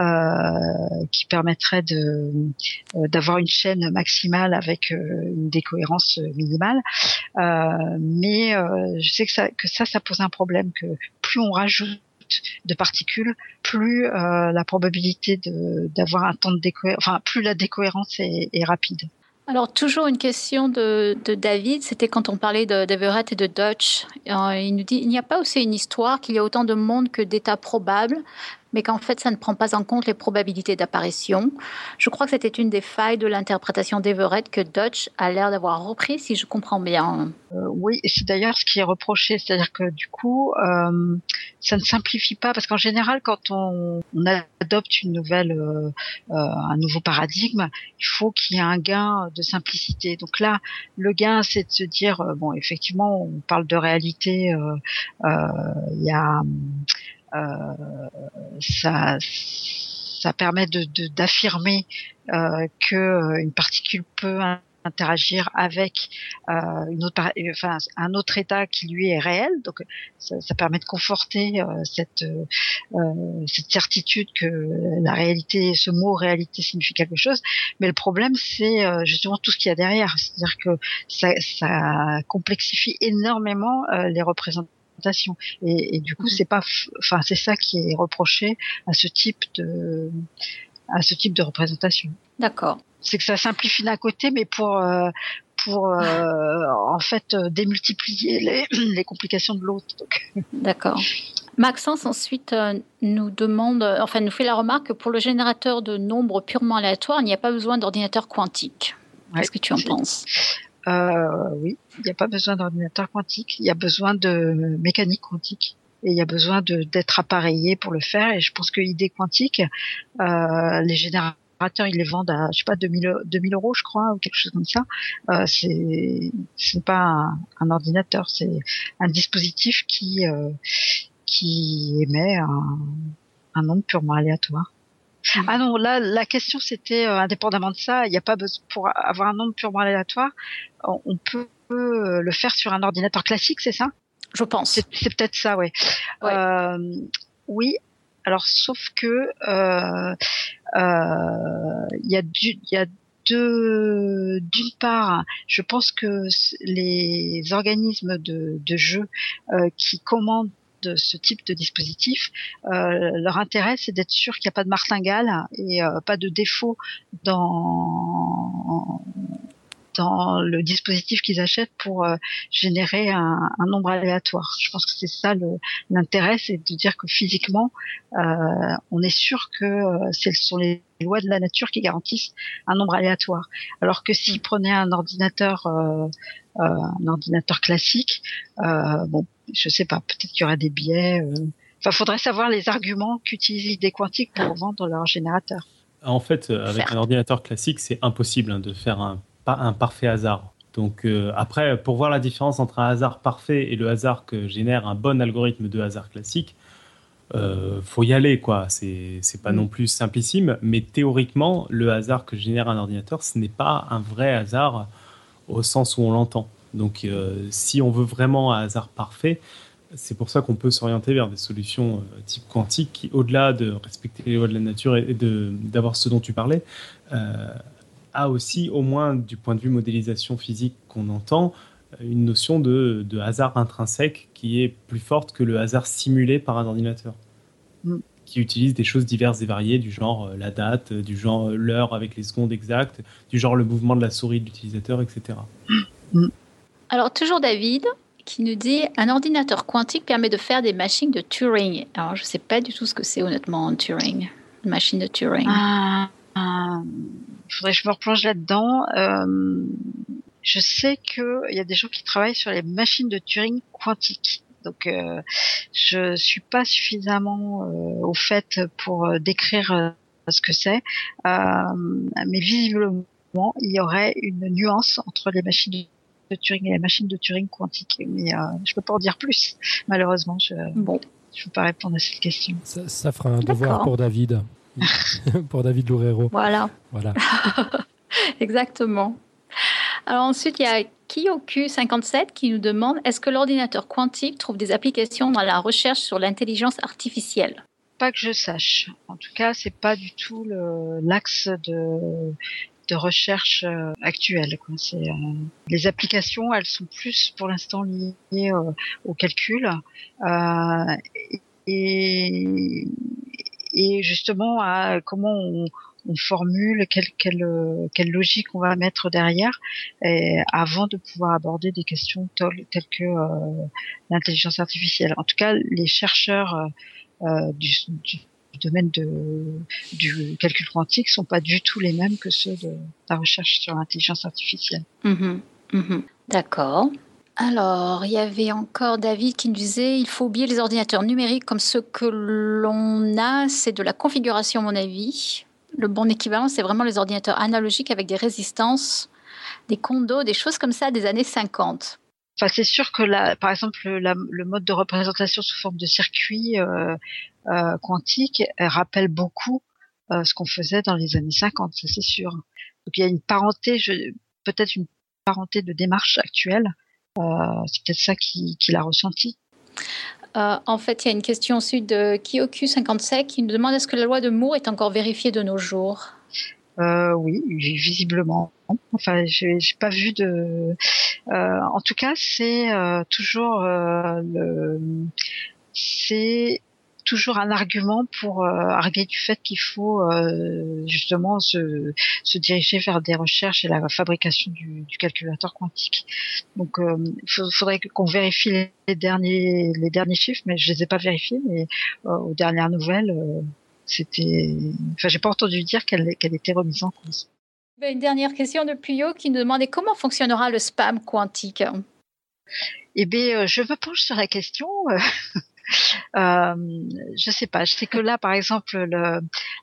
euh, qui permettrait de euh, d'avoir une chaîne maximale avec euh, une décohérence minimale. Euh, mais euh, je sais que ça, que ça, ça pose un problème, que plus on rajoute de particules, plus euh, la probabilité de, d'avoir un temps de décohérence, enfin, plus la décohérence est, est rapide. Alors, toujours une question de, de David, c'était quand on parlait de, d'Everett et de Deutsch. Euh, il nous dit, il n'y a pas aussi une histoire qu'il y a autant de monde que d'états probables, mais qu'en fait, ça ne prend pas en compte les probabilités d'apparition. Je crois que c'était une des failles de l'interprétation d'Everett que Deutsch a l'air d'avoir repris, si je comprends bien. Euh, oui, et c'est d'ailleurs ce qui est reproché, c'est-à-dire que du coup, euh, ça ne simplifie pas, parce qu'en général, quand on, on adopte une nouvelle, euh, euh, un nouveau paradigme, il faut qu'il y ait un gain de simplicité. Donc là, le gain, c'est de se dire, euh, bon, effectivement, on parle de réalité, euh, euh, il y a Euh, ça, ça permet de, de, d'affirmer euh, que euh, une particule peut interagir avec euh, une autre, enfin un autre état qui lui est réel. Donc ça, ça permet de conforter euh, cette euh, cette certitude que la réalité, ce mot réalité signifie quelque chose. Mais le problème, c'est euh, justement tout ce qu'il y a derrière. C'est-à-dire que ça, ça complexifie énormément euh, les représentations représentation. Et, et du coup, c'est pas, enfin, c'est ça qui est reproché à ce type de, à ce type de représentation. D'accord. C'est que ça simplifie d'un côté, mais pour, euh, pour euh, en fait euh, démultiplier les, les complications de l'autre. Donc. D'accord. Maxence ensuite euh, nous demande, enfin nous fait la remarque que pour le générateur de nombres purement aléatoires, il n'y a pas besoin d'ordinateur quantique. Ouais, Qu'est-ce que tu en c'est... penses ? euh, Oui, il n'y a pas besoin d'ordinateur quantique. Il y a besoin de mécanique quantique. Et il y a besoin de, d'être appareillé pour le faire. Et je pense que idée quantique, euh, les générateurs ils les vendent à, je sais pas, deux mille euros, je crois, ou quelque chose comme ça. Euh, c'est, c'est pas un, un ordinateur, c'est un dispositif qui, euh, qui émet un, un nombre purement aléatoire. Mmh. Ah non, là, la question c'était, euh, indépendamment de ça, il n'y a pas besoin, pour avoir un nombre purement aléatoire, on, on peut euh, le faire sur un ordinateur classique, c'est ça ? Je pense. C'est, c'est peut-être ça, ouais. ouais. Euh, oui. Alors, sauf que euh, euh, il y a du, il y a deux, d'une part, je pense que les organismes de, de jeux euh, qui commandent ce type de dispositif, euh, leur intérêt c'est d'être sûr qu'il n'y a pas de martingale et euh, pas de défaut dans dans le dispositif qu'ils achètent pour euh, générer un, un nombre aléatoire. Je pense que c'est ça le, l'intérêt, c'est de dire que physiquement, euh, on est sûr que euh, ce sont les lois de la nature qui garantissent un nombre aléatoire. Alors que s'ils prenaient un ordinateur, euh, euh, un ordinateur classique, euh, bon, je sais pas, peut-être qu'il y aurait des biais. Euh... Enfin, faudrait savoir les arguments qu'utilisent l'idée quantique pour vendre leur générateur. En fait, avec un ordinateur classique, c'est impossible hein, de faire un pas un parfait hasard. Donc euh, après, pour voir la différence entre un hasard parfait et le hasard que génère un bon algorithme de hasard classique, euh, faut y aller, quoi. C'est, c'est pas mmh. non plus simplissime, mais théoriquement, le hasard que génère un ordinateur, ce n'est pas un vrai hasard au sens où on l'entend. Donc euh, si on veut vraiment un hasard parfait, c'est pour ça qu'on peut s'orienter vers des solutions euh, type quantique qui, au-delà de respecter les lois de la nature et de, d'avoir ce dont tu parlais, euh, a aussi, au moins du point de vue modélisation physique qu'on entend, une notion de, de hasard intrinsèque qui est plus forte que le hasard simulé par un ordinateur, mm. qui utilise des choses diverses et variées, du genre euh, la date, du genre euh, l'heure avec les secondes exactes, du genre le mouvement de la souris de l'utilisateur, et cetera. Mm. Alors, toujours David, qui nous dit « Un ordinateur quantique permet de faire des machines de Turing ». Alors, je ne sais pas du tout ce que c'est, honnêtement, Turing, une machine de Turing. Ah, ah. Il faudrait que je me replonge là-dedans. Euh, je sais qu'il y a des gens qui travaillent sur les machines de Turing quantiques. Donc, euh, je suis pas suffisamment euh, au fait pour euh, décrire euh, ce que c'est. Euh, mais visiblement, il y aurait une nuance entre les machines de Turing et les machines de Turing quantiques. Mais euh, je peux pas en dire plus, malheureusement. Je bon. je peux pas répondre à cette question. Ça, ça fera un devoir D'accord. pour David. pour David Loureiro. Voilà. Voilà. Exactement. Alors ensuite, il y a Kyoku cinquante-sept qui nous demande « Est-ce que l'ordinateur quantique trouve des applications dans la recherche sur l'intelligence artificielle ?» Pas que je sache. En tout cas, c'est pas du tout le, l'axe de, de recherche euh, actuelle. Quoi. C'est, euh, les applications, elles sont plus pour l'instant liées euh, au calcul. Euh, et et justement à comment on, on formule, quelle, quelle, quelle logique on va mettre derrière, et avant de pouvoir aborder des questions telles, telles que euh, l'intelligence artificielle. En tout cas, les chercheurs euh, du, du, du domaine de, du calcul quantique sont pas du tout les mêmes que ceux de la recherche sur l'intelligence artificielle. Mmh, mmh. D'accord. Alors, il y avait encore David qui nous disait « Il faut oublier les ordinateurs numériques comme ce que l'on a, c'est de la configuration à mon avis. Le bon équivalent, c'est vraiment les ordinateurs analogiques avec des résistances, des condos, des choses comme ça des années cinquante. » Enfin, c'est sûr que la, par exemple, la, le mode de représentation sous forme de circuit euh, euh, quantique rappelle beaucoup euh, ce qu'on faisait dans les années cinquante, ça c'est sûr. Donc il y a une parenté, je, peut-être une parenté de démarche actuelle. Euh, c'est peut-être ça qu'il, qu'il a ressenti. Euh, en fait, il y a une question ensuite de Kyoku cinquante-sept qui nous demande est-ce que la loi de Moore est encore vérifiée de nos jours ? euh, Oui, visiblement. Enfin, j'ai, j'ai pas vu de. Euh, en tout cas, c'est euh, toujours euh, le. C'est toujours un argument pour euh, arguer du fait qu'il faut euh, justement se, se diriger vers des recherches et la fabrication du, du calculateur quantique. Donc, il euh, faudrait qu'on vérifie les, les derniers les derniers chiffres, mais je les ai pas vérifiés. Mais euh, aux dernières nouvelles, euh, c'était. Enfin, j'ai pas entendu dire qu'elle, qu'elle était remise en cause. Une dernière question de Puyo qui nous demandait comment fonctionnera le spam quantique. Eh bien, je me penche sur la question. Euh, je sais pas. Je sais que là, par exemple, le,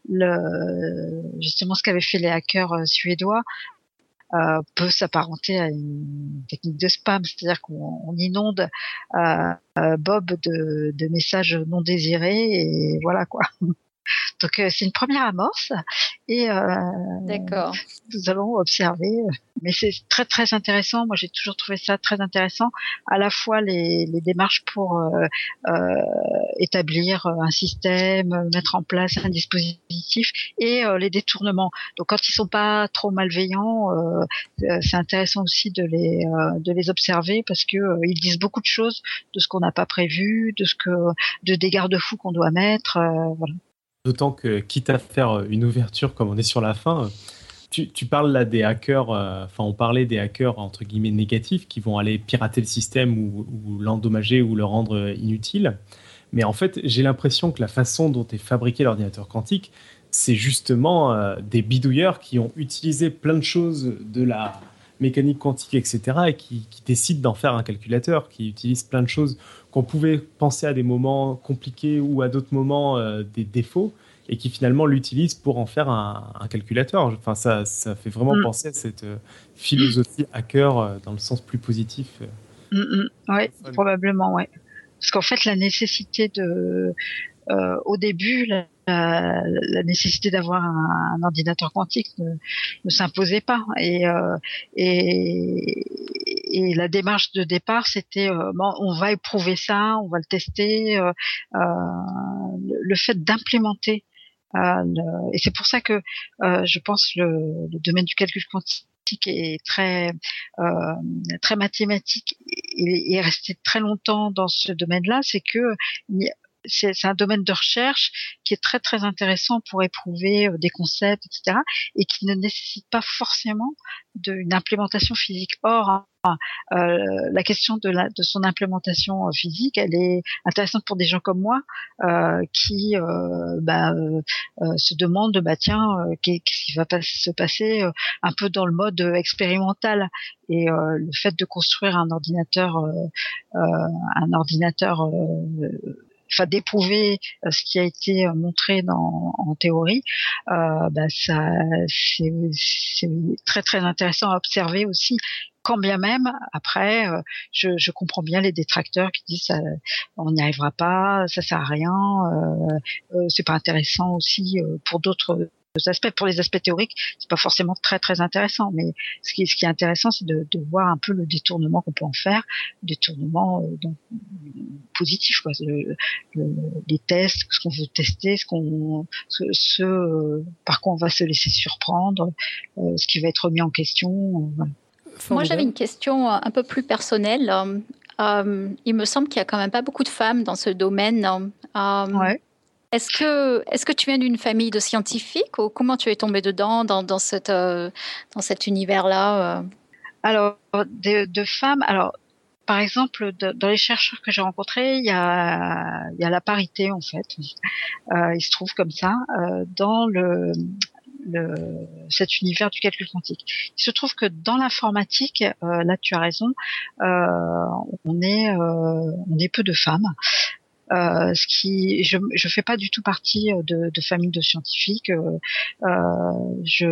le justement ce qu'avaient fait les hackers suédois euh, peut s'apparenter à une technique de spam, c'est-à-dire qu'on on inonde euh, euh, Bob de, de messages non désirés et voilà quoi. Donc euh, c'est une première amorce et euh, D'accord. Nous allons observer. Mais c'est très très intéressant. Moi j'ai toujours trouvé ça très intéressant. À la fois les, les démarches pour euh, euh, établir un système, mettre en place un dispositif et euh, les détournements. Donc quand ils sont pas trop malveillants, euh, c'est intéressant aussi de les euh, de les observer parce que euh, ils disent beaucoup de choses de ce qu'on n'a pas prévu, de ce que de des garde-fous qu'on doit mettre. Euh, voilà. D'autant que, quitte à faire une ouverture comme on est sur la fin, tu, tu parles là des hackers, enfin euh, on parlait des hackers entre guillemets négatifs qui vont aller pirater le système ou, ou l'endommager ou le rendre inutile. Mais en fait, j'ai l'impression que la façon dont est fabriqué l'ordinateur quantique, c'est justement euh, des bidouilleurs qui ont utilisé plein de choses de la mécanique quantique, et cetera, et qui, qui décident d'en faire un calculateur, qui utilisent plein de choses qu'on pouvait penser à des moments compliqués ou à d'autres moments euh, des défauts, et qui finalement l'utilisent pour en faire un, un calculateur. Enfin, ça, ça fait vraiment mmh. penser à cette euh, philosophie hacker euh, dans le sens plus positif. Mmh, mmh. Oui, probablement, ouais. Parce qu'en fait, la nécessité de... Euh, au début, la, la, la nécessité d'avoir un, un ordinateur quantique ne, ne s'imposait pas. Et, euh, et, et la démarche de départ, c'était euh, bon, on va éprouver ça, on va le tester. Euh, euh, le, le fait d'implémenter, euh, le, et c'est pour ça que euh, je pense le, le domaine du calcul quantique est très euh, très mathématique et est resté très longtemps dans ce domaine-là, c'est que c'est, c'est un domaine de recherche qui est très très intéressant pour éprouver des concepts, et cetera, et qui ne nécessite pas forcément d'une implémentation physique. Or, euh, la question de, la, de son implémentation physique, elle est intéressante pour des gens comme moi euh, qui euh, bah, euh, euh, se demandent, bah tiens, euh, qu'est-ce qui va pas se passer euh, un peu dans le mode expérimental. Et euh, le fait de construire un ordinateur, euh, euh, un ordinateur euh, enfin d'éprouver euh, ce qui a été montré dans, en théorie, euh, bah ça c'est, c'est très très intéressant à observer aussi. Quand bien même, après, euh, je, je comprends bien les détracteurs qui disent ça, on n'y arrivera pas, ça sert à rien, euh, euh, c'est pas intéressant aussi euh, pour d'autres aspects. Pour les aspects théoriques, c'est pas forcément très très intéressant, mais ce qui, ce qui est intéressant, c'est de, de voir un peu le détournement qu'on peut en faire, le détournement euh, donc, positif, quoi. Le, le, les tests, ce qu'on veut tester, ce qu'on, ce, ce euh, par quoi on va se laisser surprendre, euh, ce qui va être remis en question. Euh, voilà. Moi, j'avais une question un peu plus personnelle. Euh, il me semble qu'il n'y a quand même pas beaucoup de femmes dans ce domaine. Euh, ouais. Est-ce que, est-ce que tu viens d'une famille de scientifiques ou comment tu es tombée dedans, dans, dans, cette, euh, dans cet univers-là euh Alors, de, de femmes, alors, par exemple, de, dans les chercheurs que j'ai rencontrés, il y a, il y a la parité, en fait. Euh, il se trouve comme ça, euh, dans le, le, cet univers du calcul quantique. Il se trouve que dans l'informatique, euh, là tu as raison, euh, on est, euh, on est peu de femmes. Euh, ce qui, je, je fais pas du tout partie de, de famille de scientifiques. Euh, je,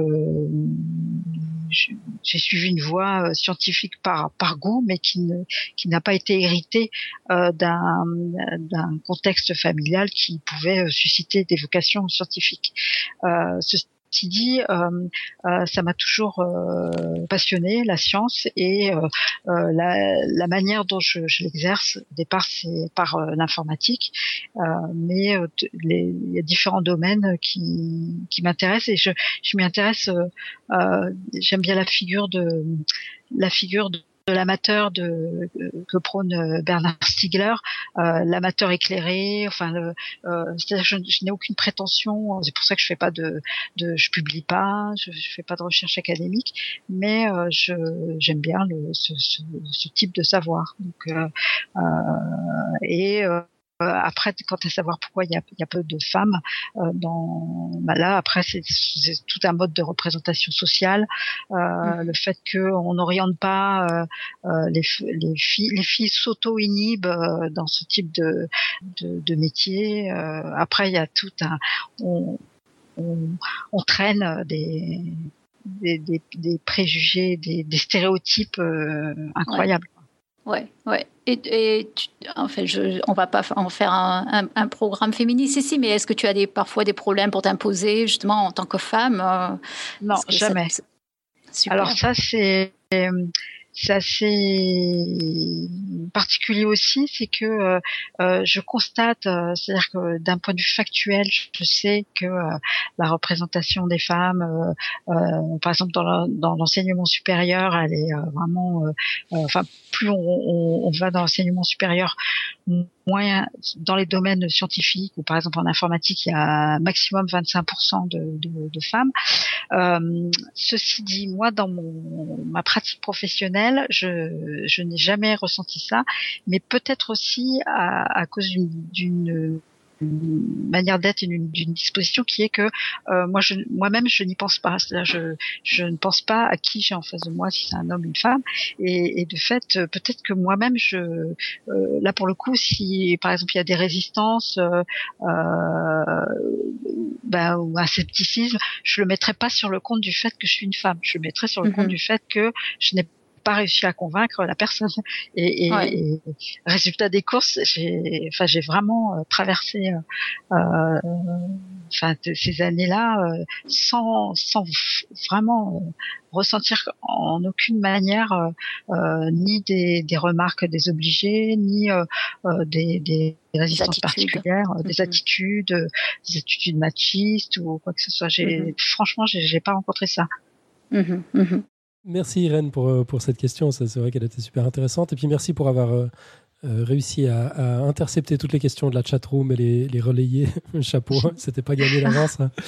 je, j'ai suivi une voie scientifique par par goût, mais qui ne, qui n'a pas été héritée euh, d'un d'un contexte familial qui pouvait susciter des vocations scientifiques. Euh, ce, Ceci dit, euh, euh, ça m'a toujours euh, passionné, la science, et euh, euh, la, la manière dont je, je l'exerce. Au départ, c'est par euh, l'informatique, euh, mais euh, les, il y a différents domaines qui, qui m'intéressent, et je, je m'y intéresse. Euh, euh, j'aime bien la figure de la figure de de l'amateur de, que prône Bernard Stiegler, euh, l'amateur éclairé. Enfin, le, euh, c'est-à-dire je, je n'ai aucune prétention. C'est pour ça que je fais pas de, de je publie pas, je, je fais pas de recherche académique, mais euh, je j'aime bien le, ce, ce, ce type de savoir. Donc euh, euh, et euh, après, quant à savoir pourquoi il y a, il y a peu de femmes euh, dans, bah là, après c'est, c'est tout un mode de représentation sociale, euh, mmh. le fait que on n'oriente pas euh, euh, les, les filles, les filles s'auto-inhibent euh, dans ce type de de, de métier. Euh, après, il y a tout un, on, on, on traîne des des, des, des préjugés, des, des stéréotypes euh, incroyables. Ouais. Ouais, ouais. Et, et tu, en fait, je, on va pas en faire un, un, un programme féministe ici, mais est-ce que tu as des, parfois des problèmes pour t'imposer, justement, en tant que femme euh, Non, jamais. Ça, super. Alors ça, c'est, c'est assez particulier aussi, c'est que euh, euh, je constate, euh, c'est-à-dire que d'un point de vue factuel, je sais que euh, la représentation des femmes, euh, euh, par exemple dans, la, dans l'enseignement supérieur, elle est euh, vraiment, euh, euh, enfin plus on, on, on va dans l'enseignement supérieur, moins dans les domaines scientifiques, ou par exemple en informatique, il y a un maximum vingt-cinq pour cent de, de, de femmes. Euh, ceci dit, moi, dans mon, ma pratique professionnelle, je, je n'ai jamais ressenti ça, mais peut-être aussi à, à cause d'une, d'une une manière d'être et d'une, d'une disposition qui est que euh, moi je moi-même je n'y pense pas, c'est-à-dire je je ne pense pas à qui j'ai en face de moi, si c'est un homme ou une femme, et, et de fait peut-être que moi-même je euh, là pour le coup, si par exemple il y a des résistances euh, euh, ben, ou un scepticisme, je le mettrais pas sur le compte du fait que je suis une femme, je le mettrais sur le mm-hmm. compte du fait que je n'ai pas réussi à convaincre la personne, et, et, ouais. et résultat des courses, j'ai, enfin, j'ai vraiment euh, traversé, euh, enfin, ces années-là euh, sans, sans vraiment euh, ressentir en aucune manière euh, euh, ni des, des remarques désobligées, ni euh, euh, des, des résistances des particulières, mm-hmm. des attitudes, des attitudes machistes ou quoi que ce soit. J'ai, mm-hmm. franchement, j'ai, j'ai pas rencontré ça. Mm-hmm. Mm-hmm. Merci Irène pour, pour cette question, c'est vrai qu'elle était super intéressante. Et puis merci pour avoir euh, réussi à, à intercepter toutes les questions de la chatroom et les, les relayer. Chapeau, c'était pas gagné d'avance. Hein.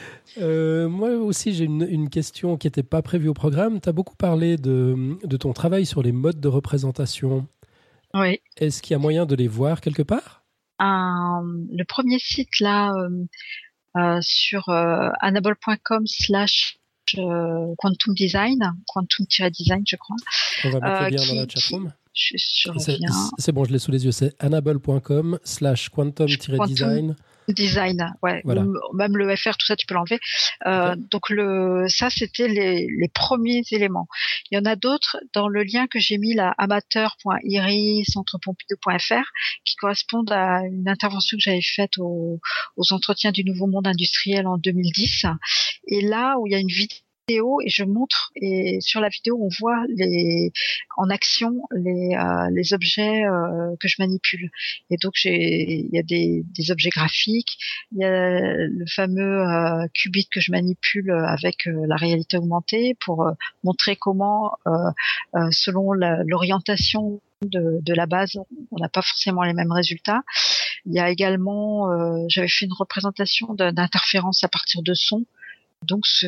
Euh, moi aussi, j'ai une, une question qui n'était pas prévue au programme. Tu as beaucoup parlé de, de ton travail sur les modes de représentation. Oui. Est-ce qu'il y a moyen de les voir quelque part ? Un, le premier site là, euh, euh, sur euh, annabelle point com slash Euh, Quantum Design, Quantum-Design, je crois. On va mettre le lien euh, dans la chatroom. Je, je c'est, c'est bon, je l'ai sous les yeux. C'est annabelle point com slash quantum-design. Design, ouais. Voilà. Même le F R, tout ça, tu peux l'enlever. Euh, okay. Donc le, ça, c'était les, les premiers éléments. Il y en a d'autres dans le lien que j'ai mis là, amateur point iris centre pompidou point f r, qui correspondent à une intervention que j'avais faite aux, aux entretiens du Nouveau Monde industriel en deux mille dix. Et là où il y a une vidéo et je montre, et sur la vidéo on voit les en action les euh, les objets euh, que je manipule, et donc j'ai il y a des des objets graphiques, il y a le fameux euh, qubit que je manipule avec euh, la réalité augmentée pour euh, montrer comment euh, euh, selon la, l'orientation de, de la base, on n'a pas forcément les mêmes résultats. Il y a également euh, j'avais fait une représentation d'interférences à partir de sons. Donc, ce,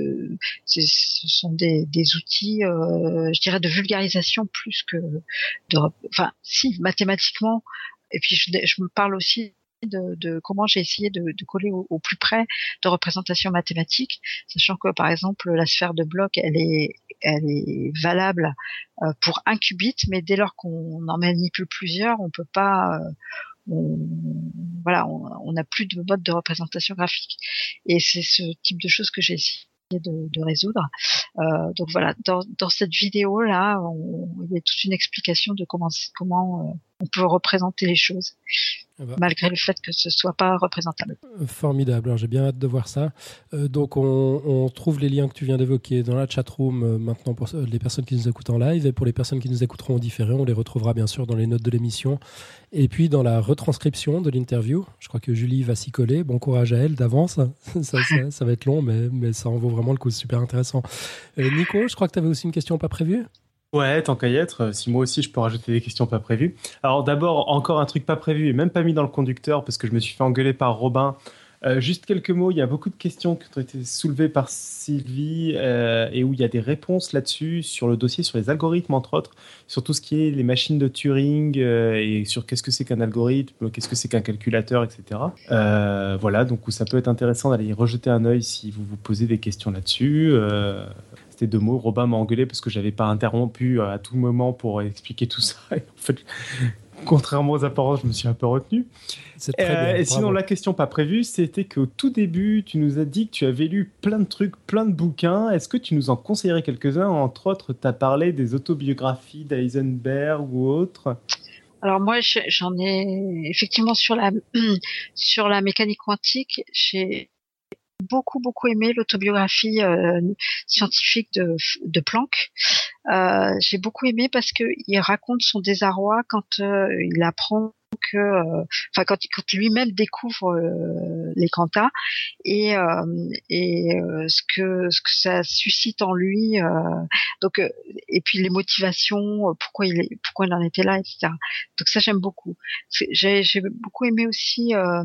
ce sont des, des outils, euh, je dirais, de vulgarisation plus que de, enfin, si mathématiquement. Et puis, je, je me parle aussi de, de comment j'ai essayé de, de coller au, au plus près de représentations mathématiques, sachant que, par exemple, la sphère de bloc, elle est, elle est valable euh, pour un qubit, mais dès lors qu'on en manipule plusieurs, on peut pas. Euh, On, voilà, on n'a plus de mode de représentation graphique, et c'est ce type de choses que j'ai essayé de, de résoudre. Euh, donc voilà, dans, dans cette vidéo là, on, il y a toute une explication de comment comment on peut représenter les choses. Ah bah. Malgré le fait que ce ne soit pas représentable. Formidable, alors j'ai bien hâte de voir ça. Euh, donc on, on trouve les liens que tu viens d'évoquer dans la chatroom euh, maintenant pour les personnes qui nous écoutent en live, et pour les personnes qui nous écouteront en différé, on les retrouvera bien sûr dans les notes de l'émission et puis dans la retranscription de l'interview. Je crois que Julie va s'y coller, bon courage à elle d'avance. ça, ça, ça va être long, mais, mais ça en vaut vraiment le coup, c'est super intéressant. Euh, Nico, je crois que tu avais aussi une question pas prévue. Ouais, tant qu'à y être, si moi aussi je peux rajouter des questions pas prévues. Alors d'abord, encore un truc pas prévu et même pas mis dans le conducteur parce que je me suis fait engueuler par Robin. Euh, juste quelques mots, il y a beaucoup de questions qui ont été soulevées par Sylvie euh, et où il y a des réponses là-dessus, sur le dossier, sur les algorithmes entre autres, sur tout ce qui est les machines de Turing euh, et sur qu'est-ce que c'est qu'un algorithme, qu'est-ce que c'est qu'un calculateur, et cetera. Euh, voilà, donc où ça peut être intéressant d'aller y rejeter un œil si vous vous posez des questions là-dessus. Euh, C'était deux mots. Robin m'a engueulé parce que j'avais pas interrompu à tout moment pour expliquer tout ça. Et en fait, contrairement aux apparences, je me suis un peu retenu. C'est très euh, bien, et sinon, bravo. la question pas prévue, c'était qu'au tout début, tu nous as dit que tu avais lu plein de trucs, plein de bouquins. Est-ce que tu nous en conseillerais quelques-uns? Entre autres, tu as parlé des autobiographies d'Heisenberg ou autres. Alors moi, j'en ai effectivement sur la sur la mécanique quantique, j'ai beaucoup beaucoup aimé l'autobiographie euh, scientifique de, de Planck. Euh, j'ai beaucoup aimé parce que il raconte son désarroi quand euh, il apprend que, euh, enfin quand, quand lui-même découvre euh, les quantas et euh, et euh, ce que ce que ça suscite en lui. Euh, donc euh, et puis les motivations, pourquoi il est, pourquoi il en était là, et cetera. Donc ça j'aime beaucoup. J'ai j'ai beaucoup aimé aussi euh,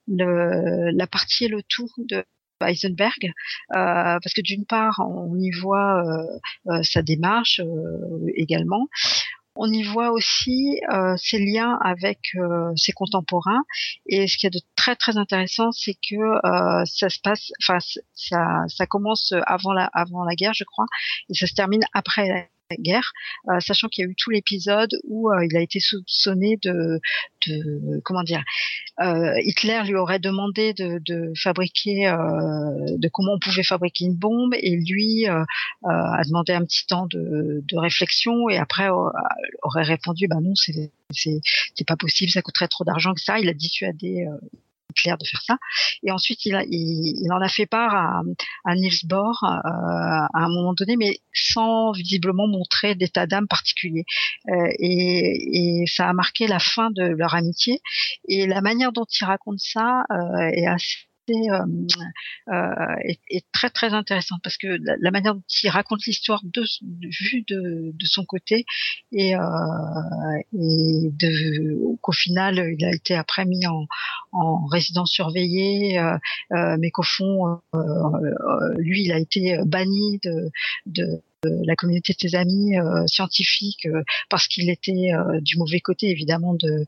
le, la partie et le tout de Heisenberg, euh, parce que d'une part, on y voit euh, euh, sa démarche euh, également. On y voit aussi euh, ses liens avec euh, ses contemporains. Et ce qui est de très très intéressant, c'est que euh, ça se passe, enfin ça ça commence avant la avant la guerre, je crois, et ça se termine après la guerre, euh, sachant qu'il y a eu tout l'épisode où euh, il a été soupçonné de, de comment dire, euh, Hitler lui aurait demandé de, de fabriquer, euh, de comment on pouvait fabriquer une bombe, et lui euh, euh, a demandé un petit temps de, de réflexion, et après euh, aurait répondu, bah non, c'est c'est c'est pas possible, ça coûterait trop d'argent, que ça. Il a dissuadé euh, Hitler de faire ça. Et ensuite, il, a, il, il en a fait part à, à Niels Bohr euh, à un moment donné, mais sans visiblement montrer d'état d'âme particulier. Euh, et, et ça a marqué la fin de leur amitié. Et la manière dont il raconte ça euh, est assez Euh, euh, est, est très très intéressante, parce que la, la manière dont il raconte l'histoire de, de vue de, de son côté, et, euh, et de, qu'au final il a été après mis en, en résidence surveillée, euh, euh, mais qu'au fond euh, euh, lui il a été banni de, de la communauté de ses amis euh, scientifiques euh, parce qu'il était euh, du mauvais côté évidemment de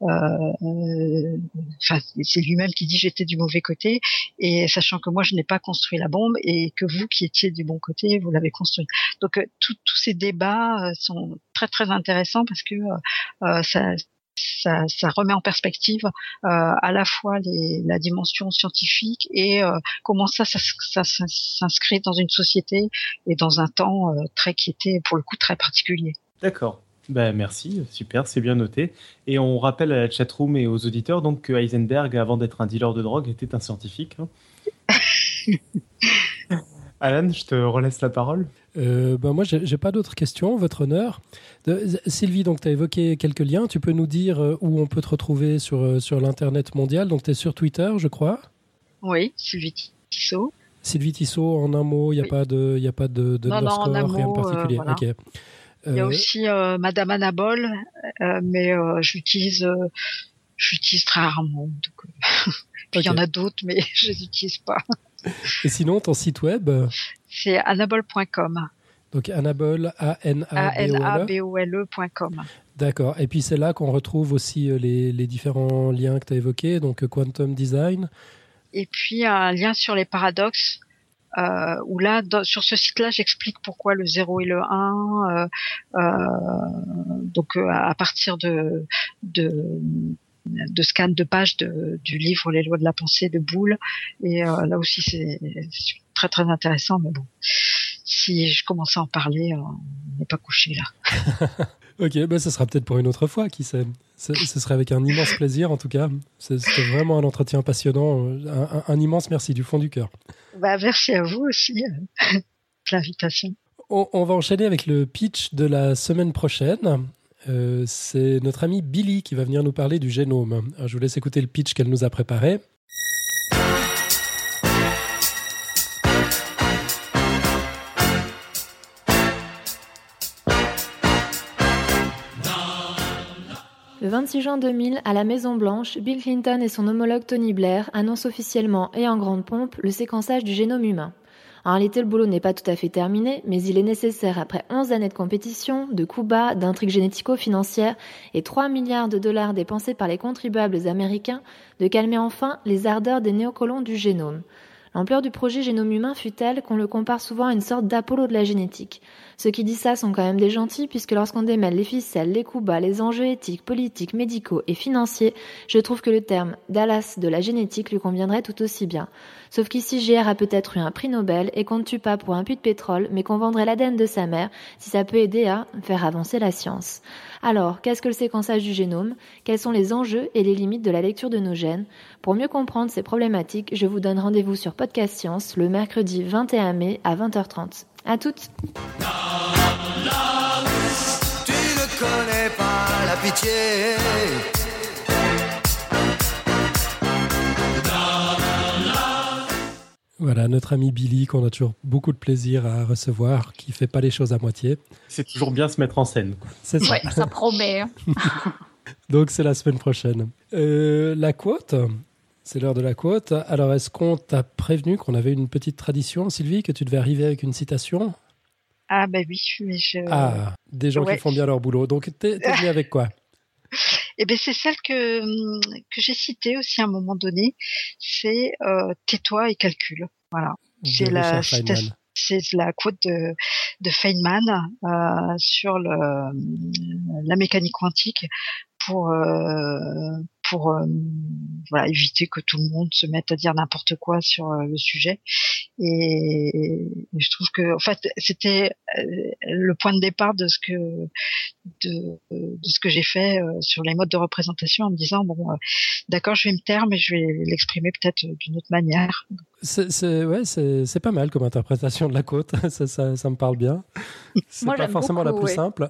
enfin euh, c'est lui-même qui dit j'étais du mauvais côté, et sachant que moi je n'ai pas construit la bombe et que vous qui étiez du bon côté vous l'avez construit. Donc euh, tous ces débats euh, sont très très intéressants parce que euh, ça Ça, ça remet en perspective euh, à la fois les, la dimension scientifique et euh, comment ça, ça, ça, ça s'inscrit dans une société et dans un temps euh, très qui était pour le coup très particulier. D'accord. Ben, merci, super, c'est bien noté. Et on rappelle à la chatroom et aux auditeurs donc que Heisenberg, avant d'être un dealer de drogue, était un scientifique. Hein. Alan, je te relaisse la parole. Euh, ben moi, j'ai, j'ai pas d'autres questions, votre honneur. De, Sylvie, donc tu as évoqué quelques liens. Tu peux nous dire où on peut te retrouver sur, sur l'Internet mondial? Donc tu es sur Twitter, je crois. Oui, Sylvie Tissot. Sylvie Tissot, en un mot, il n'y a, oui. pas de, y a pas de, de non, non, en un mot, rien de particulier. Euh, voilà. Okay. Il y a euh... aussi euh, Madame Annabole, euh, mais euh, j'utilise, euh, j'utilise très rarement. Donc, euh... Puis il okay. y en a d'autres, mais je les utilise pas. Et sinon, ton site web? C'est annabole point com. Donc Annabole, A N A B O L E point com. D'accord. Et puis c'est là qu'on retrouve aussi les, les différents liens que tu as évoqués, donc Quantum Design. Et puis un lien sur les paradoxes, euh, où là, dans, sur ce site-là, j'explique pourquoi le zéro et le un, euh, euh, donc euh, à partir de... de de scan de pages de, du livre Les lois de la pensée de Boole, et euh, là aussi c'est, c'est très très intéressant, mais bon si je commence à en parler, on n'est pas couché là. Ok, bah, ce sera peut-être pour une autre fois, qui sait. Ce, ce serait avec un immense plaisir, en tout cas. C'était vraiment un entretien passionnant. Un, un, un immense merci du fond du cœur. Bah, merci à vous aussi euh, pour l'invitation. On, on va enchaîner avec le pitch de la semaine prochaine. Euh, c'est notre amie Billy qui va venir nous parler du génome. Alors, je vous laisse écouter le pitch qu'elle nous a préparé. Le vingt-six juin deux mille, à la Maison-Blanche, Bill Clinton et son homologue Tony Blair annoncent officiellement et en grande pompe le séquençage du génome humain. En réalité, le boulot n'est pas tout à fait terminé, mais il est nécessaire après onze années de compétition, de coups bas, d'intrigues génético-financières et trois milliards de dollars dépensés par les contribuables américains de calmer enfin les ardeurs des néocolons du génome. L'ampleur du projet génome humain fut telle qu'on le compare souvent à une sorte d'Apollo de la génétique. Ceux qui disent ça sont quand même des gentils, puisque lorsqu'on démêle les ficelles, les coups bas, les enjeux éthiques, politiques, médicaux et financiers, je trouve que le terme « Dallas de la génétique » lui conviendrait tout aussi bien. Sauf qu'ici, G R a peut-être eu un prix Nobel et qu'on ne tue pas pour un puits de pétrole, mais qu'on vendrait l'A D N de sa mère si ça peut aider à faire avancer la science. Alors, qu'est-ce que le séquençage du génome ? Quels sont les enjeux et les limites de la lecture de nos gènes ? Pour mieux comprendre ces problématiques, je vous donne rendez-vous sur Podcast Science le mercredi vingt et un mai à vingt heures trente. À toutes. Tu ne connais pas la pitié. Voilà, notre ami Billy, qu'on a toujours beaucoup de plaisir à recevoir, qui ne fait pas les choses à moitié. C'est toujours bien se mettre en scène. C'est ça. Ouais, ça promet. Hein. Donc, c'est la semaine prochaine. Euh, la quote, c'est l'heure de la quote. Alors, est-ce qu'on t'a prévenu qu'on avait une petite tradition, Sylvie, que tu devais arriver avec une citation ? Ah ben oui, mais je... Ah, des gens Ouais. qui font bien leur boulot. Donc, t'es, t'es venu avec quoi ? Eh ben c'est celle que que j'ai citée aussi à un moment donné. C'est euh, tais-toi et calcule. Voilà. C'est De la Richard Feynman. cita- c'est la quote de de Feynman euh, sur le la mécanique quantique pour euh, pour euh, voilà éviter que tout le monde se mette à dire n'importe quoi sur euh, le sujet. Et, et je trouve que en fait c'était euh, le point de départ de ce que de, de ce que j'ai fait euh, sur les modes de représentation en me disant bon euh, d'accord je vais me taire mais je vais l'exprimer peut-être d'une autre manière. C'est, c'est, ouais, c'est, c'est pas mal comme interprétation de la quote. ça, ça, ça me parle bien. C'est Moi, pas j'aime forcément beaucoup, la plus ouais. simple.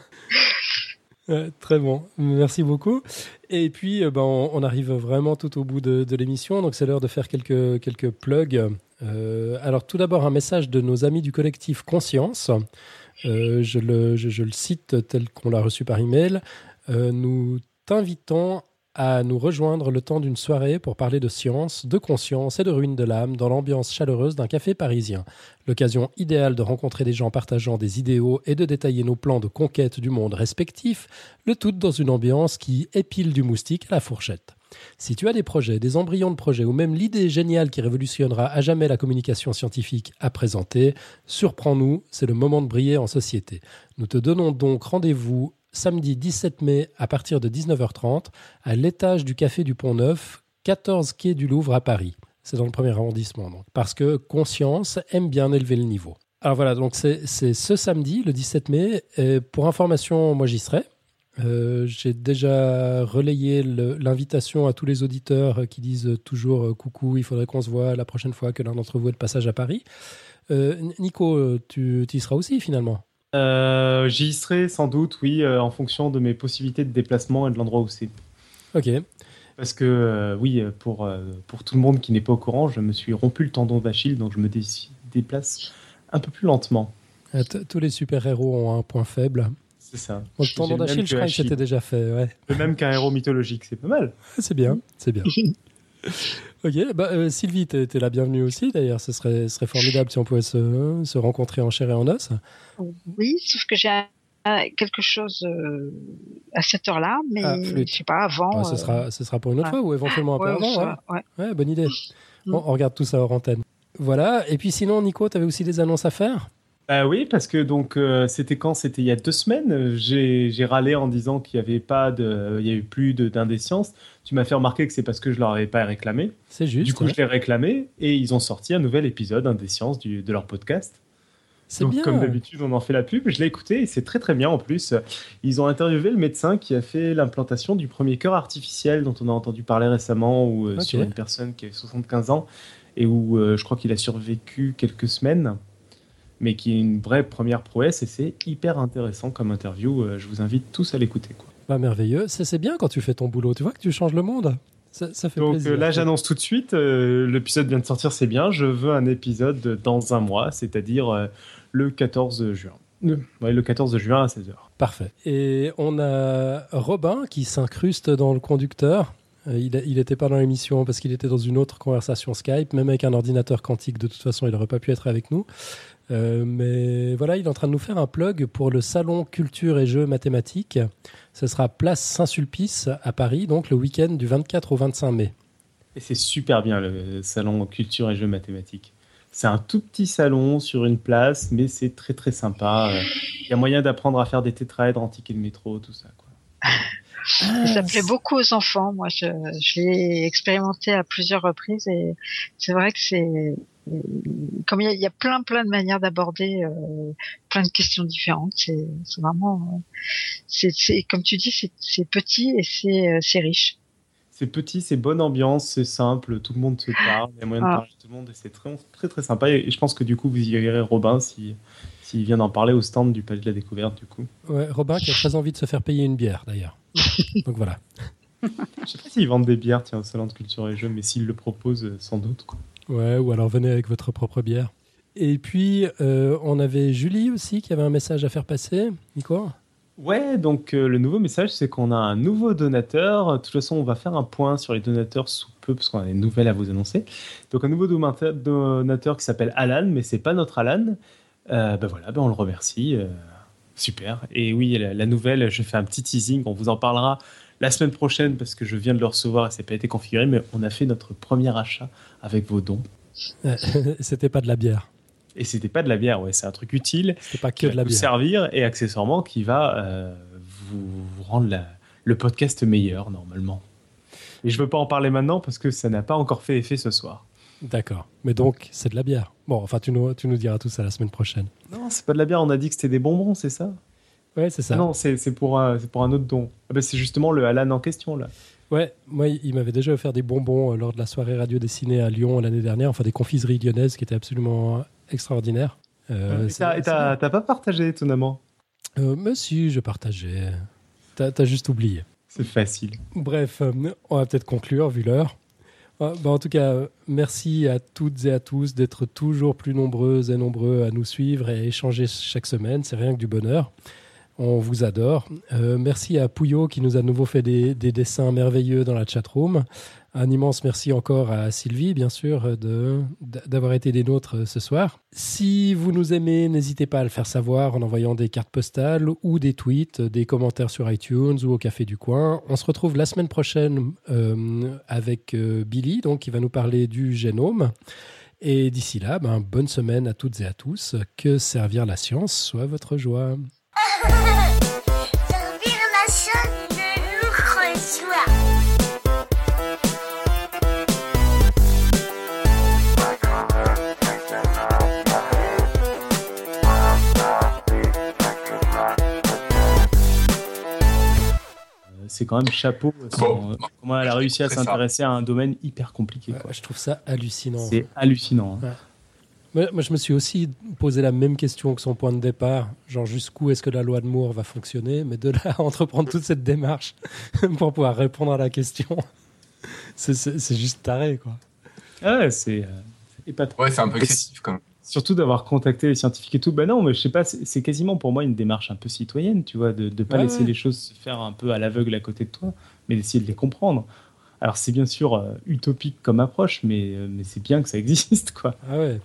Ouais, très bon, merci beaucoup. Et puis, euh, ben, on, on arrive vraiment tout au bout de, de l'émission, donc c'est l'heure de faire quelques, quelques plugs. Euh, alors, tout d'abord, un message de nos amis du collectif Conscience. Euh, je, le, je, je le cite tel qu'on l'a reçu par email. Euh, nous t'invitons à nous rejoindre le temps d'une soirée pour parler de science, de conscience et de ruines de l'âme dans l'ambiance chaleureuse d'un café parisien. L'occasion idéale de rencontrer des gens partageant des idéaux et de détailler nos plans de conquête du monde respectifs, le tout dans une ambiance qui épile du moustique à la fourchette. Si tu as des projets, des embryons de projets ou même l'idée géniale qui révolutionnera à jamais la communication scientifique à présenter, surprends-nous, c'est le moment de briller en société. Nous te donnons donc rendez-vous samedi dix-sept mai à partir de dix-neuf heures trente à l'étage du Café du Pont-Neuf, quatorze quai du Louvre à Paris. C'est dans le premier arrondissement, donc, parce que Conscience aime bien élever le niveau. Alors voilà, donc c'est, c'est ce samedi, le dix-sept mai. Et pour information, moi j'y serai. Euh, j'ai déjà relayé le, l'invitation à tous les auditeurs qui disent toujours euh, coucou, il faudrait qu'on se voit la prochaine fois que l'un d'entre vous est de passage à Paris. Euh, Nico, tu, tu y seras aussi finalement ? Euh, j'y serai sans doute, oui, euh, en fonction de mes possibilités de déplacement et de l'endroit où c'est. Ok. Parce que, euh, oui, pour, euh, pour tout le monde qui n'est pas au courant, je me suis rompu le tendon d'Achille, donc je me dé- déplace un peu plus lentement. Euh, t- tous les super-héros ont un point faible. C'est ça. Bon, le tendon J'ai le même d'Achille, je que crois que Achille. c'était déjà fait. Ouais. Le même qu'un héros mythologique, c'est pas mal. C'est bien, c'est bien. Ok, bah, euh, Sylvie, t'es, t'es la bienvenue aussi. D'ailleurs, ce serait, ce serait formidable si on pouvait se, se rencontrer en chair et en os. Oui, sauf que j'ai un- quelque chose euh, à cette heure-là, mais Ah, flûte. je sais pas avant. Ah, ce, euh, sera, ce sera pour une autre ouais. fois ou éventuellement un peu ouais, avant. ça, Ouais. ouais. Ouais, bonne idée. Mm. Bon, on regarde tout ça hors antenne. Voilà, et puis sinon, Nico, t'avais aussi des annonces à faire ? Bah oui, parce que donc euh, c'était quand? C'était il y a deux semaines. euh, J'ai, j'ai râlé en disant qu'il y avait pas de, il y a eu plus de d'indécience. Tu m'as fait remarquer que c'est parce que je leur avais pas réclamé. C'est juste. Du coup, ouais. je l'ai réclamé et ils ont sorti un nouvel épisode Indécience du, de leur podcast. C'est Donc, bien. comme d'habitude, on en fait la pub. Je l'ai écouté et c'est très très bien en plus. Ils ont interviewé le médecin qui a fait l'implantation du premier cœur artificiel dont on a entendu parler récemment, où, Ok. sur une personne qui a soixante-quinze ans et où euh, je crois qu'il a survécu quelques semaines, mais qui est une vraie première prouesse et c'est hyper intéressant comme interview. Euh, je vous invite tous à l'écouter, quoi. Bah, merveilleux. C'est, c'est bien quand tu fais ton boulot. Tu vois que tu changes le monde. Ça, ça fait Donc plaisir. euh, là, j'annonce tout de suite, euh, l'épisode vient de sortir, c'est bien. Je veux un épisode dans un mois, c'est-à-dire euh, le quatorze juin. Le, ouais, le quatorze juin à seize heures. Parfait. Et on a Robin qui s'incruste dans le conducteur. Euh, Il n'était pas dans l'émission parce qu'il était dans une autre conversation Skype. Même avec un ordinateur quantique, de toute façon, il n'aurait pas pu être avec nous. Euh, mais voilà, il est en train de nous faire un plug pour le salon culture et jeux mathématiques. Ce sera place Saint-Sulpice à Paris, donc le week-end du vingt-quatre au vingt-cinq mai. Et c'est super bien le salon culture et jeux mathématiques. C'est un tout petit salon sur une place, mais c'est très très sympa. Il y a moyen d'apprendre à faire des tétraèdres en ticket de métro, tout ça, quoi. Ah, Ça plaît beaucoup aux enfants. Moi, je, je l'ai expérimenté à plusieurs reprises et c'est vrai que c'est comme il y a, il y a plein plein de manières d'aborder euh, plein de questions différentes. C'est, c'est vraiment, c'est, c'est comme tu dis, c'est, c'est petit et c'est, euh, c'est riche. C'est petit, c'est bonne ambiance, c'est simple, tout le monde se parle, il y a moyen de Ah. parler à tout le monde et c'est très très très sympa. Et je pense que du coup, vous y verrez Robin si s'il vient d'en parler au stand du Palais de la Découverte, du coup. Ouais, Robin qui a très envie de se faire payer une bière, d'ailleurs. Donc voilà. Je sais pas s'ils vendent des bières, tiens, au salon de culture et jeux, mais s'ils le proposent, euh, sans doute, quoi. Ouais, ou alors venez avec votre propre bière. Et puis, euh, on avait Julie aussi qui avait un message à faire passer. Nico ? Ouais, donc euh, le nouveau message, c'est qu'on a un nouveau donateur. De toute façon, on va faire un point sur les donateurs sous peu, parce qu'on a des nouvelles à vous annoncer. Donc un nouveau donateur, donateur qui s'appelle Alan, mais c'est pas notre Alan. Euh, ben voilà, ben on le remercie. Euh, super. Et oui, la, la nouvelle, je fais un petit teasing, on vous en parlera la semaine prochaine, parce que je viens de le recevoir et ça n'a pas été configuré, mais on a fait notre premier achat avec vos dons. C'était pas de la bière. Et c'était pas de la bière, ouais, c'est un truc utile. C'était pas que qui de va la vous bière. servir et accessoirement qui va euh, vous, vous rendre la- le podcast meilleur normalement. Et je veux pas en parler maintenant parce que ça n'a pas encore fait effet ce soir. D'accord. Mais donc, c'est de la bière. Bon, enfin, tu nous, tu nous diras tout ça la semaine prochaine. Non, c'est pas de la bière, on a dit que c'était des bonbons, c'est ça? Ouais, c'est ça. Ah non, c'est c'est pour, un- c'est pour un autre don. Ah ben, c'est justement le Alan en question là. Ouais, moi, il m'avait déjà offert des bonbons euh, lors de la soirée radio dessinée à Lyon l'année dernière. Enfin, des confiseries lyonnaises qui étaient absolument extraordinaires. Euh, et c'est- t'as, et t'as- t'as pas partagé étonnamment. Euh, mais si, je partageais. T'as, t'as juste oublié. C'est facile. Bref, euh, on va peut-être conclure vu l'heure. Euh, bah, en tout cas, euh, merci à toutes et à tous d'être toujours plus nombreuses et nombreux à nous suivre et à échanger chaque semaine. C'est rien que du bonheur. On vous adore. Euh, merci à Pouillot qui nous a de nouveau fait des, des dessins merveilleux dans la chatroom. Un immense merci encore à Sylvie, bien sûr, de, d'avoir été des nôtres ce soir. Si vous nous aimez, n'hésitez pas à le faire savoir en envoyant des cartes postales ou des tweets, des commentaires sur iTunes ou au Café du Coin. On se retrouve la semaine prochaine euh, avec euh, Billy, donc, qui va nous parler du génome. Et d'ici là, ben, bonne semaine à toutes et à tous. Que servir la science soit votre joie. Servir la chaîne de l'autre joie. C'est quand même chapeau son- Bon. comment elle a réussi à C'est ça. s'intéresser à un domaine hyper compliqué, quoi. Ouais, je trouve ça hallucinant. C'est hallucinant, hein. Moi, moi, je me suis aussi posé la même question que son point de départ, genre jusqu'où est-ce que la loi de Moore va fonctionner, mais de là à entreprendre toute cette démarche pour pouvoir répondre à la question, c'est, c'est- c'est juste taré, quoi. Ah ouais, c'est, euh, c'est pas trop. Ouais, c'est un peu excessif quand même. Surtout d'avoir contacté les scientifiques et tout. Ben non, mais je sais pas, c'est, c'est quasiment pour moi une démarche un peu citoyenne, tu vois, de ne pas Ouais, laisser ouais. les choses se faire un peu à l'aveugle à côté de toi, mais d'essayer de les comprendre. Alors c'est bien sûr euh, utopique comme approche, mais, euh, mais c'est bien que ça existe, quoi. Ah ouais.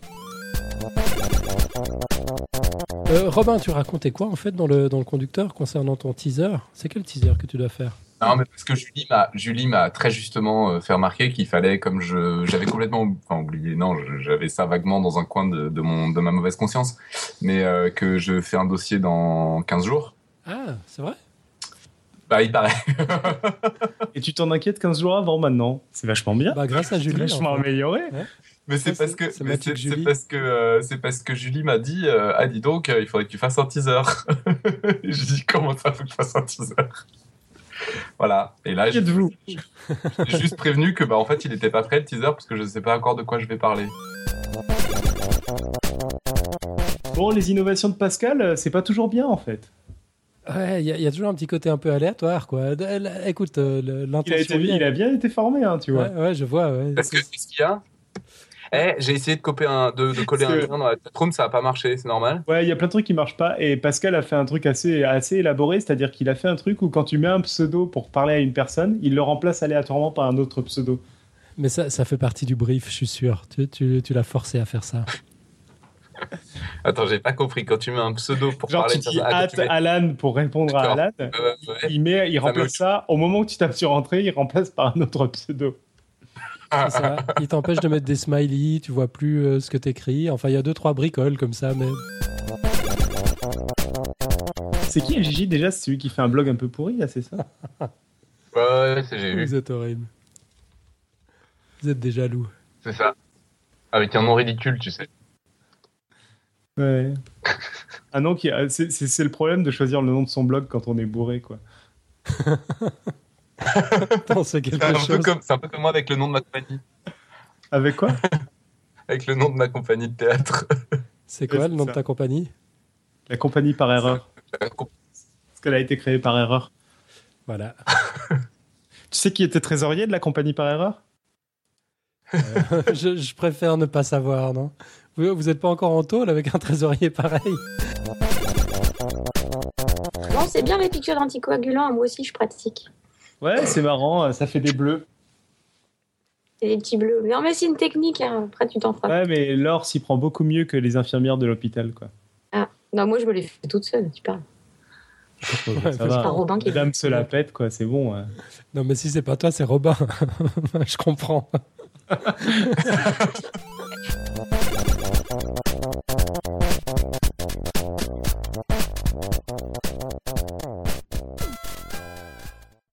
Euh, Robin, tu racontais quoi en fait dans le, dans le conducteur concernant ton teaser? C'est quel teaser que tu dois faire? Non, mais parce que Julie m'a, Julie m'a très justement euh, fait remarquer qu'il fallait, comme je, j'avais complètement, enfin oublié, non, je- j'avais ça vaguement dans un coin de, de mon, de ma mauvaise conscience, mais euh, que je fais un dossier dans quinze jours. Ah, c'est vrai? Bah, il paraît. Et tu t'en inquiètes quinze jours avant maintenant. C'est vachement bien. Bah grâce à C'est Julie. vachement en fait. amélioré. Mais c'est Ça, parce que, c'est mais Magic c'est, c'est Julie. parce que, euh, c'est parce que Julie m'a dit, euh, ah dis donc, euh, il faudrait que tu fasses un teaser. Je dis comment ça, faut que je fasse un teaser. Voilà. Et là, Qui j'ai êtes-vous? j'ai juste prévenu que, bah, en fait, il était pas prêt le teaser parce que je sais pas encore de quoi je vais parler. Bon, les innovations de Pascal, euh, c'est pas toujours bien en fait. Ouais, il y, a- il y a toujours un petit côté un peu aléatoire, quoi. De- l- Écoute, euh, le- Il a, l'intention. été, y est. il a bien été formé, hein, tu vois. Ouais, ouais, je vois. Ouais. Parce que, qu'est-ce qu'il y a? Eh, j'ai essayé de, copier un, de, de coller Parce un que- lien dans la chatroom, ça a pas marché, c'est normal. Ouais, il y a plein de trucs qui marchent pas. Et Pascal a fait un truc assez, assez élaboré, c'est-à-dire qu'il a fait un truc où quand tu mets un pseudo pour parler à une personne, il le remplace aléatoirement par un autre pseudo. Mais ça, ça fait partie du brief, je suis sûr. Tu, tu, tu l'as forcé à faire ça. Attends, j'ai pas compris. Quand tu mets un pseudo pour Genre, parler tu de dis ça, ah, quand at tu mets- Alan pour répondre à D'accord. Alan. Euh, ouais. Il, met, il Ça remplace me- ça. Au moment où tu tapes sur entrée, il remplace par un autre pseudo. C'est ça. Il t'empêche de mettre des smileys, tu vois plus euh, ce que t'écris. Enfin, il y a deux, trois bricoles comme ça, mais. C'est qui Gigi déjà? C'est celui qui fait un blog un peu pourri, là, c'est ça? Ouais, ouais, c'est, j'ai vu. Vous êtes horrible. Vous êtes des jaloux. C'est ça. Avec un nom ridicule, tu sais. Ouais. Un nom qui a- c'est, c'est, c'est le problème de choisir le nom de son blog quand on est bourré, quoi. Attends, c'est C'est quelque un, peu chose. comme, c'est un peu comme moi avec le nom de ma compagnie. Avec quoi? Avec le nom de ma compagnie de théâtre. C'est quoi Ouais, le nom c'est de ça. ta compagnie? La compagnie par erreur. La comp- Parce qu'elle a été créée par erreur. Voilà. Tu sais qui était trésorier de la compagnie par erreur? Euh, je, je préfère ne pas savoir, non? Vous, vous êtes pas encore en tôle avec un trésorier pareil? Bon, c'est bien les piqûres d'anticoagulants, moi aussi je pratique. Ouais, c'est marrant, ça fait des bleus. C'est des petits bleus. Non, mais c'est une technique, hein. Après tu t'en feras. Ouais, mais Laure s'y prend beaucoup mieux que les infirmières de l'hôpital, quoi. Ah, non, moi je me les fais toute seule, tu parles. Ça c'est va. pas Robin qui- Madame se la pète, quoi, c'est bon. Ouais. Non, mais si c'est pas toi, c'est Robin. Je comprends.